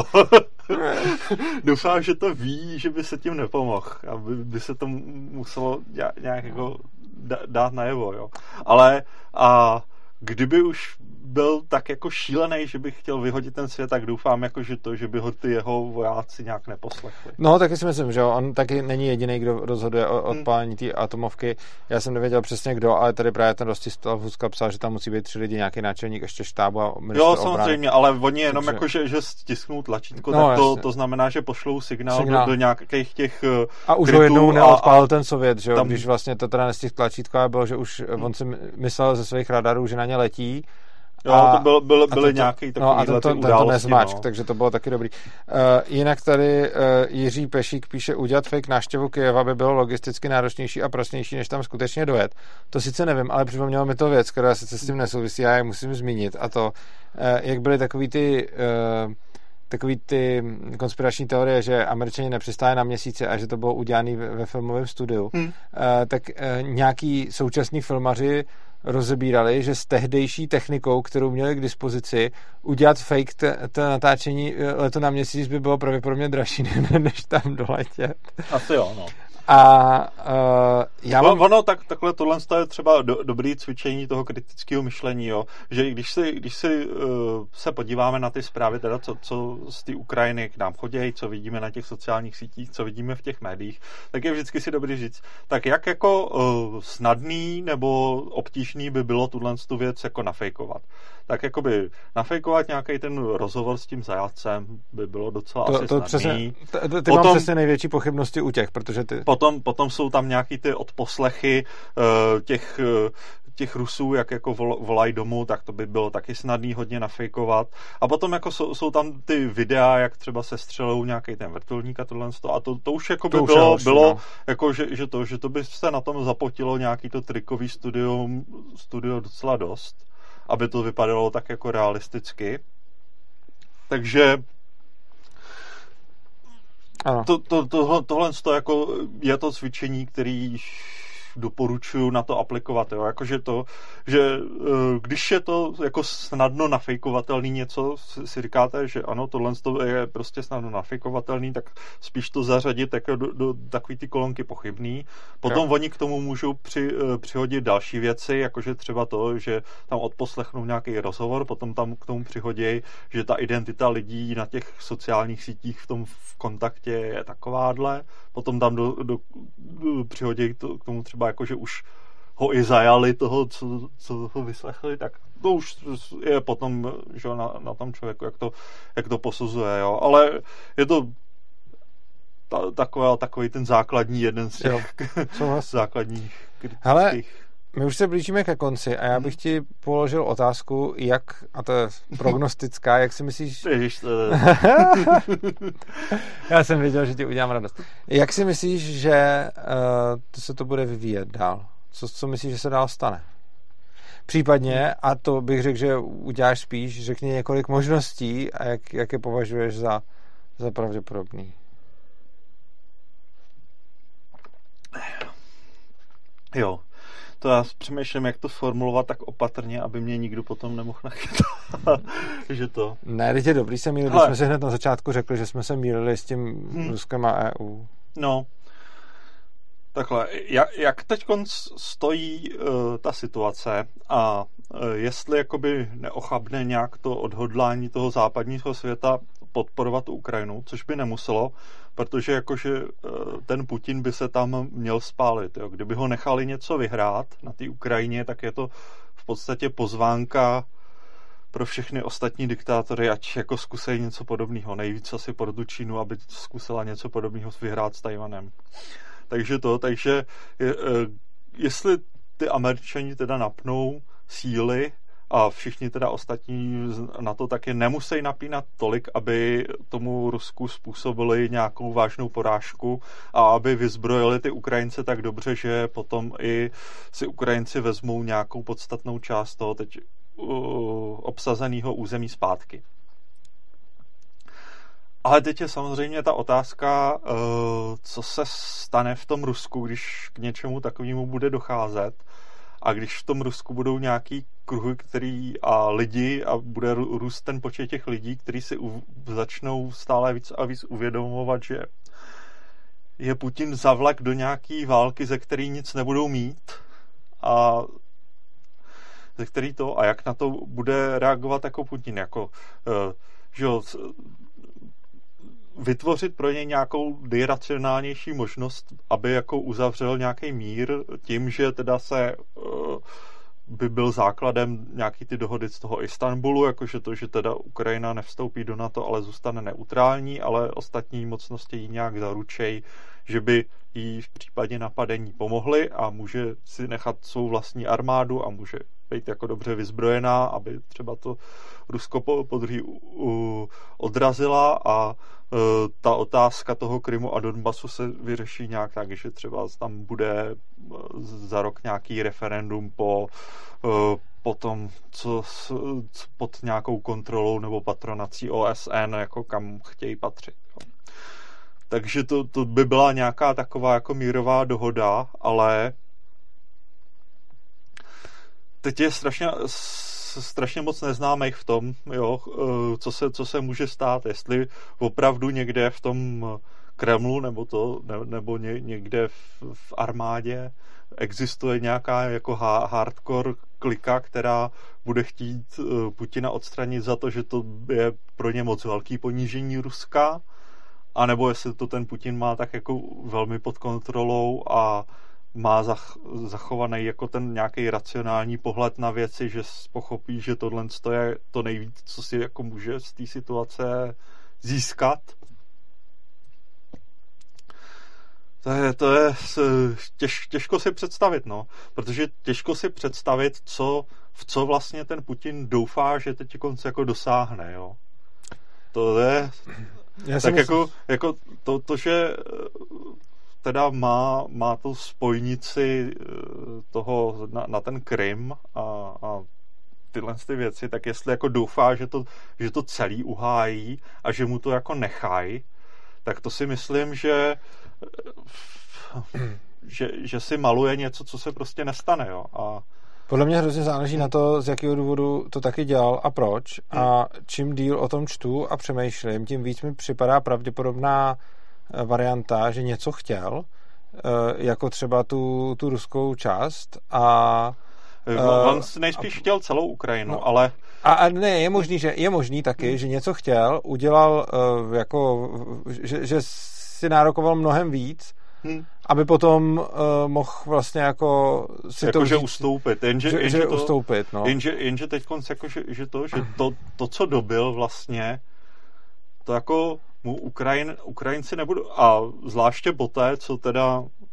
S2: Doufám, že to ví, že by se tím nepomohl, aby by se to muselo nějak jako dát najevo, jo. Ale a kdyby už byl tak jako šílený, že by chtěl vyhodit ten svět, tak doufám, jako, že to, že by ho ty jeho vojáci nějak neposlechli.
S1: No, taky si myslím, že on taky není jediný, kdo rozhoduje o odpálení hmm. té atomovky. Já jsem nevěděl přesně kdo, ale tady právě ten Rostislav Hucka psal, že tam musí být tři lidi, nějaký náčelník ještě štábu a ministr
S2: Jo,
S1: obrany.
S2: samozřejmě, ale oni jenom Takže... jako, že, že stisknou tlačítko, no, tak to, to znamená, že pošlou signál, signál. Do, do nějakých těch
S1: a už ho jednou neodpálil a... ten Sovět, že jo, tam... když vlastně to teda nestihl tlačítko a bylo, že už hmm. on si myslel ze svých radarů, že na ně letí.
S2: Jo, a, to byl, byl, byly to, nějaký takový
S1: no a ten to, ten to nezmáčk,
S2: no.
S1: Takže to bylo taky dobrý. Uh, jinak tady uh, Jiří Pešík píše, udělat fake návštěvu Kyjeva by bylo logisticky náročnější a prostější, než tam skutečně dojet. To sice nevím, ale připomnělo mi to věc, která sice s tím nesouvisí, já je musím zmínit, a to, uh, jak byly takový ty uh, takový ty konspirační teorie, že Američani nepřistáli na měsíci a že to bylo udělané ve, ve filmovém studiu, hmm. uh, tak uh, nějaký současní filmaři rozebírali, že s tehdejší technikou, kterou měli k dispozici, udělat fake to natáčení letu na měsíc by bylo pravděpodobně dražší, než tam doletět.
S2: Asi jo, no.
S1: A uh, já mám...
S2: Ono, tak, takhle tohle je třeba do, dobrý cvičení toho kritického myšlení, jo. Že když si, když si uh, se podíváme na ty zprávy, teda co, co z té Ukrajiny k nám chodí, co vidíme na těch sociálních sítích, co vidíme v těch médiích, tak je vždycky si dobrý říct, tak jak jako uh, snadný nebo obtížný by bylo tuhle tu věc jako nafejkovat. Tak jakoby nafejkovat nějaký ten rozhovor s tím zajatcem by bylo docela
S1: to,
S2: asi
S1: to
S2: snadný.
S1: Přesně, ty Potom, mám přesně největší pochybnosti u těch, protože ty...
S2: Potom, potom jsou tam nějaký ty odposlechy uh, těch, uh, těch Rusů, jak jako vol, volají domů, tak to by bylo taky snadný hodně nafejkovat. A potom jako jsou, jsou tam ty videa, jak třeba se střelou nějaký ten vrtulník a tohle a to, to už jako by to bylo, už bylo no. jako, že, že, to, že to by se na tom zapotilo nějaký to trikový studium, studio docela dost, aby to vypadalo tak jako realisticky. Takže to, to, to, tohle jako je to cvičení, který doporučuji na to aplikovat. Jo. Jakože to, že když je to jako snadno nafejkovatelný něco, si říkáte, že ano, tohle je prostě snadno nafejkovatelný, tak spíš to zařadit jako do, do takové ty kolonky pochybný. Potom jo. Oni k tomu můžou při, přihodit další věci, jakože třeba to, že tam odposlechnou nějaký rozhovor, potom tam k tomu přihodí, že ta identita lidí na těch sociálních sítích v tom v kontaktě je takováhle, potom tam do, do, do, přihodí to, k tomu třeba jako, že už ho i zajali toho, co, co ho vyslechli, tak to už je potom že na, na tom člověku, jak to, jak to posuzuje, jo. Ale je to ta, taková, takový ten základní jeden z těch základních kritických.
S1: Hele, my už se blížíme ke konci a já bych ti položil otázku, jak, a to je prognostická, jak si myslíš...
S2: Ježiš, to...
S1: Já jsem věděl, že ti udělám radost. Jak si myslíš, že uh, to se to bude vyvíjet dál? co, co myslíš, že se dál stane? Případně, a to bych řekl, že uděláš spíš, řekni několik možností a jak, jak je považuješ za, za pravděpodobný.
S2: Jo, to já přemýšlím, jak to formulovat tak opatrně, aby mě nikdo potom nemohl nachytat, že to...
S1: Ne, teď je dobrý se mýlit, když jsme si hned na začátku řekli, že jsme se mýlili s tím hmm. Ruskem a E U.
S2: No, takhle, jak, jak teď stojí uh, ta situace a uh, jestli jakoby neochabne nějak to odhodlání toho západního světa podporovat Ukrajinu, což by nemuselo, protože jakože uh, ten Putin by se tam měl spálit. Jo. Kdyby ho nechali něco vyhrát na té Ukrajině, tak je to v podstatě pozvánka pro všechny ostatní diktátory, ať jako zkusejí něco podobného. Nejvíc asi pro tu Čínu, aby zkusila něco podobného vyhrát s Tajvanem. Takže to, takže je, jestli ty Američani teda napnou síly a všichni teda ostatní na to taky nemusí napínat tolik, aby tomu Rusku způsobili nějakou vážnou porážku a aby vyzbrojili ty Ukrajince tak dobře, že potom i si Ukrajinci vezmou nějakou podstatnou část toho teď uh, obsazeného území zpátky. Ale teď je samozřejmě ta otázka, co se stane v tom Rusku, když k něčemu takovému bude docházet a když v tom Rusku budou nějaký kruhy který, a lidi a bude růst ten počet těch lidí, kteří si u, začnou stále víc a víc uvědomovat, že je Putin zavlek do nějaký války, ze který nic nebudou mít a ze který to a jak na to bude reagovat jako Putin, jako že vytvořit pro něj nějakou nejracionálnější možnost, aby jako uzavřel nějaký mír tím, že teda se uh, by byl základem nějaký ty dohody z toho Istanbulu, jakože to, že teda Ukrajina nevstoupí do NATO, ale zůstane neutrální, ale ostatní mocnosti jí nějak zaručej, že by jí v případě napadení pomohly a může si nechat svou vlastní armádu a může být jako dobře vyzbrojená, aby třeba to Rusko po, po druhý uh, odrazila a uh, ta otázka toho Krymu a Donbasu se vyřeší nějak tak, že třeba tam bude uh, za rok nějaký referendum po uh, potom, co, co pod nějakou kontrolou nebo patronací O S N, jako kam chtějí patřit. Jo. Takže to, to by byla nějaká taková jako mírová dohoda, ale teď je strašně, strašně moc neznámých v tom, jo, co se, co se může stát, jestli opravdu někde v tom Kremlu nebo to, ne, nebo ně, někde v, v armádě existuje nějaká jako hardcore klika, která bude chtít Putina odstranit za to, že to je pro ně moc velký ponížení Ruska, anebo jestli to ten Putin má tak jako velmi pod kontrolou a má zach, zachovaný jako ten nějaký racionální pohled na věci, že pochopí, že tohle je to nejvíc, co si jako může z té situace získat. To je, to je těž, těžko si představit, no, protože těžko si představit, co, v co vlastně ten Putin doufá, že teď konce jako dosáhne, jo. To je Já tak jako, jako to, to, že teda má, má tu spojnici toho na, na ten Krym a, a tyhle ty věci, tak jestli jako doufá, že to, že to celý uhájí a že mu to jako nechají, tak to si myslím, že, že, že si maluje něco, co se prostě nestane. Jo. A
S1: podle mě hrozně záleží na to, z jakého důvodu to taky dělal a proč. A čím díl o tom čtu a přemýšlím, tím víc mi připadá pravděpodobná varianta, že něco chtěl, jako třeba tu, tu ruskou část a
S2: on nejspíš chtěl celou Ukrajinu, no, ale
S1: a, a ne, je možný, že je možný taky, hmm. že něco chtěl, udělal jako, že, že si nárokoval mnohem víc, Hmm. aby potom uh, mohl vlastně jako si
S2: jako
S1: to
S2: že
S1: říct,
S2: ustoupit. Jenže,
S1: že,
S2: jenže
S1: že
S2: to,
S1: ustoupit, no.
S2: Jenže, jenže teď konc jako, že, že to, že to, to, co dobil vlastně, to jako mu Ukrajin, Ukrajinci nebudou, a zvláště poté, co teda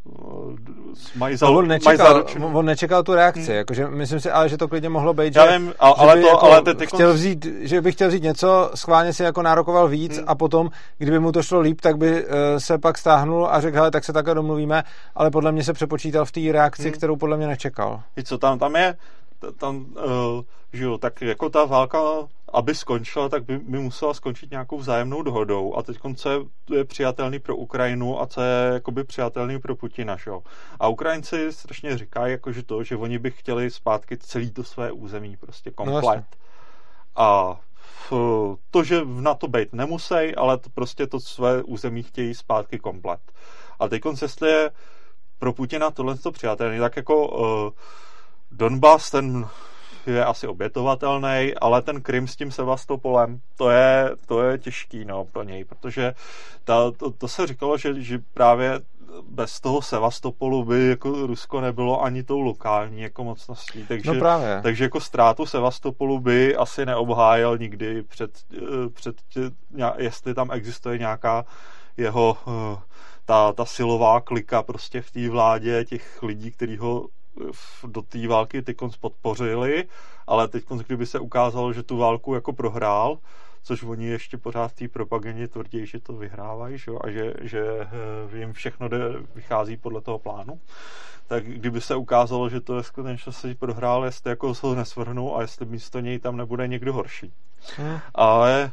S2: mají, za,
S1: on, nečekal,
S2: mají zaručenou.
S1: On nečekal tu reakci, hmm. jakože myslím si, ale že to klidně mohlo být,
S2: Já
S1: že,
S2: vím, ale,
S1: že
S2: ale
S1: by
S2: to,
S1: jako
S2: ale ty
S1: chtěl
S2: konc...
S1: vzít, že by chtěl vzít něco, schválně si jako nárokoval víc hmm. a potom, kdyby mu to šlo líp, tak by uh, se pak stáhnul a řekl, hele, tak se takhle domluvíme, ale podle mě se přepočítal v té reakci, hmm. kterou podle mě nečekal.
S2: I co tam, tam je, tam, uh, že jo, tak jako ta válka, aby skončila, tak by, by musela skončit nějakou vzájemnou dohodou a teď co je přijatelný pro Ukrajinu a co je jakoby přijatelný pro Putina, že jo. A Ukrajinci strašně říkají, jako, že to, že oni by chtěli zpátky celý to své území, prostě komplet. No, a to, že v NATO bejt nemusí, ale to prostě to své území chtějí zpátky komplet. A teď jestli je pro Putina tohle to přijatelný, tak jako uh, Donbas, ten je asi obětovatelný, ale ten Krym s tím Sevastopolem, to je, to je těžký, no, pro něj, protože ta, to, to se říkalo, že, že právě bez toho Sevastopolu by jako Rusko nebylo ani tou lokální jako mocností, takže,
S1: no právě.
S2: takže jako ztrátu Sevastopolu by asi neobhájil nikdy před, před jestli tam existuje nějaká jeho ta, ta silová klika prostě v té vládě těch lidí, kteří ho do té války tykonc podpořili, ale teď, kdyby se ukázalo, že tu válku jako prohrál, což oni ještě pořád v té propagandě tvrdí, že to vyhrávají, že? A že, že jim všechno jde, vychází podle toho plánu, tak kdyby se ukázalo, že to je skutečně prohrál, jestli jako se ho nesvrhnou a jestli místo něj tam nebude někdo horší. Hmm. Ale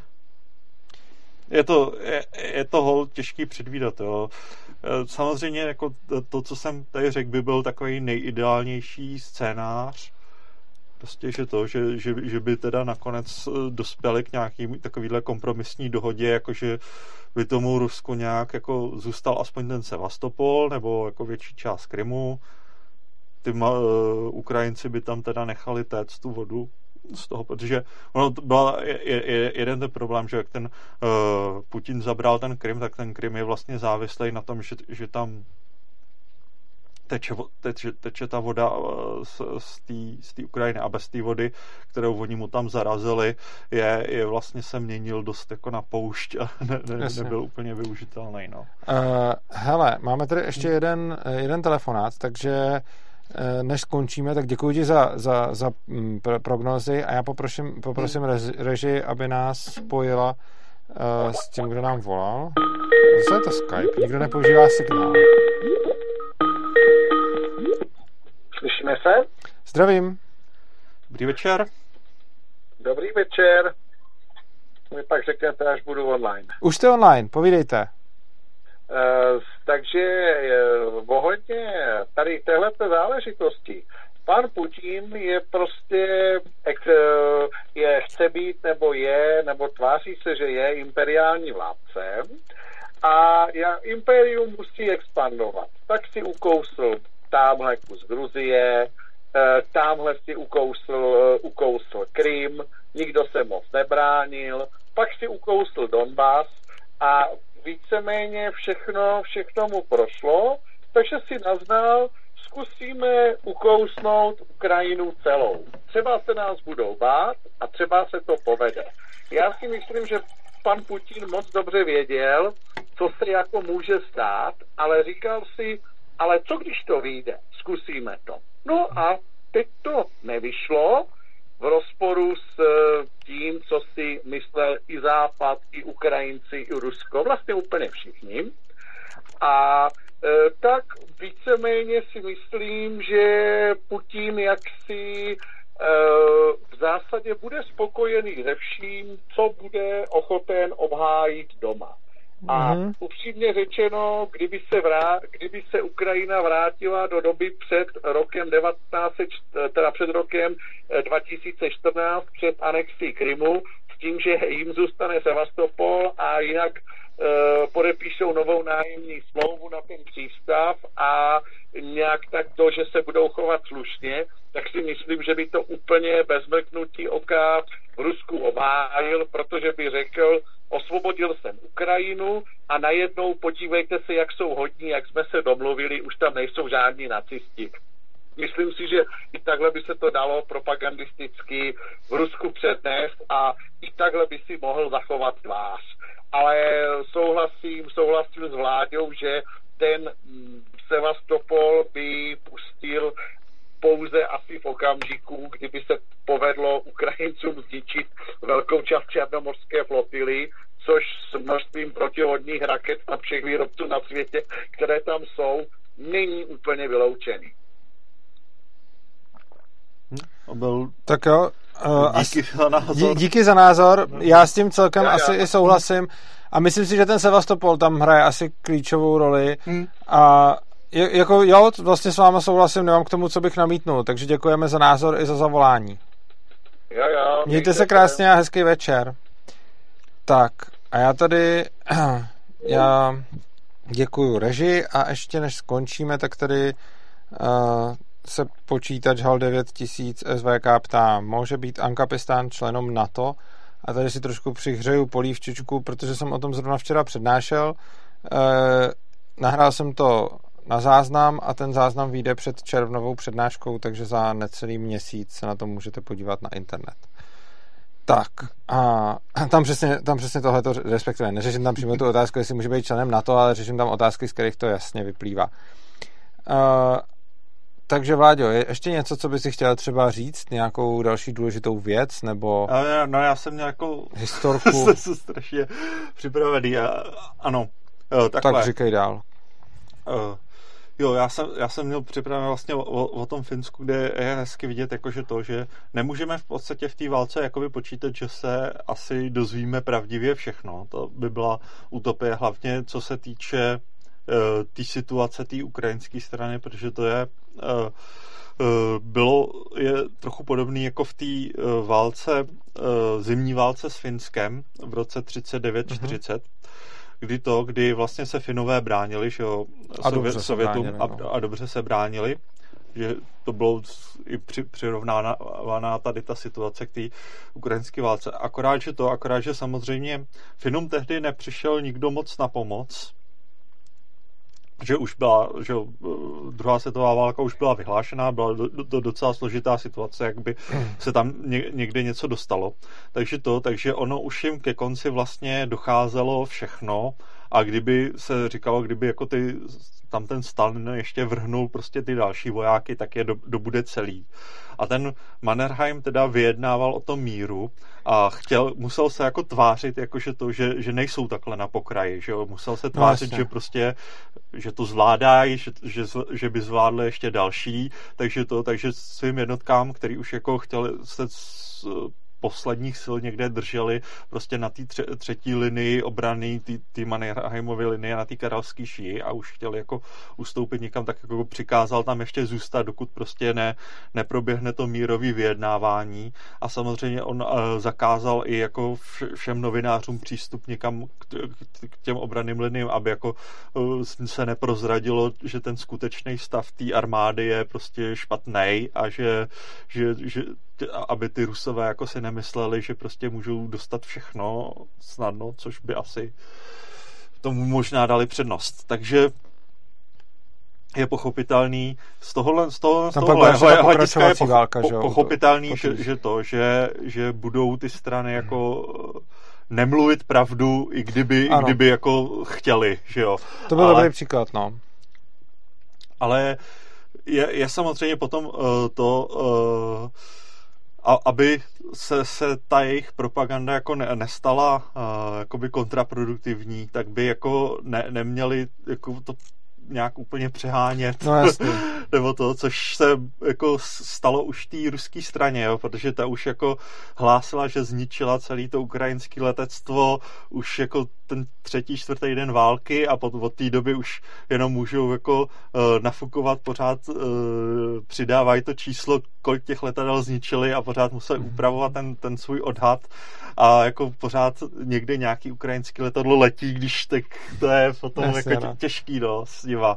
S2: je to, je, je to hol těžký předvídat. Jo. Samozřejmě jako to, co jsem tady řekl, by byl takový nejideálnější scénář. Prostě, že to, že, že, že by teda nakonec dospěli k nějakým takovýhle kompromisní dohodě, jakože by tomu Rusku nějak jako zůstal aspoň ten Sevastopol nebo jako větší část Krymu. Ty uh, Ukrajinci by tam teda nechali téct tu vodu z toho, protože ono byl je, je, jeden ten problém, že jak ten uh, Putin zabral ten Krym, tak ten Krym je vlastně závislý na tom, že, že tam teče, teče, teče ta voda z, z té Ukrajiny a bez té vody, kterou oni mu tam zarazili, je, je vlastně se měnil dost jako na poušť a ne, ne, nebyl úplně využitelný. No. Uh,
S1: hele, máme tady ještě jeden, jeden telefonát, takže než skončíme, tak děkuji ti za, za, za prognózy a já poprosím, poprosím režii, aby nás spojila uh, s tím, kdo nám volal. Zase je to Skype, nikdo nepoužívá signál.
S3: Slyšíme se?
S1: Zdravím.
S2: Dobrý večer.
S3: Dobrý večer. Mi pak řeknete, až budu online.
S1: Už jste online, povídejte.
S3: Uh, takže uh, ohledně tady téhleté záležitosti, pan Putin je prostě, uh, je, chce být nebo je, nebo tváří se, že je imperiální vládcem a já, imperium musí expandovat. Tak si ukousl támhle kus Gruzie, uh, támhle si ukousl, uh, ukousl Krym, nikdo se moc nebránil, pak si ukousl Donbas a víceméně všechno, všechno mu prošlo, takže si naznal, zkusíme ukousnout Ukrajinu celou. Třeba se nás budou bát a třeba se to povede. Já si myslím, že pan Putin moc dobře věděl, co se jako může stát, ale říkal si, ale co když to vyjde? Zkusíme to. No a teď to nevyšlo, v rozporu s tím, co si myslel i Západ, i Ukrajinci, i Rusko, vlastně úplně všichni. A e, tak víceméně si myslím, že Putin jaksi e, v zásadě bude spokojený se vším, co bude ochoten obhájit doma. A mm-hmm. upřímně řečeno, kdyby se, vrát, kdyby se Ukrajina vrátila do doby před rokem devatenáct set, teda před rokem dva tisíce čtrnáct, před anexí Krymu, s tím, že jim zůstane Sevastopol a jinak e, podepíšou novou nájemní smlouvu na ten přístav a nějak tak to, že se budou chovat slušně, tak si myslím, že by to úplně bez mrknutí oka v Rusku obhájil, protože by řekl, osvobodil jsem Ukrajinu a najednou podívejte se, jak jsou hodní, jak jsme se domluvili, už tam nejsou žádní nacisti. Myslím si, že i takhle by se to dalo propagandisticky v Rusku přednést a i takhle by si mohl zachovat tvář. Ale souhlasím, souhlasím s vládou, že ten Sevastopol by pustil pouze asi v okamžiku, kdyby se povedlo Ukrajincům zničit velkou část černomorské flotily, což s množstvím protilodních raket a všech výrobců na světě, které tam jsou, není úplně vyloučený.
S2: Hm, byl...
S1: Tak jo. Uh,
S2: díky as... za názor. Dí,
S1: díky za názor. Já s tím celkem
S3: já,
S1: asi
S3: já.
S1: i souhlasím. A myslím si, že ten Sevastopol tam hraje asi klíčovou roli.
S2: Hmm.
S1: A je, jako jo, vlastně s váma souhlasím, nemám k tomu, co bych namítnul. Takže děkujeme za názor i za zavolání.
S3: Jo, jo,
S1: mějte se krásně a hezký večer. Tak, a já tady já děkuju režii a ještě než skončíme, tak tady uh, se počítač H A L devět tisíc S V K ptá, může být Ankapistán členom NATO? A tady si trošku přihřeju polívčičku, protože jsem o tom zrovna včera přednášel. Uh, nahrál jsem to na záznam a ten záznam vyjde před červnovou přednáškou, takže za necelý měsíc se na to můžete podívat na internet. Tak, a tam přesně, tam přesně tohleto, respektive neřeším tam přímo tu otázku, jestli může být členem NATO, ale řeším tam otázky, z kterých to jasně vyplývá. Uh, takže Vláďo, je ještě něco, co bys si chtěl třeba říct, nějakou další důležitou věc, nebo...
S2: No, no já jsem nějakou...
S1: Historku.
S2: jsem strašně připravený, a, ano. Jo, takhle.
S1: Tak říkej dál.
S2: Uh, Jo, já jsem, já jsem měl připravené vlastně o, o tom Finsku, kde je hezky vidět jakože to, že nemůžeme v podstatě v té válce jakoby počítat, že se asi dozvíme pravdivě všechno. To by byla utopie, hlavně co se týče uh, té tý situace té ukrajinské strany, protože to je uh, uh, bylo je trochu podobný jako v té uh, válce, uh, zimní válce s Finskem v roce třicet devět čtyřicet. Mm-hmm. Kdy to, kdy vlastně se Finové bránili, že jo, Sově- Sovětům bránili, no. a, a dobře se bránili, že to bylo i při, přirovnávaná tady ta situace k té ukrajinské válce. Akorát, že to, akorát, že samozřejmě Finům tehdy nepřišel nikdo moc na pomoc, že už byla, že druhá světová válka už byla vyhlášená, byla do, do, docela složitá situace, jak by se tam ně, někde něco dostalo. Takže to, takže ono už jim ke konci vlastně docházelo všechno a kdyby se říkalo, kdyby jako ty, tam ten Stalin ještě vrhnul prostě ty další vojáky, tak je do, dobude celý. A ten Mannerheim teda vyjednával o tom míru a chtěl, musel se jako tvářit, jakože to, že, že nejsou takhle na pokraji, že jo? Musel se tvářit, no, že prostě, že to zvládají, že, že, že by zvládli ještě další, takže to, takže svým jednotkám, který už jako chtěli se s, posledních sil někde drželi prostě na té tře- třetí linii obrany, té Mannerheimovy linie na té karelské šíji a už chtěli jako ustoupit někam, tak jako přikázal tam ještě zůstat, dokud prostě ne, neproběhne to mírový vyjednávání a samozřejmě on uh, zakázal i jako všem novinářům přístup někam k, k, k těm obranným liniím, aby jako uh, se neprozradilo, že ten skutečný stav té armády je prostě špatnej a že, že, že aby ty Rusové jako si nemysleli, že prostě můžou dostat všechno snadno, což by asi tomu možná dali přednost. Takže je pochopitelný z tohohle, z tohohle, z tohohle hlediska je po,
S1: válka,
S2: po, pochopitelný, že, že to, že, že budou ty strany jako nemluvit pravdu, i kdyby, i kdyby jako chtěli, že jo.
S1: To byl dobrý příklad, no.
S2: Ale je, je samozřejmě potom uh, to uh, a aby se, se ta jejich propaganda jako ne, nestala uh, jakoby kontraproduktivní, tak by jako ne, neměli jako to nějak úplně přehánět.
S1: No jasně.
S2: Nebo to, což se jako stalo už té ruské straně, jo, protože ta už jako hlásila, že zničila celé to ukrajinské letectvo už jako ten třetí, čtvrtý den války a pod, od té doby už jenom můžou jako uh, nafukovat pořád, uh, přidávají to číslo, kolik těch letadel zničili a pořád museli mm. upravovat ten, ten svůj odhad a jako pořád někde nějaký ukrajinský letadlo letí, když tak to je potom Jasně, jako tě, těžký, no, sniva.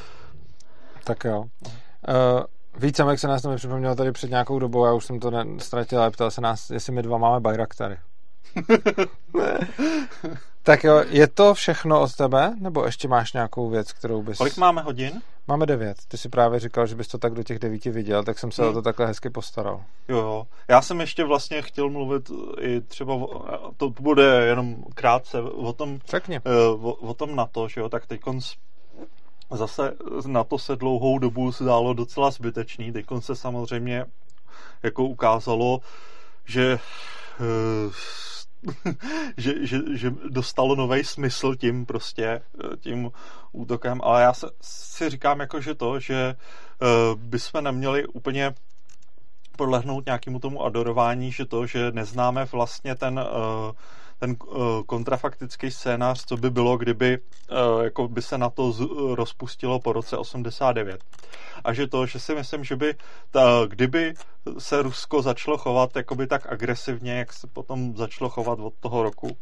S1: Tak jo. Uh, víc jak se nás to mi připomnělo tady před nějakou dobou, já už jsem to ztratil, ale ptal se nás, jestli my dva máme Bayraktary. Tak jo, je to všechno od tebe? Nebo ještě máš nějakou věc, kterou bys...
S2: Kolik máme hodin?
S1: Máme devět. Ty si právě říkal, že bys to tak do těch devíti viděl, tak jsem se hmm. o to takhle hezky postaral.
S2: Jo, jo. Já jsem ještě vlastně chtěl mluvit i třeba, o, to bude jenom krátce, o tom,
S1: Řekni.
S2: o, o tom NATO, že jo, tak teď konc zase na to se dlouhou dobu zdálo docela zbytečný. Teď se samozřejmě jako ukázalo, že že, že, že dostalo nový smysl tím prostě, tím útokem, ale já se, si říkám jako, že to, že bychom neměli úplně podlehnout nějakému tomu adorování, že to, že neznáme vlastně ten ten kontrafaktický scénář, co by bylo, kdyby jako by se na to rozpustilo po roce osmdesát devět. A že to, že si myslím, že by ta, kdyby se Rusko začalo chovat jakoby tak agresivně, jak se potom začalo chovat od toho roku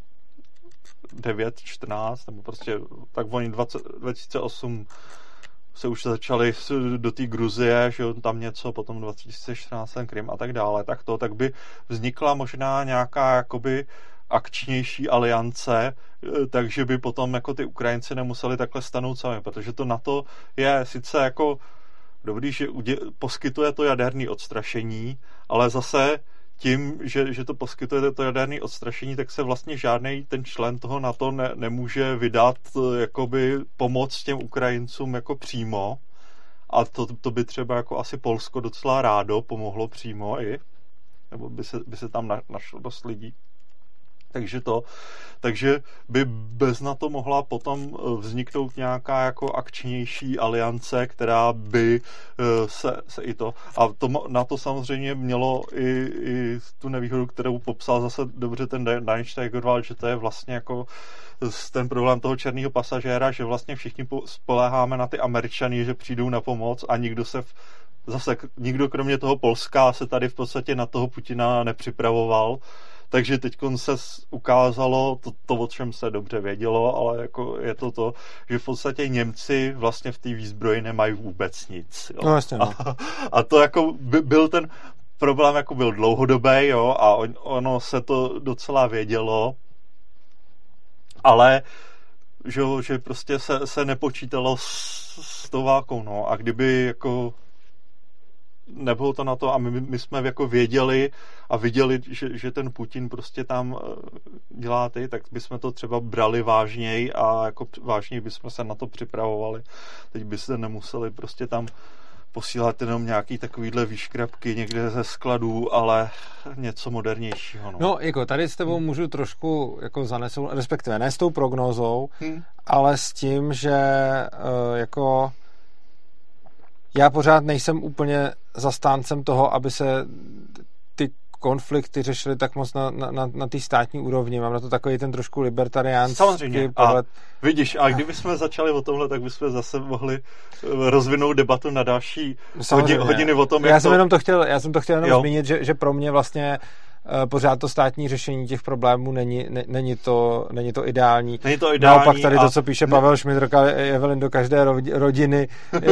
S2: devět, čtrnáct, nebo prostě tak oni dva tisíce osm se už začali do té Gruzie, že tam něco, potom dva tisíce čtrnáct ten Krym a tak dále, tak to, tak by vznikla možná nějaká jakoby akčnější aliance, takže by potom jako ty Ukrajinci nemuseli takhle stanout sami, protože to NATO je sice jako dobrý, že udě- poskytuje to jaderné odstrašení, ale zase tím, že, že to poskytuje to jaderné odstrašení, tak se vlastně žádný ten člen toho NATO ne, nemůže vydat jakoby pomoc těm Ukrajincům jako přímo, a to, to by třeba jako asi Polsko docela rádo pomohlo přímo i, nebo by se, by se tam na, našlo dost lidí. Takže to, takže by bez NATO mohla potom vzniknout nějaká jako akčnější aliance, která by se, se i to, a to, na to samozřejmě mělo i, i tu nevýhodu, kterou popsal zase dobře ten Dan Steigerwald, že to je vlastně jako ten problém toho černého pasažéra, že vlastně všichni spoléháme na ty Američany, že přijdou na pomoc a nikdo se v, zase nikdo kromě toho Polska se tady v podstatě na toho Putina nepřipravoval. Takže teď se ukázalo to, to, o čem se dobře vědělo, ale jako je to to, že v podstatě Němci vlastně v té výzbroji nemají vůbec nic. Jo.
S1: No, vlastně, no.
S2: A, a to jako by, byl ten problém, jako byl dlouhodobý, jo, a on, ono se to docela vědělo, ale že, že prostě se, se nepočítalo s, s tou válkou, no, a kdyby jako nebylo to na to a my, my jsme jako věděli a viděli, že, že ten Putin prostě tam dělá ty, tak bychom to třeba brali vážněji a jako vážněji bychom se na to připravovali. Teď byste nemuseli prostě tam posílat jenom nějaký takovýhle výškrabky někde ze skladů, ale něco modernějšího. No,
S1: no jako tady s tebou můžu trošku jako zanesou, respektive ne s tou prognózou, hmm. ale s tím, že uh, jako já pořád nejsem úplně zastáncem toho, aby se ty konflikty řešily tak moc na, na, na, na té státní úrovni. Mám na to takový ten trošku libertariánský
S2: samozřejmě.
S1: pohled.
S2: A vidíš, a kdyby jsme začali o tomhle, tak bychom zase mohli rozvinout debatu na další hodiny, hodiny o tom,
S1: já
S2: jak
S1: jsem
S2: to...
S1: jenom to chtěl, já jsem to chtěl jenom
S2: jo.
S1: zmínit, že, že pro mě vlastně uh, pořád to státní řešení těch problémů není, ne, není, to, není to ideální.
S2: Není to ideální.
S1: Naopak tady
S2: a...
S1: to, co píše Pavel Šmidrka, Evelyn do každé rodiny.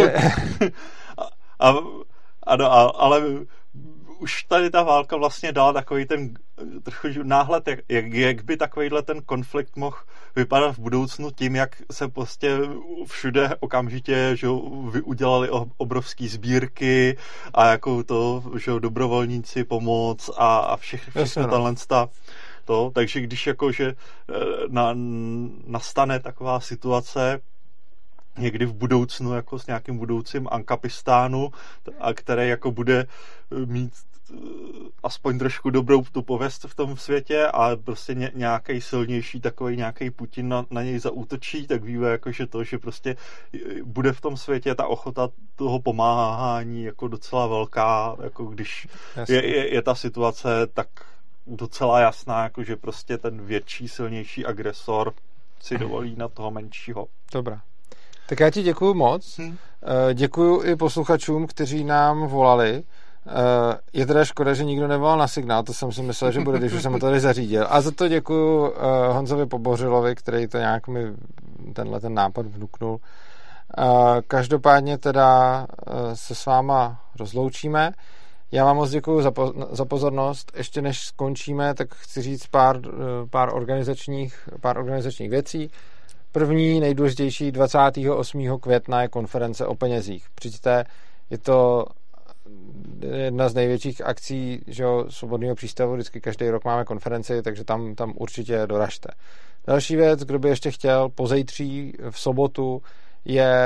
S2: a, a, ano, a, ale už tady ta válka vlastně dala takový ten trochu náhled, jak, jak, jak by takovýhle ten konflikt mohl vypadat v budoucnu tím, jak se prostě všude okamžitě, že udělali obrovský sbírky a jako to, že dobrovolníci pomoc a, a všechno, všechno tahle to, takže když jako, že na, nastane taková situace někdy v budoucnu, jako s nějakým budoucím Ankapistánu, a který jako bude mít aspoň trošku dobrou tu pověst v tom světě a prostě ně, nějaký silnější takový nějaký Putin na, na něj zaútočí, tak víme jako, že to, že prostě bude v tom světě ta ochota toho pomáhání jako docela velká, jako když je, je, je ta situace tak docela jasná, jako že prostě ten větší, silnější agresor si dovolí na toho menšího.
S1: Dobrá. Tak já ti děkuju moc. Hmm. Děkuju i posluchačům, kteří nám volali. Je teda škoda, že nikdo nevolal na signál, to jsem si myslel, že bude, když už jsem to tady zařídil. A za to děkuju Honzovi Pobořilovi, který to nějak mi tenhle ten nápad vnuknul. Každopádně teda se s váma rozloučíme. Já vám moc děkuju za, po, za pozornost. Ještě než skončíme, tak chci říct pár, pár, organizačních, pár organizačních věcí. První, nejdůležitější, dvacátého osmého května je konference o penězích. Přijďte, je to jedna z největších akcí, že jo, Svobodného přístavu, vždycky každý rok máme konferenci, takže tam, tam určitě doražte. Další věc, kdo by ještě chtěl, pozejtří v sobotu je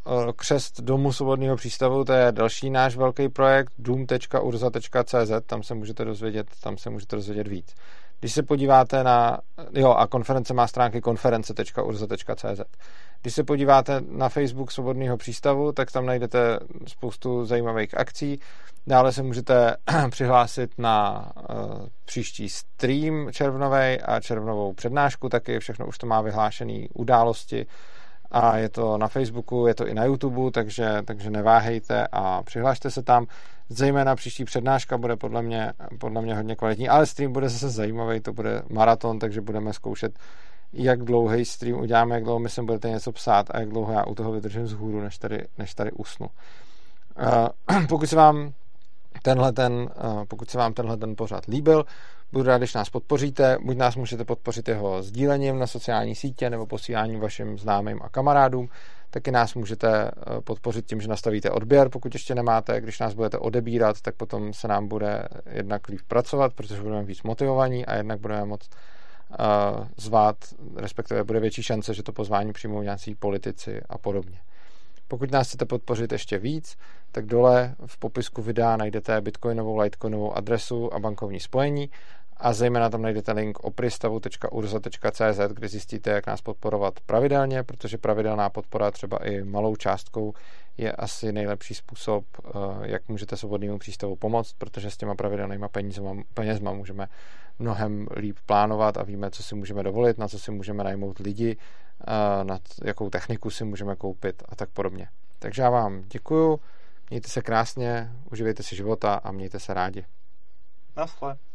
S1: křest Domu svobodného přístavu, to je další náš velký projekt, dům tečka urza tečka cé zet, tam se můžete dozvědět, tam se můžete dozvědět víc. Když se podíváte na, jo, a konference má stránky konference tečka urza tečka cé zet. Když se podíváte na Facebook Svobodného přístavu, tak tam najdete spoustu zajímavých akcí. Dále se můžete přihlásit na uh, příští stream červnovej a červnovou přednášku, taky všechno už to má vyhlášený události a je to na Facebooku, je to i na YouTube, takže, takže neváhejte a přihlašte se tam. Zejména příští přednáška bude podle mě, podle mě hodně kvalitní, ale stream bude zase zajímavý, to bude maraton, takže budeme zkoušet, jak dlouhý stream uděláme, jak dlouho my sem budete něco psát a jak dlouho já u toho vydržím vzhůru, než tady, než tady usnu. Uh, pokud se vám tenhle ten, uh, pokud se vám tenhle ten pořad líbil, budu rád, když nás podpoříte. Buď nás můžete podpořit jeho sdílením na sociální sítě nebo posíláním vašim známým a kamarádům. Taky nás můžete podpořit tím, že nastavíte odběr, pokud ještě nemáte. Když nás budete odebírat, tak potom se nám bude jednak líp pracovat, protože budeme víc motivovaní a jednak budeme moc uh, zvát, respektive bude větší šance, že to pozvání přijmou nějací politici a podobně. Pokud nás chcete podpořit ještě víc, tak dole v popisku videa najdete bitcoinovou, litecoinovou adresu a bankovní spojení a zejména tam najdete link opristavu tečka urza tečka cé zet, kde zjistíte, jak nás podporovat pravidelně, protože pravidelná podpora třeba i malou částkou je asi nejlepší způsob, jak můžete Svobodnému přístavu pomoct, protože s těma pravidelnýma penězma, penězma můžeme mnohem líp plánovat a víme, co si můžeme dovolit, na co si můžeme najmout lidi, na jakou techniku si můžeme koupit a tak podobně. Takže já vám děkuju, mějte se krásně, uživejte si života a mějte se rádi.
S2: Naschle.